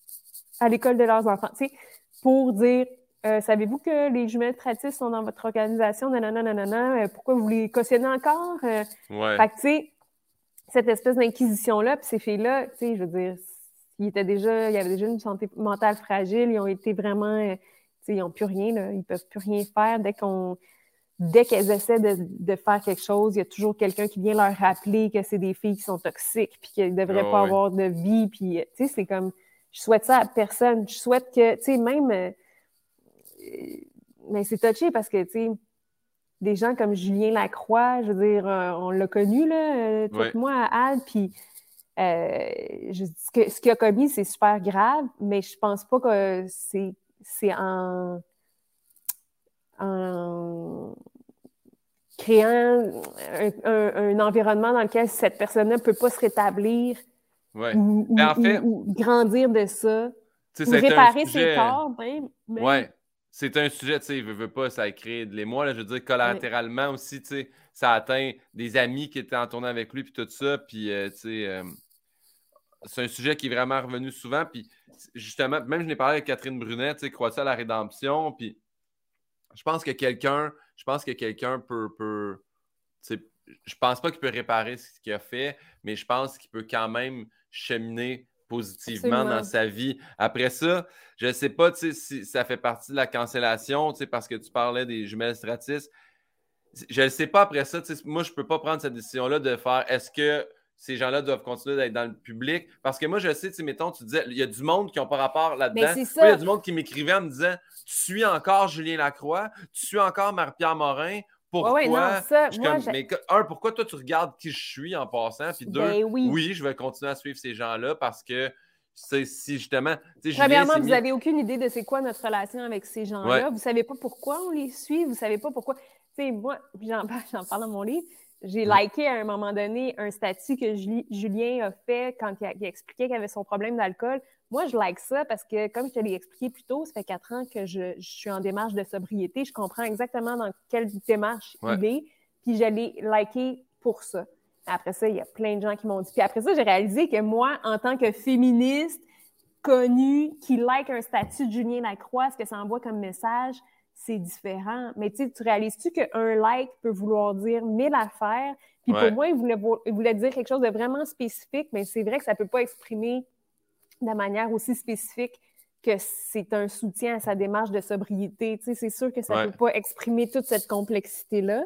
à l'école de leurs enfants, pour dire euh, savez-vous que les jumelles Stratis sont dans votre organisation, nanana, nanana, euh, pourquoi vous les cautionnez encore? Euh,
ouais.
Fait que, tu sais, cette espèce d'inquisition-là, puis ces filles-là, tu sais, je veux dire, ils étaient déjà, ils avaient déjà une santé mentale fragile, ils ont été vraiment, euh, tu sais, ils n'ont plus rien, là, ils peuvent plus rien faire dès qu'on. Dès qu'elles essaient de, de faire quelque chose, il y a toujours quelqu'un qui vient leur rappeler que c'est des filles qui sont toxiques puis qu'elles ne devraient oh, pas oui. avoir de vie. Puis, tu sais, c'est comme, je souhaite ça à personne. Je souhaite que, tu sais, même, euh, mais c'est touché parce que, tu sais, des gens comme Julien Lacroix, je veux dire, euh, on l'a connu, là, euh, toi et oui. moi, à Halle, puis euh, je, ce, que, ce qu'il a commis, c'est super grave, mais je pense pas que c'est, c'est en... en créant un, un, un environnement dans lequel cette personne-là ne peut pas se rétablir
ouais.
ou, ou,
en fait,
ou, ou grandir de ça,
ou
réparer
sujet...
ses torts. Même, même.
Ouais, c'est un sujet, tu sais, veut, veut pas, ça crée de l'émoi, là, je veux dire, collatéralement ouais. aussi, tu sais, ça atteint des amis qui étaient en tournée avec lui, puis tout ça, puis, euh, tu sais, euh, c'est un sujet qui est vraiment revenu souvent, puis justement, même je n'ai parlé avec Catherine Brunet, tu sais, crois-tu à la rédemption, puis je pense que quelqu'un, je pense que quelqu'un peut, peut tu sais, je pense pas qu'il peut réparer ce qu'il a fait, mais je pense qu'il peut quand même cheminer positivement
Absolument.
dans sa vie. Après ça, je ne sais pas si ça fait partie de la cancellation, parce que tu parlais des jumelles Stratis. Je ne sais pas après ça. Moi, je ne peux pas prendre cette décision-là de faire est-ce que ces gens-là doivent continuer d'être dans le public? Parce que moi, je sais, mettons, tu disais, il y a du monde qui n'a pas rapport là-dedans.
Mais c'est
Moi, il y a
ça.
du monde qui m'écrivait en me disant tu suis encore Julien Lacroix, tu suis encore Marie-Pierre Morin. Pourquoi?
Ouais, ouais, non, ça,
je
moi,
comme,
je-
mais un, pourquoi toi, tu regardes qui je suis en passant? Puis deux,
Ben oui.
oui, je vais continuer à suivre ces gens-là parce que c'est si justement.
Premièrement,
Julien,
vous
mis...
n'avez aucune idée de c'est quoi notre relation avec ces gens-là.
Ouais.
Vous ne savez pas pourquoi on les suit, vous ne savez pas pourquoi. Tu sais, moi, j'en, j'en parle dans mon livre, j'ai
Mm.
liké à un moment donné un statut que Julie, Julien a fait quand il, a, il expliquait qu'il avait son problème d'alcool. Moi, je like ça parce que, comme je te l'ai expliqué plus tôt, ça fait quatre ans que je, je suis en démarche de sobriété. Je comprends exactement dans quelle démarche
Ouais.
il est, puis je l'ai liké pour ça. Après ça, il y a plein de gens qui m'ont dit. Puis après ça, j'ai réalisé que moi, en tant que féministe, connu, qui like un statut de Julien Lacroix, ce que ça envoie comme message, c'est différent. Mais tu sais, tu réalises-tu qu'un like peut vouloir dire mille affaires? Puis
Ouais.
pour moi, il voulait, il voulait dire quelque chose de vraiment spécifique, mais c'est vrai que ça ne peut pas exprimer de manière aussi spécifique que c'est un soutien à sa démarche de sobriété. Tu sais, c'est sûr que ça ne
Ouais.
peut pas exprimer toute cette complexité-là.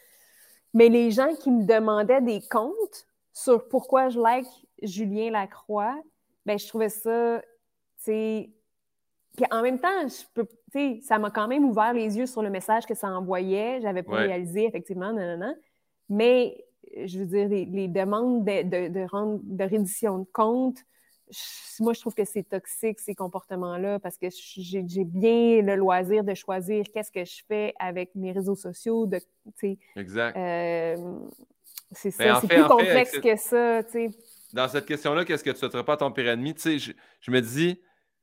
Mais les gens qui me demandaient des comptes sur pourquoi je like Julien Lacroix, ben je trouvais ça, tu sais... Puis en même temps, je peux, tu sais, ça m'a quand même ouvert les yeux sur le message que ça envoyait. J'avais pas
Ouais.
réalisé, effectivement, non, non, non. Mais, je veux dire, les, les demandes de, de, de, rendre, de reddition de compte, je, moi, je trouve que c'est toxique, ces comportements-là, parce que j'ai, j'ai bien le loisir de choisir qu'est-ce que je fais avec mes réseaux sociaux, de, tu sais...
Exact.
Euh, c'est ça,
Mais en
c'est
fait,
plus
en
complexe
fait,
que ça, tu sais.
Dans cette question-là, qu'est-ce que tu ne souhaiterais pas à ton pire ennemi? Tu sais, je, je me dis,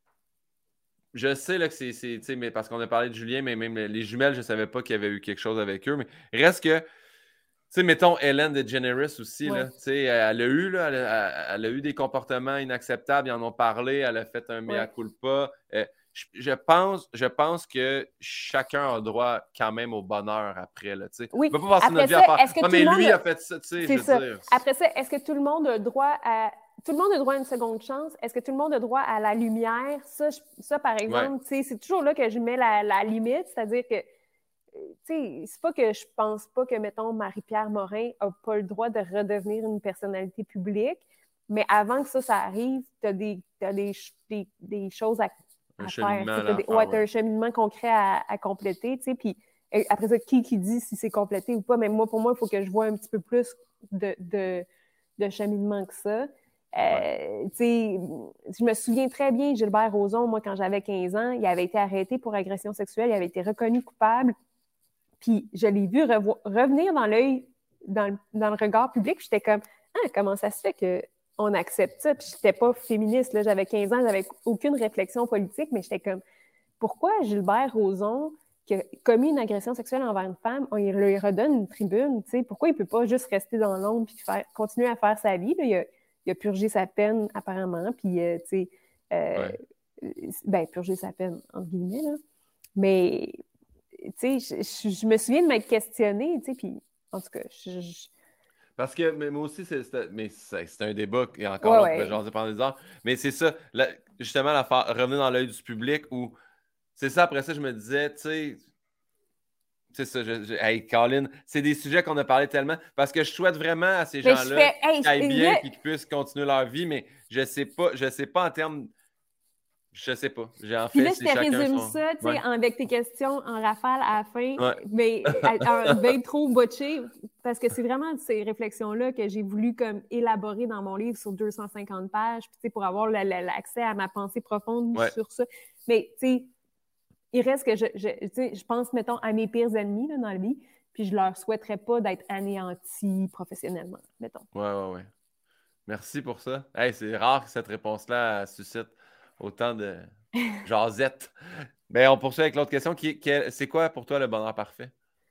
je sais là, que c'est, c'est tu sais, mais parce qu'on a parlé de Julien, mais même les jumelles, je ne savais pas qu'il y avait eu quelque chose avec eux, mais reste que, tu sais, mettons Ellen DeGeneres aussi,
Ouais.
là, tu sais, elle a eu, là, elle a, elle a eu des comportements inacceptables, ils en ont parlé, elle a fait un mea
Ouais.
culpa. Euh, je, je, pense, je pense que chacun a droit quand même au bonheur après, là, tu sais.
Oui.
On ne peut pas passer
Après
notre vie
ça,
à faire.
est-ce que
Ah,
tout
mais
le monde
lui
a...
a fait ça, tu sais, je
C'est
veux
ça.
dire.
Après ça, est-ce que tout le monde a droit à... Tout le monde a droit à une seconde chance? Est-ce que tout le monde a droit à la lumière? Ça, je... ça par exemple,
Ouais.
tu sais, c'est toujours là que je mets la, la limite, c'est-à-dire que, tu sais, c'est pas que je pense pas que, mettons, Marie-Pierre Morin a pas le droit de redevenir une personnalité publique, mais avant que ça, ça arrive, t'as des, t'as des, des, des choses à,
Un
à
cheminement
faire.
à
T'as des,
faire,
ouais, t'as
ouais.
un cheminement concret à, à compléter, tu sais, puis après ça, qui qui dit si c'est complété ou pas, mais moi, pour moi, il faut que je vois un petit peu plus de, de, de cheminement que ça. Euh,
Ouais.
tu sais, je me souviens très bien, Gilbert Rozon, moi, quand j'avais quinze ans, il avait été arrêté pour agression sexuelle, il avait été reconnu coupable, puis je l'ai vu revo- revenir dans l'œil, dans, le- dans le regard public, puis j'étais comme, ah, comment ça se fait qu'on accepte ça? Puis j'étais pas féministe, là, j'avais quinze ans, j'avais aucune réflexion politique, mais j'étais comme, pourquoi Gilbert Rozon, qui a commis une agression sexuelle envers une femme, on lui redonne une tribune, tu sais, pourquoi il peut pas juste rester dans l'ombre puis faire, continuer à faire sa vie? Là? Il, a, il a purgé sa peine, apparemment, puis, euh, tu sais, euh,
Ouais.
ben, purger sa peine, entre guillemets, là. Mais, tu sais, je, je, je me souviens de m'être questionnée, tu sais, puis, en tout cas, je... je...
Parce que mais moi aussi, c'est, c'est, mais c'est, c'est un débat, et encore
Ouais,
là, on
ouais.
pourrait jaser pendant des heures. Mais c'est ça, la, justement, la faire, revenir dans l'œil du public où c'est ça, après ça, je me disais, tu sais, c'est ça, je, je, hey, Colin, c'est des sujets qu'on a parlé tellement. Parce que je souhaite vraiment à ces
Mais je
gens-là
fais, hey,
qu'ils aillent
je-
bien
là-
et qu'ils puissent continuer leur vie, mais je sais pas, je sais pas en termes. Je sais pas. J'ai en
Puis
fait,
là, je
c'est
te
chacun
résume
son.
ça, tu sais,
Ouais.
avec tes questions en rafale à la fin,
Ouais.
mais en bien trop botché, parce que c'est vraiment ces réflexions-là que j'ai voulu comme élaborer dans mon livre sur deux cent cinquante pages, puis, tu sais, pour avoir la- la- l'accès à ma pensée profonde
Ouais.
sur ça. Mais, tu sais, il reste que je, je, tu sais, je pense, mettons, à mes pires ennemis là, dans la vie, puis je leur souhaiterais pas d'être anéantis professionnellement, mettons.
Ouais, ouais, ouais. Merci pour ça. Hey, c'est rare que cette réponse-là suscite autant de jasette. Ben, on poursuit avec l'autre question. Qui, qui est- c'est quoi pour toi le bonheur parfait?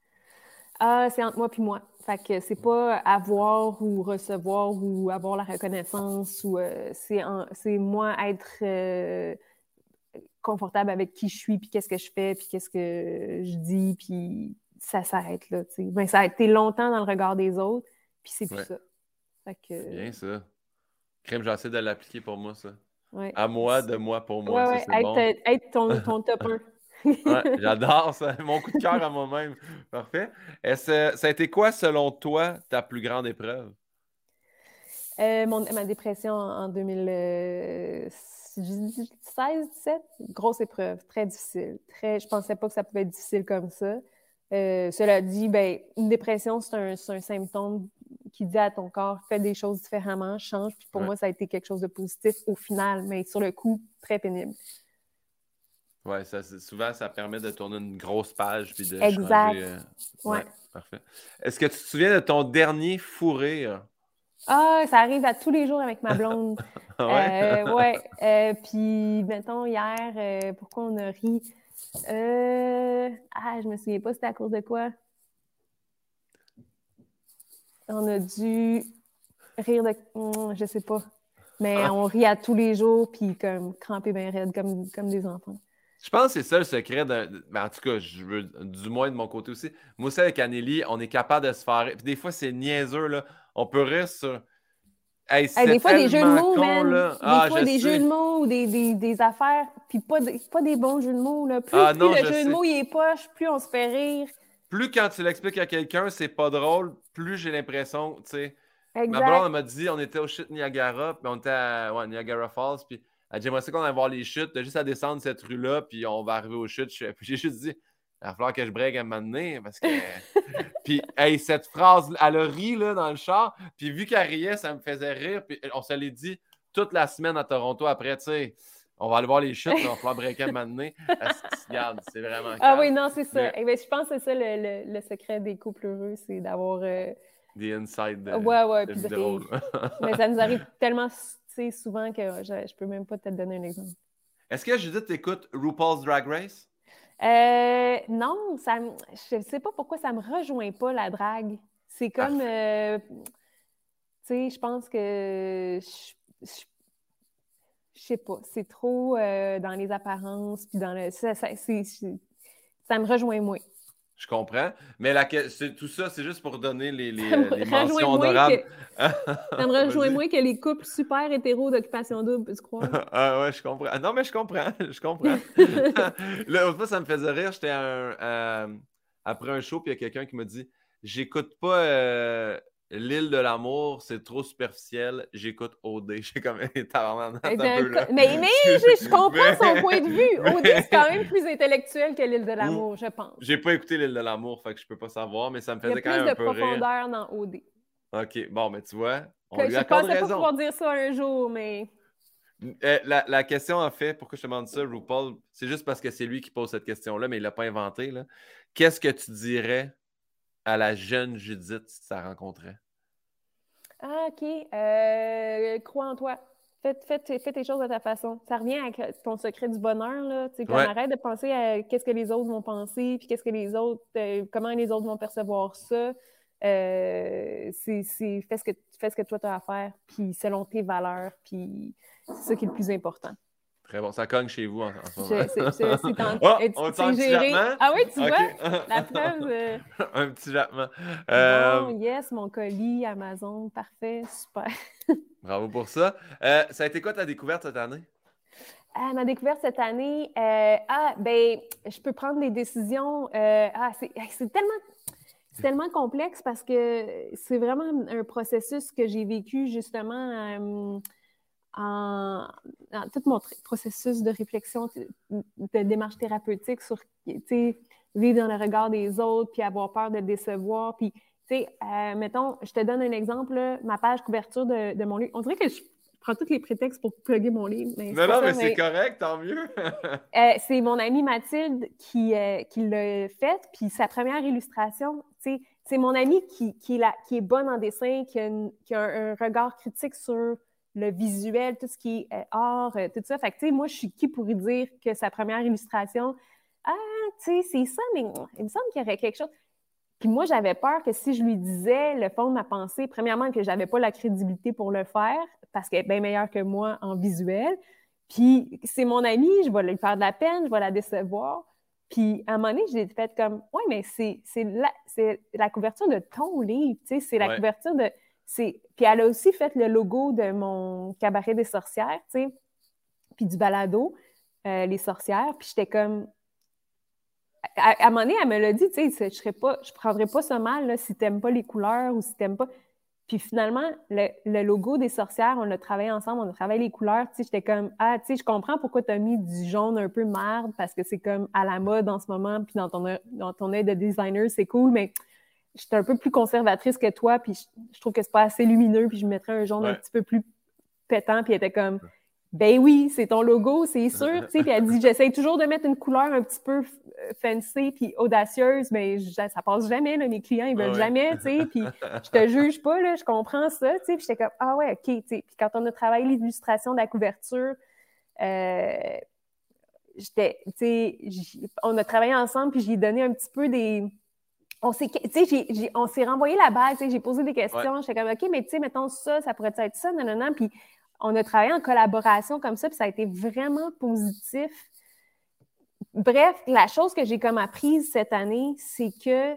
Ah, c'est entre moi puis moi. Fait que c'est pas avoir ou recevoir ou avoir la reconnaissance ou euh, c'est, en, c'est moi être euh, confortable avec qui je suis puis qu'est-ce que je fais puis qu'est-ce que je dis puis ça s'arrête là, tu sais. Ben, ça a été longtemps dans le regard des autres puis c'est plus
Ouais.
ça. Fait que...
C'est bien ça. Crème, j'essaie de l'appliquer pour moi, ça.
Ouais.
À moi, de moi, pour moi,
ouais,
ça,
ouais.
c'est bon.
Être, être ton, ton top un.
Ouais, j'adore ça. Mon coup de cœur à moi-même. Parfait. Est-ce, ça a été quoi, selon toi, ta plus grande épreuve?
Euh, mon, ma dépression en deux mille seize dix-sept, grosse épreuve, très difficile. Très, je pensais pas que ça pouvait être difficile comme ça. Euh, cela dit, ben, une dépression, c'est un, c'est un symptôme qui dit à ton corps, fais des choses différemment, change. Puis pour
Ouais.
moi, ça a été quelque chose de positif au final, mais sur le coup, très pénible.
Oui, ça, souvent, ça permet de tourner une grosse page puis de
exact.
changer. Euh...
Ouais.
ouais, parfait. Est-ce que tu te souviens de ton dernier fou rire?
Ah, ça arrive à tous les jours avec ma blonde.
ouais?
Euh, ouais. Euh, puis, mettons, hier, euh, pourquoi on a ri? Euh... Ah, je me souviens pas c'était à cause de quoi. On a dû rire de... Hum, je sais pas. Mais on rit à tous les jours, puis comme crampé bien raide, comme, comme des enfants.
Je pense que c'est ça le secret. De... Ben, en tout cas, je veux, du moins de mon côté aussi. Moi aussi, avec Anneli, on est capable de se faire rire. Puis des fois, c'est niaiseux, là. On peut rire sur... Hey,
hey, des fois, des jeux de mots,
con,
man.
là.
Des
Ah,
fois,
je
des
sais.
jeux de mots ou des, des, des affaires, puis pas, de, pas des bons jeux de mots. Là. Plus,
ah,
plus
non,
le
je
jeu
sais.
de mots il est poche, plus on se fait rire.
Plus quand tu l'expliques à quelqu'un, c'est pas drôle, plus j'ai l'impression, tu sais...
Exact.
Ma blonde, elle m'a dit, on était au chute Niagara, puis on était à ouais, Niagara Falls, puis elle dit, j'aimerais ça qu'on aille voir les chutes, t'as juste à descendre cette rue-là, puis on va arriver aux chutes. Puis j'ai juste dit, il va falloir que je break à un moment donné, parce que... puis, hey, cette phrase, elle a ri, là, dans le char, puis vu qu'elle riait, ça me faisait rire, puis on se l'est dit toute la semaine à Toronto après, tu sais, on va aller voir les chutes, mais il va falloir breaker à un moment donné. Regarde, c'est vraiment calme.
Ah oui, non, c'est ça.
Mais...
Eh bien, je pense que c'est ça le, le, le secret des couples heureux, c'est d'avoir... Euh...
Des insides de,
ouais, ouais,
de
puis de
drôle.
Mais ça nous arrive tellement souvent que je, je peux même pas te donner un exemple.
Est-ce que Judith écoute RuPaul's Drag Race?
Euh, non, ça, je ne sais pas pourquoi ça me rejoint pas, la drague. C'est comme... Euh, tu sais, je pense que... Je, je, je sais pas, c'est trop euh, dans les apparences, puis dans le... Ça, ça, c'est, ça me rejoint moins.
Je comprends. Mais la, c'est, tout ça, c'est juste pour donner les, les, les mentions honorables.
Que, ça me rejoint moins que les couples super hétéros d'occupation double, peux-tu croire?
ah ouais, je comprends. Non, mais je comprends. Je comprends. L'autre fois, ça me faisait rire. J'étais un, euh, après un show, puis il y a quelqu'un qui m'a dit « J'écoute pas euh, L'île de l'amour, c'est trop superficiel. J'écoute O D. » J'ai comme « T'as un peu là. »
Mais, mais je, je comprends mais, son point de vue. O D, c'est quand même plus intellectuel que L'île de l'amour, je pense.
J'ai pas écouté L'île de l'amour, fait que je peux pas savoir, mais ça me faisait quand même un peu rire.
Il y a plus de profondeur dans O D.
OK, bon, mais tu vois, on
que
lui accorde raison. Je
pensais pas pouvoir dire ça un jour, mais...
Euh, la, la question, en fait, pourquoi je te demande ça, RuPaul, c'est juste parce que c'est lui qui pose cette question-là, mais il l'a pas inventé. Là. Qu'est-ce que tu dirais à la jeune Judith si tu la rencontrais?
Ah, OK. Euh, crois en toi. Fais, fais, fais tes choses de ta façon. Ça revient à ton secret du bonheur, là. Tu sais, comme
ouais.
arrête de penser à qu'est-ce que les autres vont penser, puis qu'est-ce que les autres, euh, comment les autres vont percevoir ça. Euh, c'est, c'est, fais, ce que, fais ce que toi tu as à faire, puis selon tes valeurs, puis c'est ça qui est le plus important.
Très bon. Ça cogne chez vous en, en ce moment.
Je, c'est, c'est, c'est en,
oh,
c'est,
on
c'est
sent un petit jappement.
Ah oui, tu
okay.
vois, la preuve. Euh...
un petit jappement. Euh...
Bon, yes, mon colis, Amazon, parfait, super.
Bravo pour ça. Euh, ça a été quoi ta découverte cette année?
Ah, ma découverte cette année, euh, ah, ben, je peux prendre des décisions. Euh, ah, c'est, c'est tellement... C'est tellement complexe parce que c'est vraiment un processus que j'ai vécu justement euh, en, en tout mon t- processus de réflexion, de démarche thérapeutique sur, tu sais, vivre dans le regard des autres, puis avoir peur de décevoir. Puis, tu sais, euh, mettons, je te donne un exemple, là, ma page couverture de, de mon livre. On dirait que je prends tous les prétextes pour plugger mon livre. Mais
non, non,
ça,
mais,
mais
c'est correct, tant mieux.
euh, c'est mon amie Mathilde qui, euh, qui l'a faite, puis sa première illustration, tu sais, c'est mon amie qui, qui, est la, qui est bonne en dessin, qui a, une, qui a un, un regard critique sur le visuel, tout ce qui est euh, art, euh, tout ça. Fait que, tu sais, moi, je suis qui pour lui dire que sa première illustration, ah, tu sais, c'est ça, mais il me semble qu'il y aurait quelque chose. Puis moi, j'avais peur que si je lui disais le fond de ma pensée, premièrement, que j'avais pas la crédibilité pour le faire, parce qu'elle est bien meilleure que moi en visuel. Puis c'est mon amie, je vais lui faire de la peine, je vais la décevoir. Puis à un moment donné, je l'ai fait comme, ouais, mais c'est, c'est, la, c'est la couverture de ton livre, tu sais, c'est la
ouais.
couverture de, c'est... Puis elle a aussi fait le logo de mon cabaret des sorcières, tu sais, puis du balado, euh, les sorcières. Puis j'étais comme... À, à un moment donné, elle me l'a dit, tu sais, je serais pas, je prendrais pas ça mal là, si t'aimes pas les couleurs ou si t'aimes pas... Puis finalement, le, le logo des sorcières, on a travaillé ensemble, on a travaillé les couleurs. Tu sais, j'étais comme, ah, tu sais, je comprends pourquoi tu as mis du jaune un peu marde, parce que c'est comme à la mode en ce moment, puis dans ton, dans ton œil de designer, c'est cool, mais j'étais un peu plus conservatrice que toi, puis je, je trouve que c'est pas assez lumineux, puis je mettrais un jaune ouais. un petit peu plus pétant, puis elle était comme, ben oui, c'est ton logo, c'est sûr, tu sais. Puis elle dit, j'essaie toujours de mettre une couleur un petit peu fancy puis audacieuse, mais ça passe jamais, là, mes clients, ils veulent ouais. jamais, tu sais. Puis je te juge pas, là, je comprends ça, tu sais. Puis j'étais comme, ah ouais, OK, tu sais. Puis quand on a travaillé l'illustration de la couverture, euh, j'étais, tu sais, on a travaillé ensemble, puis j'ai donné un petit peu des... On s'est, tu sais, j'ai, j'ai, on s'est renvoyé la balle, tu sais, j'ai posé des questions, ouais. j'étais comme, OK, mais tu sais, mettons ça, ça pourrait être ça, non, non, non, puis on a travaillé en collaboration comme ça, puis ça a été vraiment positif. Bref, la chose que j'ai comme apprise cette année, c'est que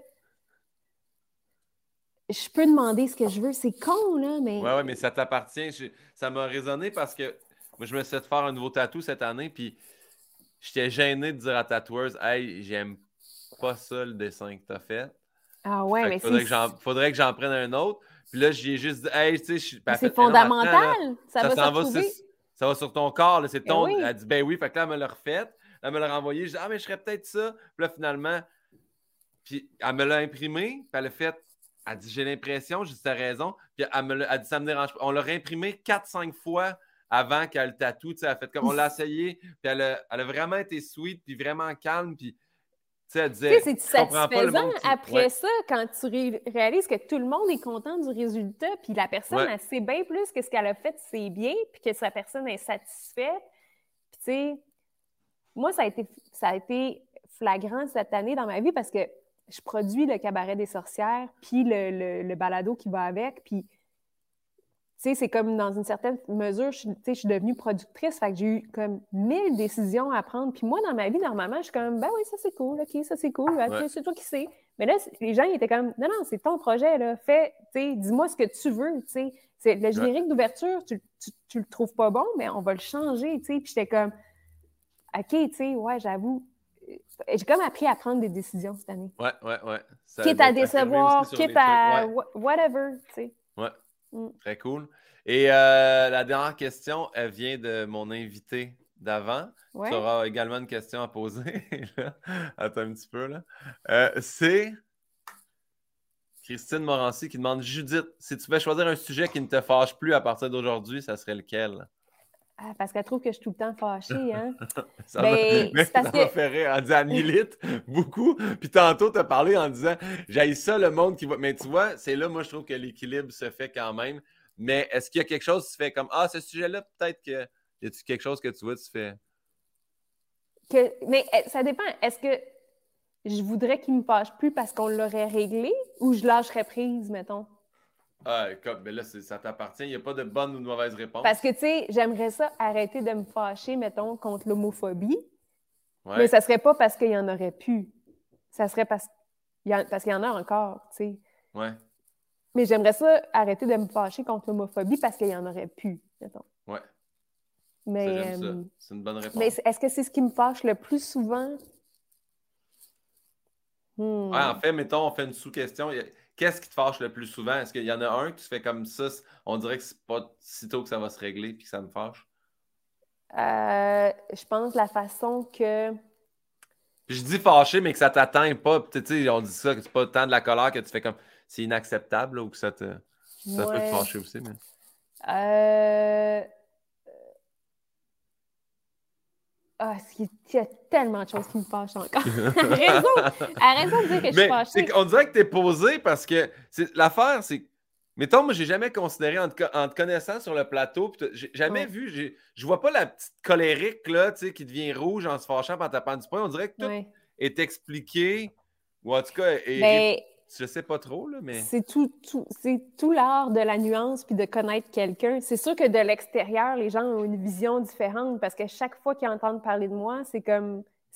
je peux demander ce que je veux. C'est con, là, mais...
Oui, oui, mais ça t'appartient. Je... Ça m'a résonné parce que moi, je me suis fait faire un nouveau tatou cette année, puis j'étais gêné de dire à la tatoueuse, « Hey, j'aime pas ça, le dessin que t'as fait. »
Ah ouais, fait mais
faudrait
c'est...
Que j'en... faudrait que j'en prenne un autre. Puis là, j'y ai juste dit, « Hey, tu sais... » je...
C'est fait, fondamental. Là,
ça,
ça,
ça
va
va
se
sur... Ça va sur ton corps, là, c'est ton...
Oui.
Elle dit, « Ben oui. » Fait que là, elle me l'a refait. Elle me l'a renvoyé. Je dis, « Ah, mais je serais peut-être ça. » Puis là, finalement... Puis elle me l'a imprimé. Puis elle a fait... Elle dit, « J'ai l'impression. » J'ai dit, « T'as raison. » Puis elle me l'a... Elle dit, « Ça me dérange pas. » On l'a réimprimé quatre cinq fois avant qu'elle le tatoue. Tu sais, elle a fait comme... On l'a essayé. Puis elle a... elle a vraiment été sweet. Puis vraiment calme. Puis... Tu sais, elle disait,
c'est satisfaisant
qui...
après ouais. ça quand tu ré réalises que tout le monde est content du résultat, puis la personne, ouais. elle sait bien plus que ce qu'elle a fait, c'est bien, puis que sa personne est satisfaite. Puis tu sais, moi, ça a été, ça a été flagrant cette année dans ma vie parce que je produis le Cabaret des sorcières, puis le, le, le balado qui va avec, puis tu sais, c'est comme dans une certaine mesure, je, je suis devenue productrice, fait que j'ai eu comme mille décisions à prendre. Puis moi, dans ma vie, normalement, je suis comme, ben oui, ça c'est cool, OK, ça c'est cool, okay, ouais. c'est toi qui sais. Mais là, les gens, ils étaient comme, non, non, c'est ton projet, là, fais, tu sais, dis-moi ce que tu veux, tu sais. C'est le générique ouais. d'ouverture, tu, tu, tu le trouves pas bon, mais on va le changer, tu sais. Puis j'étais comme, OK, tu sais, ouais, j'avoue. J'ai comme appris à prendre des décisions cette année.
Ouais, ouais, ouais. Ça
quitte à décevoir, quitte à ouais. whatever, tu sais.
Ouais. Mm. Très cool. Et euh, la dernière question, elle vient de mon invité d'avant. Ouais. Tu auras également une question à poser. Attends un petit peu. là. Euh, c'est Christine Morancy qui demande, Judith, si tu pouvais choisir un sujet qui ne te fâche plus à partir d'aujourd'hui, ça serait lequel?
Ah, parce qu'elle trouve que je suis tout le temps fâchée, hein?
ça ben, m'a parce que... fait rire. Elle dit, elle milite beaucoup. Puis tantôt, tu as parlé en disant, j'haïs ça, le monde qui va... Mais tu vois, c'est là, moi, je trouve que l'équilibre se fait quand même. Mais est-ce qu'il y a quelque chose que tu fais comme, ah, ce sujet-là, peut-être que... Y a-tu quelque chose que tu vois, tu fais...
Que... Mais ça dépend. Est-ce que je voudrais qu'il me fâche plus parce qu'on l'aurait réglé ou je lâcherais prise, mettons?
Ah, comme, mais là, ça t'appartient. Il n'y a pas de bonne ou de mauvaise réponse.
Parce que, tu sais, j'aimerais ça arrêter de me fâcher, mettons, contre l'homophobie. Ouais. Mais ça serait pas parce qu'il y en aurait plus. Ça serait parce, parce qu'il y en a encore, tu sais.
Ouais.
Mais j'aimerais ça arrêter de me fâcher contre l'homophobie parce qu'il y en aurait plus, mettons.
Ouais.
Mais,
ça, j'aime euh, ça. C'est une bonne réponse.
Mais est-ce que c'est ce qui me fâche le plus souvent?
Hmm. Ouais, en fait, mettons, on fait une sous-question. Qu'est-ce qui te fâche le plus souvent? Est-ce qu'il y en a un que tu fais comme ça? On dirait que c'est pas sitôt que ça va se régler puis que ça me fâche?
Euh, je pense la façon que...
Je dis fâché, mais que ça t'atteint pas. Tu sais, on dit ça, que c'est pas tant de la colère que tu fais comme c'est inacceptable là, ou que ça te ça ouais. peut te fâcher aussi. Mais...
Euh... Ah, il y a tellement de choses qui me fâchent encore. raison, à raison de dire que je suis fâchée.
On dirait que tu es posé parce que l'affaire, c'est que, mettons, moi, j'ai jamais considéré en te, en te connaissant sur le plateau, j'ai jamais ouais. vu, je vois pas la petite colérique là, qui devient rouge en se fâchant en tapant du poing. On dirait que tout ouais. est expliqué, ou en tout cas, est,
mais...
je sais pas trop, là, mais...
C'est tout, tout, c'est tout l'art de la nuance puis de connaître quelqu'un. C'est sûr que de l'extérieur, les gens ont une vision différente parce que chaque fois qu'ils entendent parler de moi, c'est comme...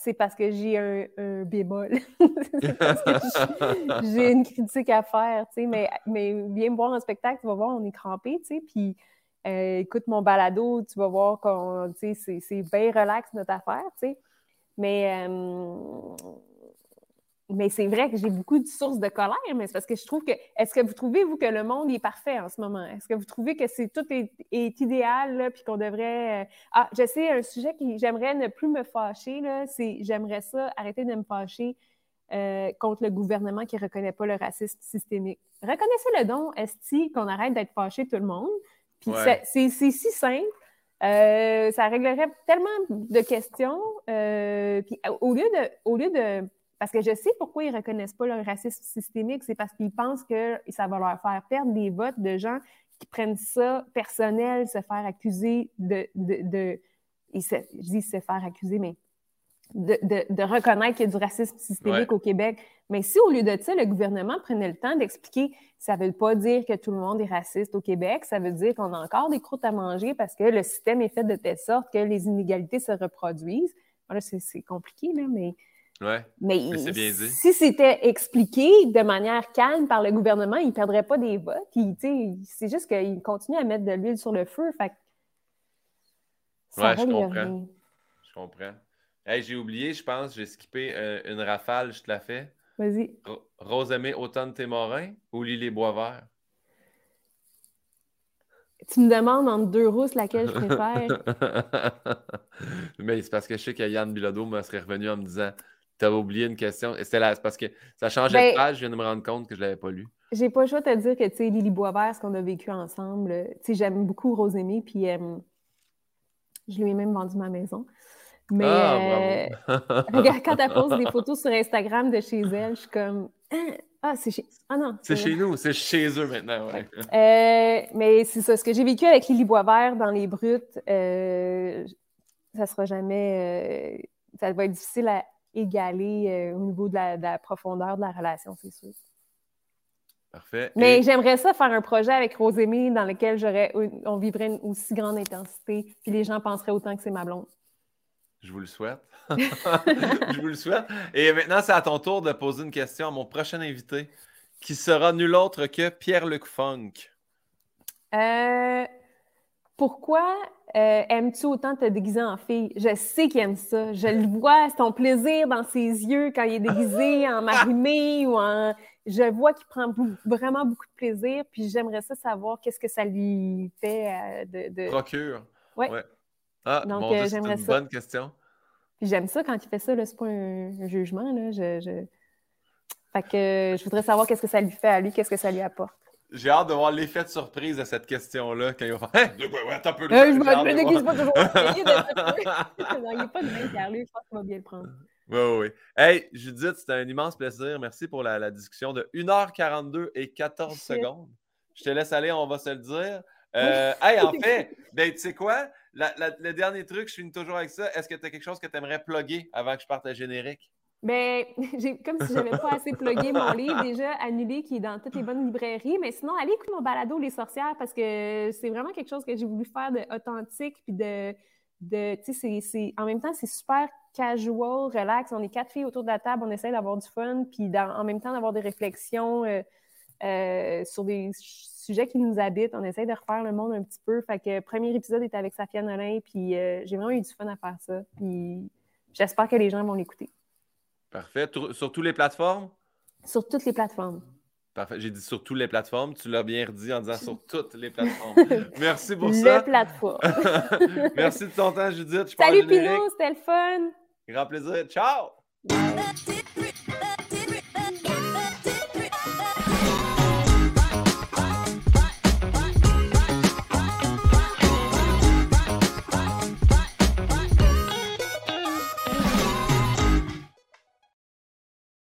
c'est parce que j'ai un, un bémol. C'est parce que j'ai une critique à faire, tu sais. Mais, mais viens me voir en spectacle, tu vas voir, on est crampés, tu sais. Puis euh, écoute mon balado, tu vas voir qu'on, tu sais, c'est, c'est bien relax notre affaire, tu sais. Mais, euh, mais c'est vrai que j'ai beaucoup de sources de colère, mais c'est parce que je trouve que... Est-ce que vous trouvez, vous, que le monde est parfait en ce moment? Est-ce que vous trouvez que c'est, tout est, est idéal, là, puis qu'on devrait... Ah, je sais, un sujet que j'aimerais ne plus me fâcher, là, c'est j'aimerais ça, arrêter de me fâcher euh, contre le gouvernement qui ne reconnaît pas le racisme systémique. Reconnaissez-le donc, esti, qu'on arrête d'être fâché tout le monde. Puis
Ouais.
c'est, c'est si simple. Euh, ça réglerait tellement de questions. Euh, puis au lieu de... Au lieu de Parce que je sais pourquoi ils ne reconnaissent pas le racisme systémique, c'est parce qu'ils pensent que ça va leur faire perdre des votes de gens qui prennent ça personnel, se faire accuser de... de, de se, je dis se faire accuser, mais de, de, de reconnaître qu'il y a du racisme systémique
Ouais.
au Québec. Mais si au lieu de ça, le gouvernement prenait le temps d'expliquer, ça ne veut pas dire que tout le monde est raciste au Québec, ça veut dire qu'on a encore des croûtes à manger parce que le système est fait de telle sorte que les inégalités se reproduisent. Voilà, c'est, c'est compliqué, là, mais...
Ouais,
mais,
mais c'est bien dit.
Si c'était expliqué de manière calme par le gouvernement, ils ne perdraient pas des votes. Puis, c'est juste qu'ils continuent à mettre de l'huile sur le feu. Fait que ça
ouais, je
règle
comprends.
rien.
Je comprends. Hey, j'ai oublié, je pense, j'ai skippé euh, une rafale, je te la fais.
Vas-y.
R- Rosemée Automne-Témorin ou Lily Boisvert?
Tu me demandes entre deux rousses laquelle je préfère.
Mais c'est parce que je sais que Yann Bilodeau me serait revenu en me disant tu avais oublié une question. Et c'était là, c'est parce que ça changeait
Ben,
de page, je viens de me rendre compte que je ne l'avais pas lu.
J'ai pas le choix de te dire que, tu sais, Lily Boisvert, ce qu'on a vécu ensemble, tu sais, j'aime beaucoup Rosémie, puis euh, je lui ai même vendu ma maison. Mais
Ah,
euh,
bravo!
regarde, quand elle pose des photos sur Instagram de chez elle, je suis comme hein? Ah, c'est chez. Ah non.
C'est chez nous, c'est chez eux maintenant, ouais.
Euh, mais c'est ça. Ce que j'ai vécu avec Lily Boisvert dans Les Brutes, euh, ça sera jamais. Euh, ça va être difficile à égaler euh, au niveau de la, de la profondeur de la relation, c'est sûr.
Parfait.
Mais
Et...
j'aimerais ça faire un projet avec Rosémie dans lequel j'aurais, on vivrait une aussi grande intensité, puis les gens penseraient autant que c'est ma blonde.
Je vous le souhaite. Je vous le souhaite. Et maintenant, c'est à ton tour de poser une question à mon prochain invité, qui sera nul autre que Pierre-Luc Funk.
Euh, pourquoi euh, aimes-tu autant te déguiser en fille? Je sais qu'il aime ça. Je le vois, c'est ton plaisir dans ses yeux quand il est déguisé en marimé ou en... Je vois qu'il prend beaucoup, vraiment beaucoup de plaisir, puis j'aimerais ça savoir qu'est-ce que ça lui fait euh, de, de...
Procure.
Ouais.
Ouais. Ah,
Donc,
mon Dieu,
euh,
c'est
j'aimerais
une
ça.
bonne question.
Puis j'aime ça quand il fait ça, là, c'est pas un, un jugement, là. Je, je... Fait que euh, je voudrais savoir qu'est-ce que ça lui fait à lui, qu'est-ce que ça lui apporte.
J'ai hâte de voir l'effet de surprise de cette question-là quand il va faire. Hein? De quoi? Ouais, attends un peu.
Euh, je me déguise pas toujours. Non, il n'est pas de même, Pierre-Luc. Je pense qu'il va bien le prendre.
Oui, oui, oui. Hey, Judith, c'était un immense plaisir. Merci pour la, la discussion de une heure quarante-deux et quatorze
Shit.
secondes. Je te laisse aller, on va se le dire. Euh, hey, en fait, ben, tu sais quoi? La, la, le dernier truc, je finis toujours avec ça. Est-ce que tu as quelque chose que tu aimerais plugger avant que je parte à générique?
Ben, j'ai, comme si je n'avais pas assez plugué mon livre déjà annulé qui est dans toutes les bonnes librairies. Mais sinon, allez écouter mon balado Les Sorcières parce que c'est vraiment quelque chose que j'ai voulu faire d'authentique puis de, de tu sais, c'est, c'est, en même temps, c'est super casual, relax. On est quatre filles autour de la table, on essaie d'avoir du fun puis dans, en même temps d'avoir des réflexions euh, euh, sur des sujets qui nous habitent. On essaie de refaire le monde un petit peu. Fait que le premier épisode était avec Safia Nolin puis euh, j'ai vraiment eu du fun à faire ça. Puis j'espère que les gens vont l'écouter.
Parfait. Sur toutes les plateformes?
Sur toutes les plateformes.
Parfait. J'ai dit sur toutes les plateformes. Tu l'as bien redit en disant sur toutes les plateformes. Merci pour
le
ça.
Le plateforme.
Merci de ton temps, Judith. Je
Salut Pinot, c'était le fun.
Grand plaisir. Ciao!
Bye.